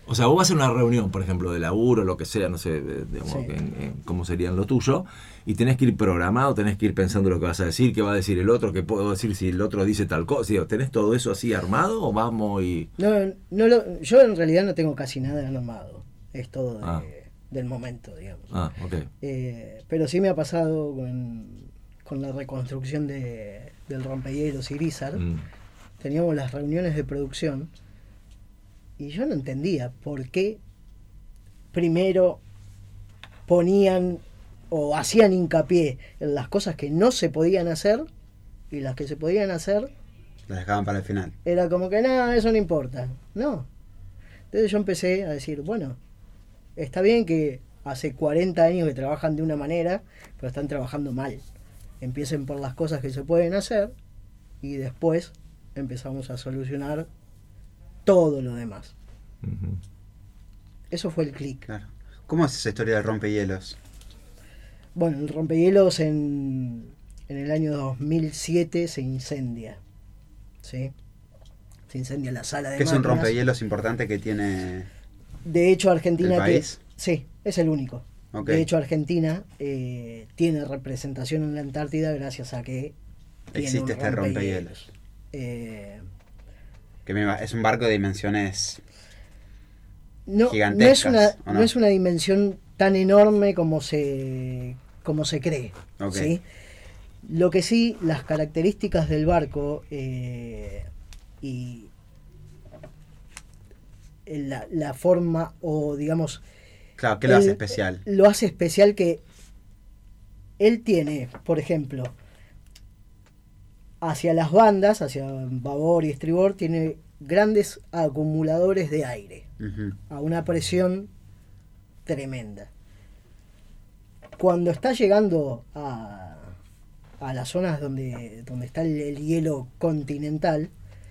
O sea, vos vas a una reunión, por ejemplo, de laburo, lo que sea, no sé, digamos, Sí. cómo serían lo tuyo, y tenés que ir programado, tenés que ir pensando lo que vas a decir, qué va a decir el otro, qué puedo decir si el otro dice tal cosa. Digo, ¿tenés todo eso así armado o vamos y...? Yo en realidad no tengo casi nada armado. Es todo del momento, digamos. Ah, ok. Pero sí me ha pasado con la reconstrucción del rompehielos y Grisar. Teníamos las reuniones de producción y yo no entendía por qué primero ponían o hacían hincapié en las cosas que no se podían hacer y las que se podían hacer Las dejaban para el final. era como que nada, eso no importa. No. Entonces yo empecé a decir, bueno, está bien que hace 40 años que trabajan de una manera, pero están trabajando mal. Empiecen por las cosas que se pueden hacer y después empezamos a solucionar todo lo demás. Ujú. Eso fue el clic. Claro. ¿Cómo es esa historia del rompehielos? Bueno, el rompehielos en el año 2007 se incendia. ¿Sí? Se incendia la sala de ¿Qué es un máquinas. rompehielos importante que tiene De hecho, Argentina el país? sí, es el único. Ok. De hecho, Argentina tiene representación en la Antártida gracias a que tiene Existe un este rompehielos. Eh, Es un barco de dimensiones no, gigantescas, ¿o no? no es una dimensión tan enorme como se cree. Ok. ¿Sí? Lo que sí, las características del barco y la forma o digamos... Claro, ¿qué lo hace especial? Lo hace especial que él tiene, por ejemplo, hacia las bandas, hacia babor y estribor, tiene grandes acumuladores de aire Ujú. a una presión tremenda. Cuando está llegando a las zonas donde está el hielo continental,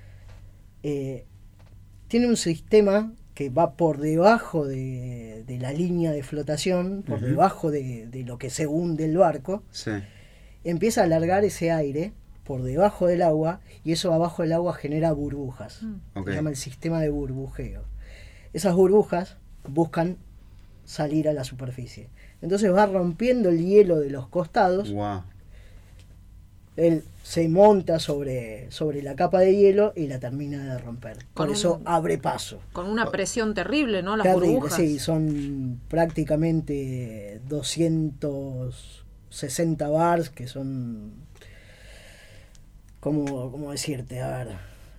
tiene un sistema que va por debajo de la línea de flotación, por Ujú. debajo de lo que se hunde el barco, Sí. empieza a alargar ese aire por debajo del agua y eso abajo del agua genera burbujas. Ok. Se llama el sistema de burbujeo. Esas burbujas buscan salir a la superficie. Entonces va rompiendo el hielo de los costados. Wow. Él se monta sobre la capa de hielo y la termina de romper. Por Con eso un- abre paso. Con una presión terrible, ¿no? Las Terrible, burbujas. sí, son prácticamente 260 bars, que son, ¿cómo decirte? A ver,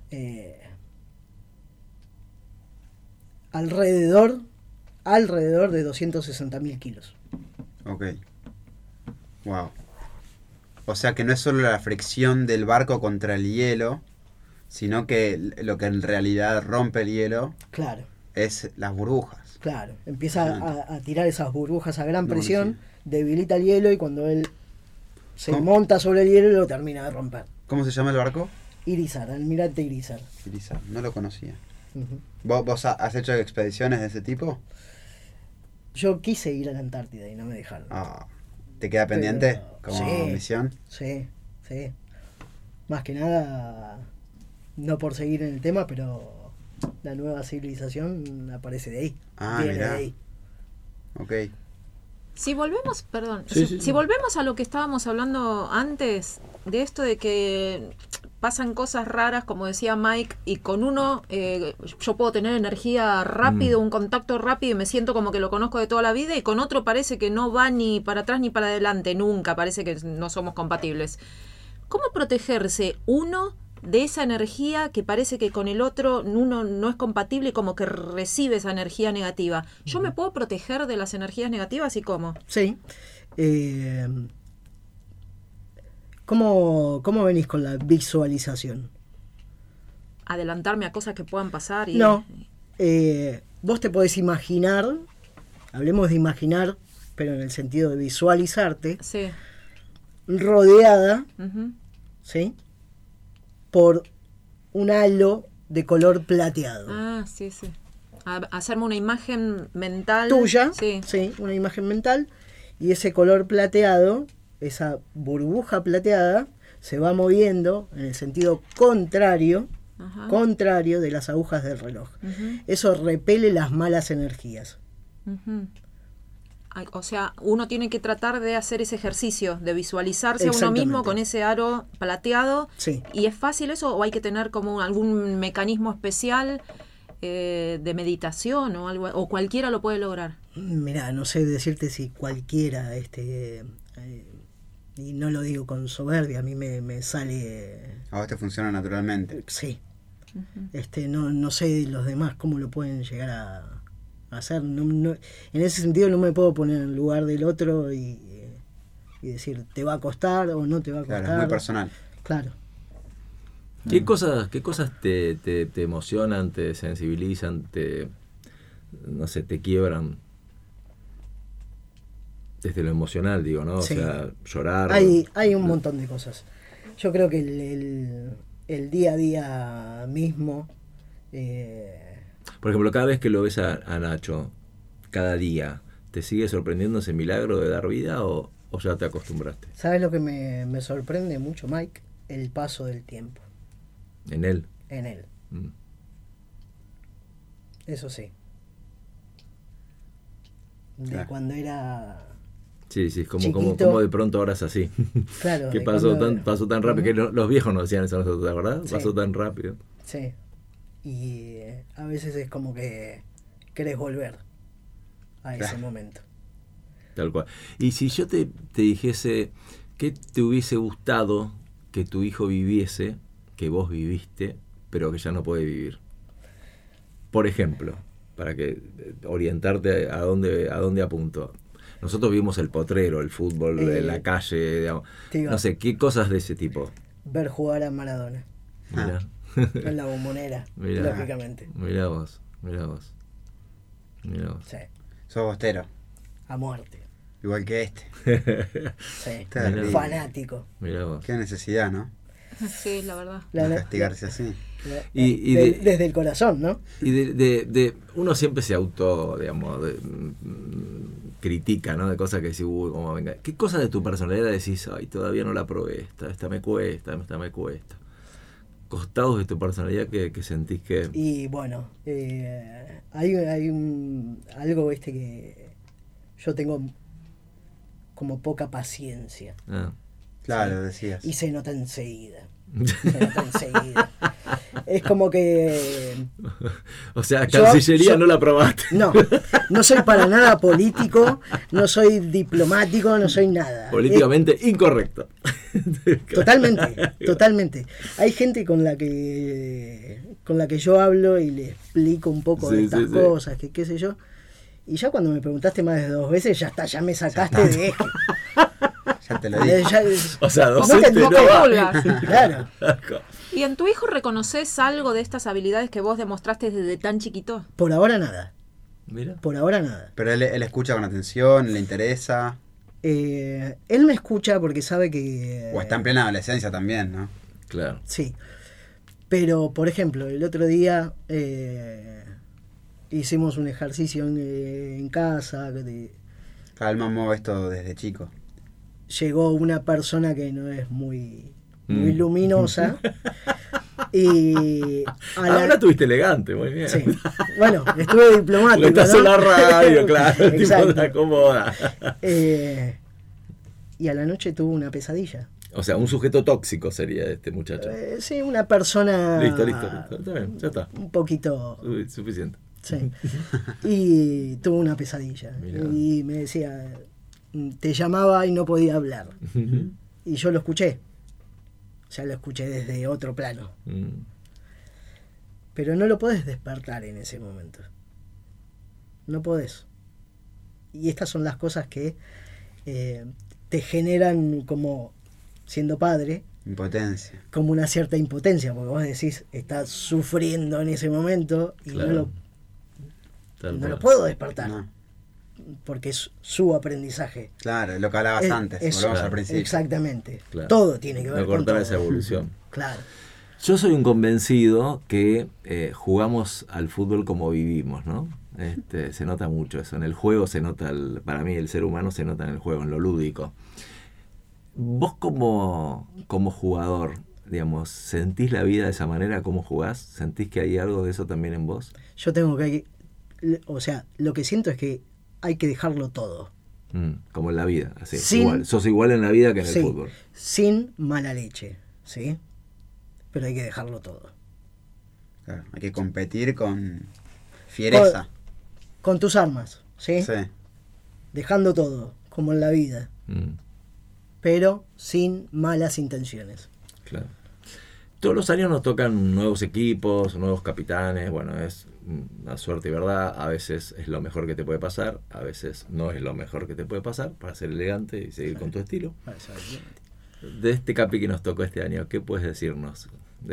alrededor de 260.000 kilos. Ok. Wow. O sea que no es solo la fricción del barco contra el hielo, sino que lo que en realidad rompe el hielo Claro, es las burbujas. claro. Empieza a tirar esas burbujas a gran No, presión, sí. debilita el hielo y cuando él se ¿Cómo? monta sobre el hielo lo termina de romper. ¿Cómo se llama el barco? Irizar, almirante Irizar. Irizar, no lo conocía. Ujú. ¿Vos has hecho expediciones de ese tipo? Yo quise ir a la Antártida y no me dejaron. Ah, ¿te queda pendiente como Sí. misión? Sí, sí. Más que nada, no por seguir en el tema, pero la nueva civilización aparece de ahí. Ah, viene mirá. de ahí. Ok. Si volvemos, perdón, Sí, si sí. volvemos a lo que estábamos hablando antes, de esto de que pasan cosas raras, como decía Mike, y con uno yo puedo tener energía rápido, un contacto rápido y me siento como que lo conozco de toda la vida, y con otro parece que no va ni para atrás ni para adelante, nunca, parece que no somos compatibles. ¿Cómo protegerse uno de esa energía que parece que con el otro uno no es compatible y como que recibe esa energía negativa? ¿Yo me puedo proteger de las energías negativas y cómo? Sí. ¿Cómo venís con la visualización? Adelantarme a cosas que puedan pasar y... No. Vos te podés imaginar, hablemos de imaginar, pero en el sentido de visualizarte, Sí. rodeada, Ujú. ¿sí? Por un halo de color plateado. Ah, sí, sí. Hacerme una imagen mental. Tuya, Sí. sí, una imagen mental, y ese color plateado, esa burbuja plateada, se va moviendo en el sentido contrario Ajá. contrario de las agujas del reloj. Ujú, Eso repele las malas energías. ujú. O sea, uno tiene que tratar de hacer ese ejercicio, de visualizarse a uno mismo Exactamente. con ese aro plateado. Sí. ¿Y es fácil eso o hay que tener como algún mecanismo especial de meditación o algo, o cualquiera lo puede lograr? Mirá, no sé decirte si cualquiera, y no lo digo con soberbia, a mí me sale, A vos te funciona naturalmente. sí. Ujú. No sé los demás cómo lo pueden llegar a hacer. En ese sentido no me puedo poner en el lugar del otro y decir, te va a costar o no te va a costar. Claro, es muy personal. Claro. ¿Qué cosas te emocionan, te sensibilizan, no sé, te quiebran? Desde lo emocional, digo, ¿no? Sí. O sea, llorar. Hay un montón de cosas. Yo creo que el día a día mismo, Por ejemplo, cada vez que lo ves a Nacho, cada día, ¿te sigue sorprendiendo ese milagro de dar vida o ya te acostumbraste? ¿sabes lo que me sorprende mucho, Mike? El paso del tiempo En él. en él. Mm. Eso sí. De Claro. cuando era... Sí, como Chiquito. como de pronto ahora es así. Claro. Que de pasó cuando- pasó tan rápido, que los viejos nos decían eso a nosotros, ¿verdad? Sí. Pasó tan rápido. Sí. Y a veces es como que querés volver a ese Claro. momento. Tal cual. Y si yo te dijese, ¿qué te hubiese gustado que tu hijo viviese, que vos viviste, pero que ya no puede vivir? Por ejemplo, para que orientarte a dónde apunto. Nosotros vimos el potrero, el fútbol, en la calle, digamos. te iba- No sé, ¿qué cosas de ese tipo? Ver jugar a Maradona Mirá. en la bombonera, Mirá. lógicamente. Mirá vos. Sí, Sos bostero, a muerte. igual que este. Sí. Terrible. Fanático. Mirá vos. Qué necesidad, ¿no? Sí, la verdad. La- De la- castigarse así. Y desde el corazón, ¿no? Y uno siempre se digamos, critica, ¿no? De cosas que decís, uy, cómo venga. ¿Qué cosas de tu personalidad decís, ay, todavía no la probé, esta me cuesta, esta me cuesta? Costados de tu personalidad que sentís que... Y bueno, hay algo que yo tengo como poca paciencia. Ah. Claro, decías. Y se nota enseguida. Se nota enseguida. Es como que... O sea, Yo- Cancillería yo- no la probaste. No soy para nada político, no soy diplomático, no soy nada. Políticamente incorrecto. Totalmente. Hay gente con la que yo hablo y le explico un poco de Sí, estas sí, sí. cosas, que qué sé yo. Y ya cuando me preguntaste más de 2 veces, ya está, ya me sacaste de eje. Ya te lo dije. O sea, No docente te- no, no te va. juzgas. Claro. ¿Y en tu hijo reconoces algo de estas habilidades que vos demostraste desde tan chiquito? Por ahora nada. Mira. Por ahora nada. Pero él escucha con atención, le interesa. Él me escucha porque sabe que... O está en plena adolescencia también, ¿no? Claro. Sí. Pero, por ejemplo, el otro día hicimos un ejercicio en casa. Calma, muevo esto desde chico. Llegó una persona que no es muy Mm. luminosa. Y Ahora estuviste elegante, muy bien. Sí. Bueno, estuve diplomático. Porque estás ¿no? en la radio, claro. tipo, Exacto. te acomoda. Y a la noche tuvo una pesadilla. O sea, un sujeto tóxico sería este muchacho. Sí, una persona. Listo. Está bien, ya está. Un poquito. Suficiente. Sí. Y tuvo una pesadilla. Mirá. Y me decía, te llamaba y no podía hablar. Y yo lo escuché. O sea, lo escuché desde otro plano. Mm. Pero no lo podés despertar en ese momento. No podés. Y estas son las cosas que te generan como, siendo padre, Impotencia. como una cierta impotencia, porque vos decís, estás sufriendo en ese momento y Claro. Tal no cual. lo puedo despertar, No. porque es su aprendizaje. Claro, lo que hablabas Es- antes, es- volvamos claro. al principio. Exactamente. Claro. Todo tiene que ver No con cortar todo. esa evolución. Claro. Yo soy un convencido que jugamos al fútbol como vivimos, ¿no? Se nota mucho eso. En el juego se nota, para mí el ser humano se nota en el juego, en lo lúdico. Vos como jugador, digamos, ¿sentís la vida de esa manera? ¿Cómo jugás? ¿Sentís que hay algo de eso también en vos? Yo tengo que, o sea, lo que siento es que hay que dejarlo todo. Como en la vida, así, Sin- igual. Sos igual en la vida que en Sí, el fútbol. sin mala leche, ¿sí? Pero hay que dejarlo todo. Claro, hay que competir con fiereza. Con tus armas, ¿sí? Sí. Dejando todo, como en la vida, Mm, pero sin malas intenciones. claro. Todos los años nos tocan nuevos equipos, nuevos capitanes. Bueno, es una suerte y verdad. A veces es lo mejor que te puede pasar, a veces no es lo mejor que te puede pasar, para ser elegante y seguir con tu estilo. De este capi que nos tocó este año, ¿qué puedes decirnos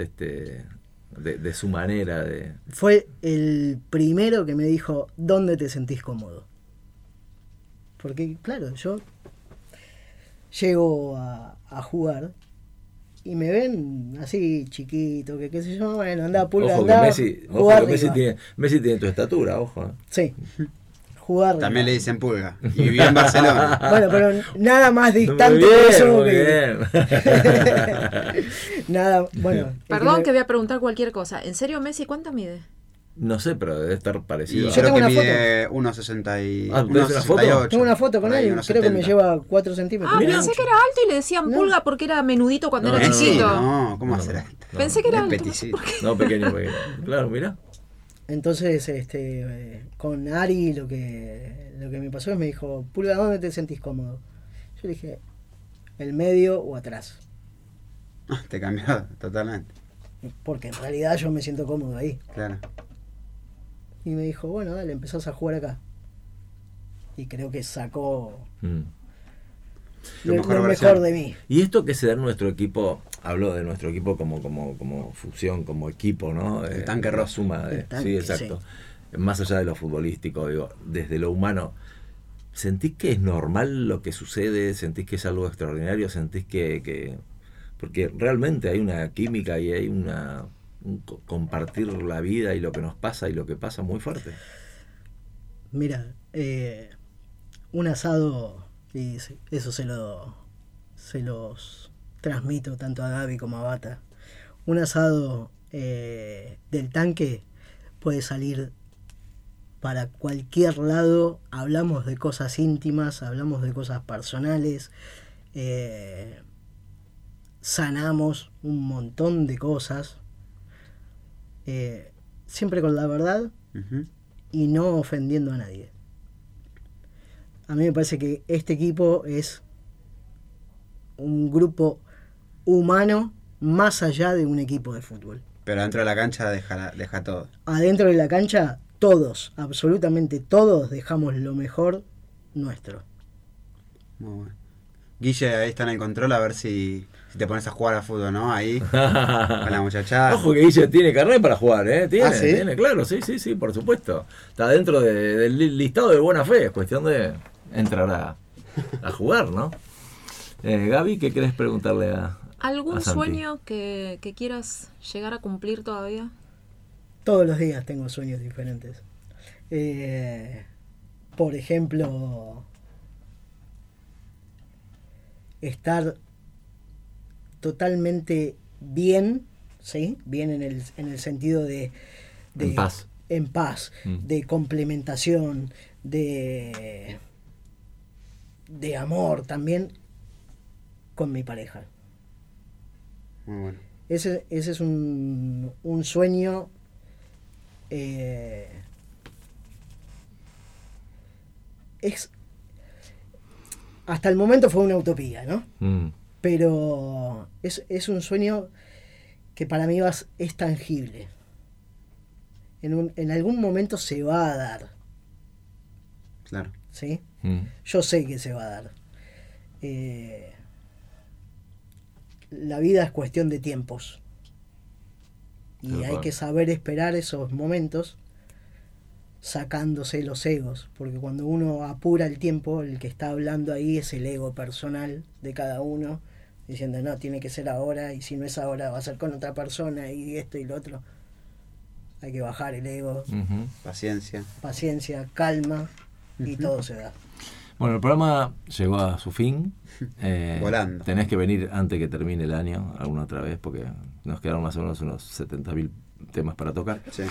de su manera de...? Fue el primero que me dijo, ¿dónde te sentís cómodo? Porque, claro, yo llego a jugar y me ven así chiquito, que qué sé yo, bueno, anda pulga, Ojo que anda, Messi, jugar Messi arriba. tiene tu estatura, ojo. Sí, jugar También arriba. le dicen pulga. Y vivía en Barcelona. Bueno, pero nada más Muy distante bien, de eso muy que... bien. Nada, bueno. Perdón que voy a preguntar cualquier cosa. ¿En serio Messi cuánto mide? No sé, pero debe estar Y parecido. Yo creo tengo que una mide 1,60 y... Ah, ¿tenés una foto? 1,68, Tengo una foto con por ahí, él, creo que me 1,70. lleva 4 centímetros. Ah, Mirá. pensé que era alto y le decían No. pulga porque era menudito cuando No, era no, chiquito. No, ¿cómo No, hacer? no. Pensé que era Es alto. No sé peticito. por qué. No, pequeño. Claro, mira. Entonces, con Ari lo que me pasó es me dijo, Pulga, ¿dónde te sentís cómodo? Yo le dije, el medio o atrás. Te cambió totalmente. Porque en realidad yo me siento cómodo ahí. Claro. Y me dijo, bueno, dale, empezás a jugar acá. Y creo que sacó Mm. Lo lo mejor mejor versión. de mí. Y esto que se da en nuestro equipo, hablo de nuestro equipo como fusión, como equipo, ¿no? El tanque la rojo. suma de, El tanque, sí, exacto. Más allá de lo futbolístico, digo, desde lo humano, ¿sentís que es normal lo que sucede? ¿Sentís que es algo extraordinario? ¿Sentís que porque realmente hay una química y hay un compartir la vida y lo que nos pasa y lo que pasa muy fuerte? Mira, un asado, y eso se los transmito tanto a Gaby como a Bata. Un asado del tanque puede salir para cualquier lado. Hablamos de cosas íntimas, hablamos de cosas personales, sanamos un montón de cosas, siempre con la verdad Ujú. y no ofendiendo a nadie. A mí me parece que este equipo es un grupo humano más allá de un equipo de fútbol. Pero dentro de la cancha deja todo. Adentro de la cancha, todos, absolutamente todos, dejamos lo mejor nuestro. Muy bueno. Guille, ahí está en el control, a ver si te pones a jugar a fútbol, ¿no? Ahí, con la muchachada. Ojo que Guille tiene carnet para jugar, ¿eh? Tiene, ¿Ah, sí? tiene, claro, sí, por supuesto. Está dentro del listado de buena fe, es cuestión de entrar a jugar, ¿no? Gaby, ¿qué querés preguntarle a ¿Algún Santi? sueño que quieras llegar a cumplir todavía? Todos los días tengo sueños diferentes. Por ejemplo, estar totalmente bien, ¿sí? Bien en el sentido de En paz. En paz, de complementación, de amor también con mi pareja. Muy bueno. Ese es un sueño hasta el momento fue una utopía, ¿no? Pero es un sueño que para mí es tangible. En algún momento se va a dar, Claro. ¿sí? Mm. Yo sé que se va a dar. La vida es cuestión de tiempos. Y Tal hay cual. que saber esperar esos momentos sacándose los egos. Porque cuando uno apura el tiempo, el que está hablando ahí es el ego personal de cada uno. Diciendo, no, tiene que ser ahora. Y si no es ahora, va a ser con otra persona. Y esto y lo otro. Hay que bajar el ego. Ujú. Paciencia. Paciencia, calma. Y Ujú. todo se da. Bueno, el programa llegó a su fin. Volando. Tenés que venir antes que termine el año, alguna otra vez, porque nos quedaron más o menos unos 70.000 temas para tocar. Sí.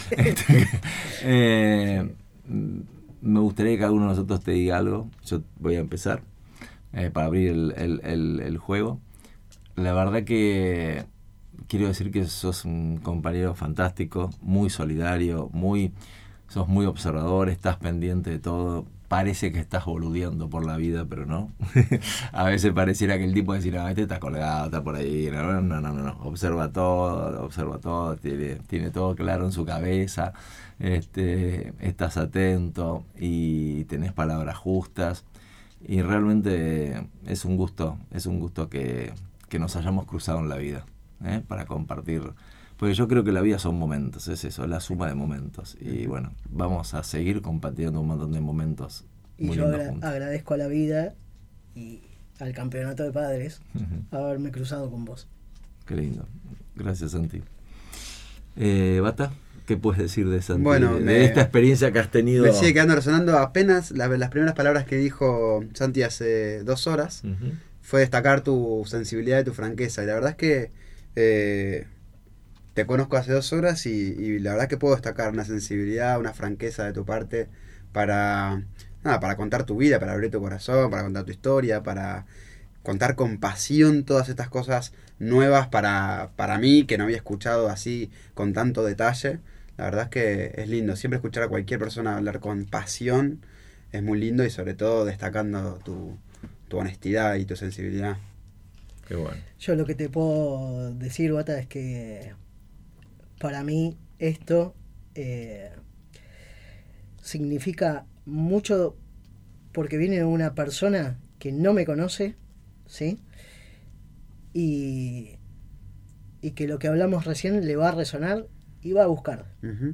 Me gustaría que cada uno de nosotros te diga algo. Yo voy a empezar para abrir el juego. La verdad que quiero decir que sos un compañero fantástico, muy solidario, sos muy observador, estás pendiente de todo. Parece que estás boludeando por la vida, pero no. A veces pareciera que el tipo decir, este está colgado, está por ahí. No. Observa todo, tiene todo claro en su cabeza. Estás atento y tenés palabras justas. Y realmente es un gusto que nos hayamos cruzado en la vida, para compartir. Porque yo creo que la vida son momentos, es eso, la suma de momentos. Y bueno, vamos a seguir compartiendo un montón de momentos. Y muy yo lindos juntos. agradezco a la vida y al campeonato de padres haberme cruzado con vos. Qué lindo. Gracias, Santi. Bata, ¿qué puedes decir de Santi? Bueno, de esta experiencia que has tenido. Me sigue quedando resonando apenas las primeras palabras que dijo Santi hace 2 horas. Uh-huh. Fue destacar tu sensibilidad y tu franqueza. Y la verdad es que te conozco hace 2 horas y la verdad es que puedo destacar una sensibilidad, una franqueza de tu parte para contar tu vida, para abrir tu corazón, para contar tu historia, para contar con pasión todas estas cosas nuevas para mí, que no había escuchado así con tanto detalle. La verdad es que es lindo. Siempre escuchar a cualquier persona hablar con pasión es muy lindo y sobre todo destacando tu honestidad y tu sensibilidad. Qué bueno. Yo lo que te puedo decir, Bata, es que para mí esto significa mucho porque viene de una persona que no me conoce, ¿sí? Y que lo que hablamos recién le va a resonar y va a buscar. Uh-huh.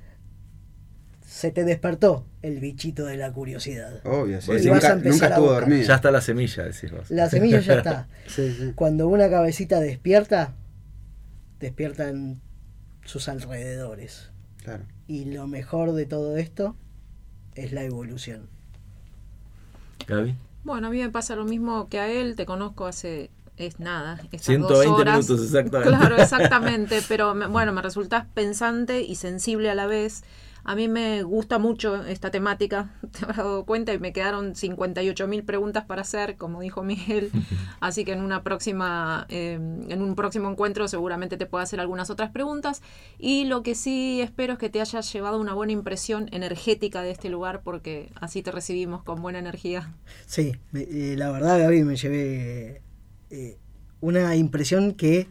Se te despertó el bichito de la curiosidad. Obvio, sí. Y vas a Nunca empezar a estuvo buscar. dormido. Ya está la semilla, decís vos. La semilla ya está. Sí. Cuando una cabecita despierta en sus alrededores. Claro. Y lo mejor de todo esto es la evolución. Gaby. Bueno, a mí me pasa lo mismo que a él, te conozco hace, estas 120 2 horas. minutos exactamente. Claro, exactamente, pero me resultás pensante y sensible a la vez. A mí me gusta mucho esta temática, te habrás dado cuenta, y me quedaron 58.000 preguntas para hacer, como dijo Miguel, así que en un próximo encuentro seguramente te pueda hacer algunas otras preguntas, y lo que sí espero es que te hayas llevado una buena impresión energética de este lugar, porque así te recibimos con buena energía. Sí, la verdad, Gaby, me llevé una impresión que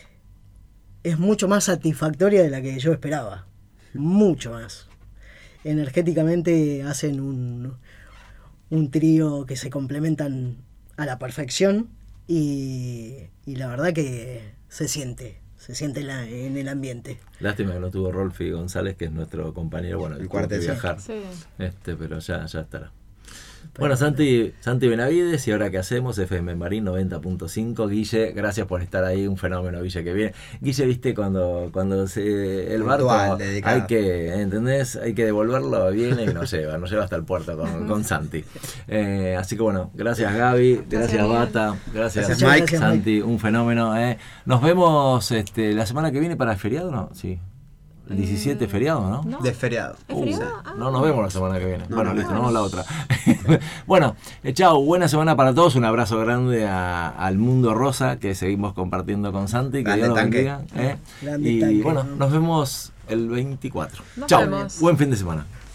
es mucho más satisfactoria de la que yo esperaba. Mucho más. Energéticamente hacen un trío que se complementan a la perfección y la verdad que se siente en el ambiente. Lástima que no tuvo Rolfi González, que es nuestro compañero, bueno, el cuarteto. tuvo que viajar. Sí. Pero ya estará. Bueno, Santi Benavides, ¿y ahora qué hacemos? FM Marín 90.5. Guille, gracias por estar ahí, un fenómeno, Guille, que viene. Guille, viste, cuando el barco hay que, ¿entendés? Hay que devolverlo, viene y nos lleva hasta el puerto con Santi. Así que bueno, gracias Gaby, gracias Bata, gracias Mike. Santi, un fenómeno. Nos vemos la semana que viene para el feriado, ¿no? Sí. El 17 feriado, ¿no? No. De feriado. ¿Es feriado? Ah. No nos vemos la semana que viene. No, bueno, no, listo, no. nos vemos la otra. Bueno, chao, buena semana para todos. Un abrazo grande al Mundo Rosa que seguimos compartiendo con Santi. Que Grande Dios nos tanque. bendiga. Grande Y tanque, bueno, ¿no? nos vemos el 24. Nos Chao, vemos. buen fin de semana.